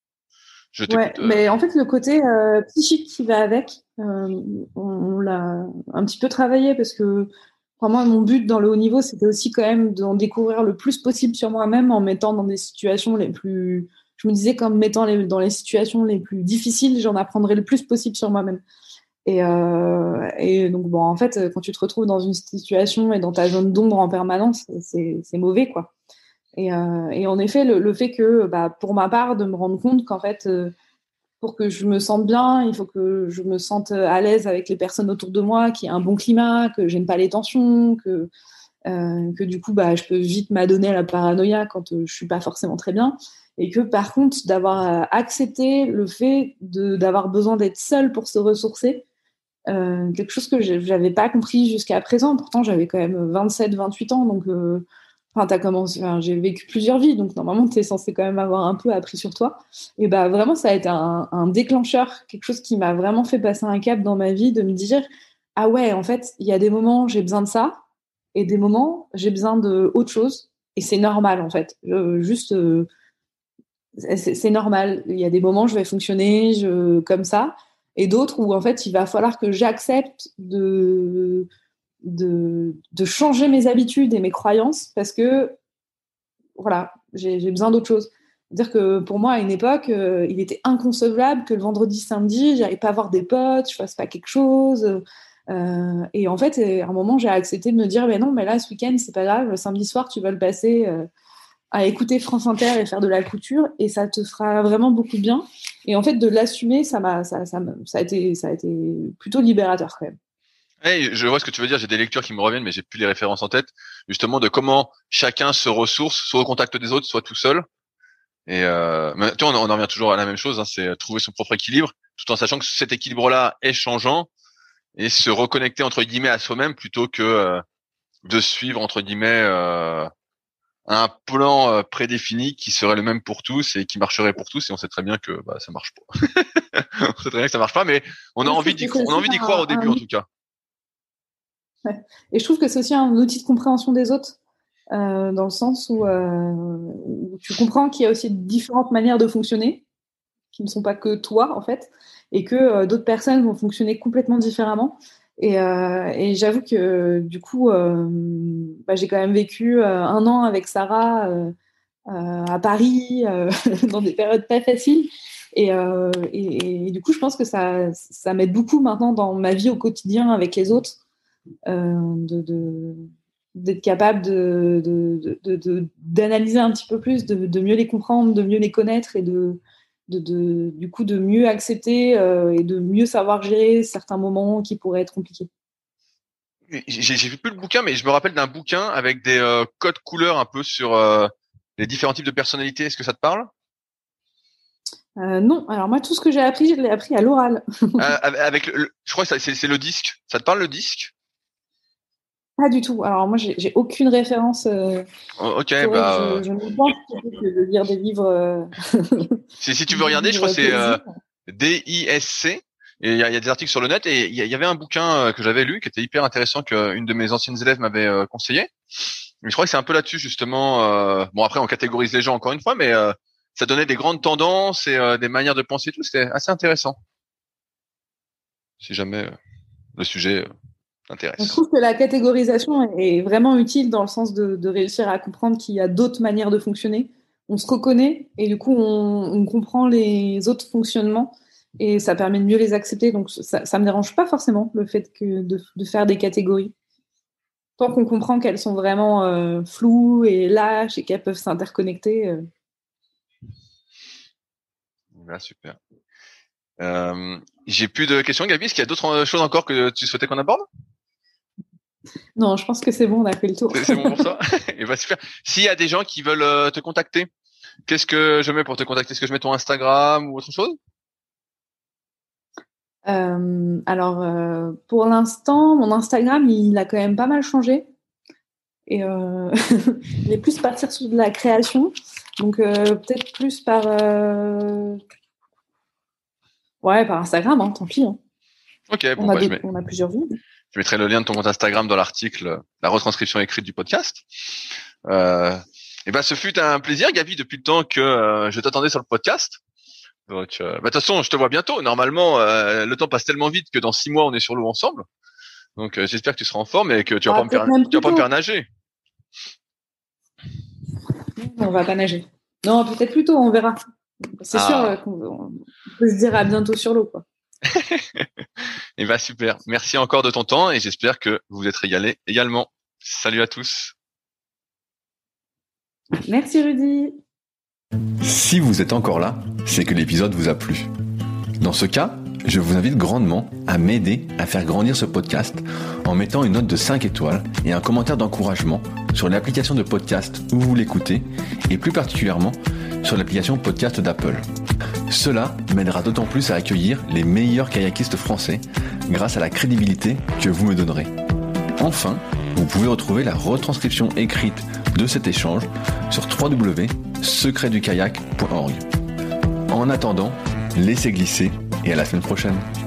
je Ouais, t'écoute. Euh. mais en fait, le côté euh, psychique qui va avec, euh, on, on l'a un petit peu travaillé parce que pour moi, mon but dans le haut niveau, c'était aussi quand même d'en découvrir le plus possible sur moi-même en mettant dans des situations les plus. Je me disais qu'en me mettant les, dans les situations les plus difficiles, j'en apprendrais le plus possible sur moi-même. Et, euh, et donc, bon, en fait, quand tu te retrouves dans une situation et dans ta zone d'ombre en permanence, c'est, c'est mauvais, quoi. Et, euh, et en effet, le, le fait que, bah, pour ma part, de me rendre compte qu'en fait, euh, pour que je me sente bien, il faut que je me sente à l'aise avec les personnes autour de moi, qu'il y ait un bon climat, que j'aime pas les tensions, que, euh, que du coup, bah, je peux vite m'adonner à la paranoïa quand euh, je suis pas forcément très bien. Et que par contre, d'avoir euh, accepté le fait de, d'avoir besoin d'être seule pour se ressourcer, euh, quelque chose que j'avais pas compris jusqu'à présent. Pourtant, j'avais quand même vingt-sept, vingt-huit ans, donc euh, enfin, t'as commencé, enfin, j'ai vécu plusieurs vies, donc normalement, tu es censé quand même avoir un peu appris sur toi. Et bah vraiment, ça a été un, un déclencheur, quelque chose qui m'a vraiment fait passer un cap dans ma vie, de me dire, ah ouais, en fait, il y a des moments, j'ai besoin de ça, et des moments, j'ai besoin de autre chose, et c'est normal, en fait. Euh, juste, euh, c'est c'est normal. Il y a des moments, je vais fonctionner je, comme ça, et d'autres où, en fait, il va falloir que j'accepte de, de, de changer mes habitudes et mes croyances, parce que voilà, j'ai j'ai besoin d'autre chose. C'est-à-dire que pour moi, à une époque, euh, il était inconcevable que le vendredi, samedi, j'arrive pas à voir des potes, je fasse pas quelque chose. Euh, et en fait, à un moment, j'ai accepté de me dire, mais non, mais là, ce week-end, c'est pas grave, le samedi soir, tu vas le passer euh, à écouter France Inter et faire de la couture, et ça te fera vraiment beaucoup de bien. Et en fait, de l'assumer, ça m'a, ça, ça, ça a été, ça a été plutôt libérateur quand même. Hey, je vois ce que tu veux dire. J'ai des lectures qui me reviennent, mais j'ai plus les références en tête. Justement, de comment chacun se ressource, soit au contact des autres, soit tout seul. Et euh, mais, tu vois, on, on en revient toujours à la même chose. Hein, c'est trouver son propre équilibre, tout en sachant que cet équilibre-là est changeant, et se reconnecter entre guillemets à soi-même plutôt que euh, de suivre entre guillemets euh, un plan euh, prédéfini qui serait le même pour tous et qui marcherait pour tous. Et on sait très bien que bah, ça marche pas. On sait très bien que ça marche pas, mais on a Moi, je envie trouve d'y, que c'est cro- on a aussi envie d'y croire un, au début un... en tout cas. Ouais. Et je trouve que c'est aussi un outil de compréhension des autres, euh, dans le sens où, euh, où tu comprends qu'il y a aussi différentes manières de fonctionner, qui ne sont pas que toi, en fait, et que euh, d'autres personnes vont fonctionner complètement différemment. Et, euh, et j'avoue que du coup, euh, bah, j'ai quand même vécu euh, un an avec Sarah euh, euh, à Paris, euh, dans des périodes pas faciles. Et, euh, et, et du coup, je pense que ça, ça m'aide beaucoup maintenant dans ma vie au quotidien avec les autres, euh, de, de, d'être capable de, de, de, de, d'analyser un petit peu plus, de, de mieux les comprendre, de mieux les connaître et de, de, de du coup de mieux accepter euh, et de mieux savoir gérer certains moments qui pourraient être compliqués. J'ai, j'ai vu plus le bouquin, mais je me rappelle d'un bouquin avec des euh, codes couleurs un peu sur euh, les différents types de personnalités. Est-ce que ça te parle? Euh, non, alors moi tout ce que j'ai appris, je l'ai appris à l'oral. euh, Avec, le, le- je crois que ça- c'est, c'est le disque. Ça te parle le disque? Pas du tout. Alors moi, j'ai, j'ai aucune référence. Euh, oh, ok, bah. Je, je me pense que de lire des livres. Euh... si, si tu veux regarder, je crois que c'est euh, D I S C. Et il y a, y a des articles sur le net. Et il y, y avait un bouquin que j'avais lu qui était hyper intéressant qu'une de mes anciennes élèves m'avait euh, conseillé. Mais je crois que c'est un peu là-dessus justement. Euh... Bon, après, on catégorise les gens encore une fois, mais euh, ça donnait des grandes tendances et euh, des manières de penser et tout. C'était assez intéressant. Si jamais euh, le sujet euh, t'intéresse. Je trouve que la catégorisation est vraiment utile dans le sens de, de réussir à comprendre qu'il y a d'autres manières de fonctionner. On se reconnaît et du coup, on, on comprend les autres fonctionnements et ça permet de mieux les accepter. Donc, ça, ça me dérange pas forcément le fait que de, de faire des catégories. Tant qu'on comprend qu'elles sont vraiment euh, floues et lâches et qu'elles peuvent s'interconnecter. Euh... Ah, super. Euh, j'ai plus de questions, Gabi. Est-ce qu'il y a d'autres choses encore que tu souhaitais qu'on aborde? Non, je pense que c'est bon, on a fait le tour. C'est, c'est bon pour ça. Et bah super. S'il y a des gens qui veulent te contacter, qu'est-ce que je mets pour te contacter? Est-ce que je mets ton Instagram ou autre chose? euh, Alors, euh, pour l'instant, mon Instagram, il a quand même pas mal changé. Et euh, il est plus partir sur de la création. Donc, euh, peut-être plus par... Euh... Ouais, par Instagram, hein, tant pis. Hein. Ok, bon, on, bah, a des, je mets... on a plusieurs vues. Je mettrai le lien de ton compte Instagram dans l'article, la retranscription écrite du podcast. Euh, et ben, ce fut un plaisir, Gabi, depuis le temps que euh, je t'attendais sur le podcast. Donc, euh, bah, de toute façon, je te vois bientôt. Normalement, euh, le temps passe tellement vite que dans six mois, on est sur l'eau ensemble. Donc, euh, j'espère que tu seras en forme et que tu vas ah, pas me faire, tu vas pas me faire nager. On va pas nager. Non, peut-être plus tôt, on verra. C'est ah. sûr euh, qu'on peut se dire à bientôt sur l'eau, quoi. Et bah super. Merci encore de ton temps et j'espère que vous vous êtes régalés également. Salut à tous. Merci Rudy. Si vous êtes encore là, c'est que l'épisode vous a plu. Dans ce cas, je vous invite grandement à m'aider à faire grandir ce podcast en mettant une note de cinq étoiles et un commentaire d'encouragement sur l'application de podcast où vous l'écoutez et plus particulièrement sur l'application podcast d'Apple. Cela m'aidera d'autant plus à accueillir les meilleurs kayakistes français grâce à la crédibilité que vous me donnerez. Enfin, vous pouvez retrouver la retranscription écrite de cet échange sur w w w point secret du kayak point org. En attendant, laissez glisser et à la semaine prochaine.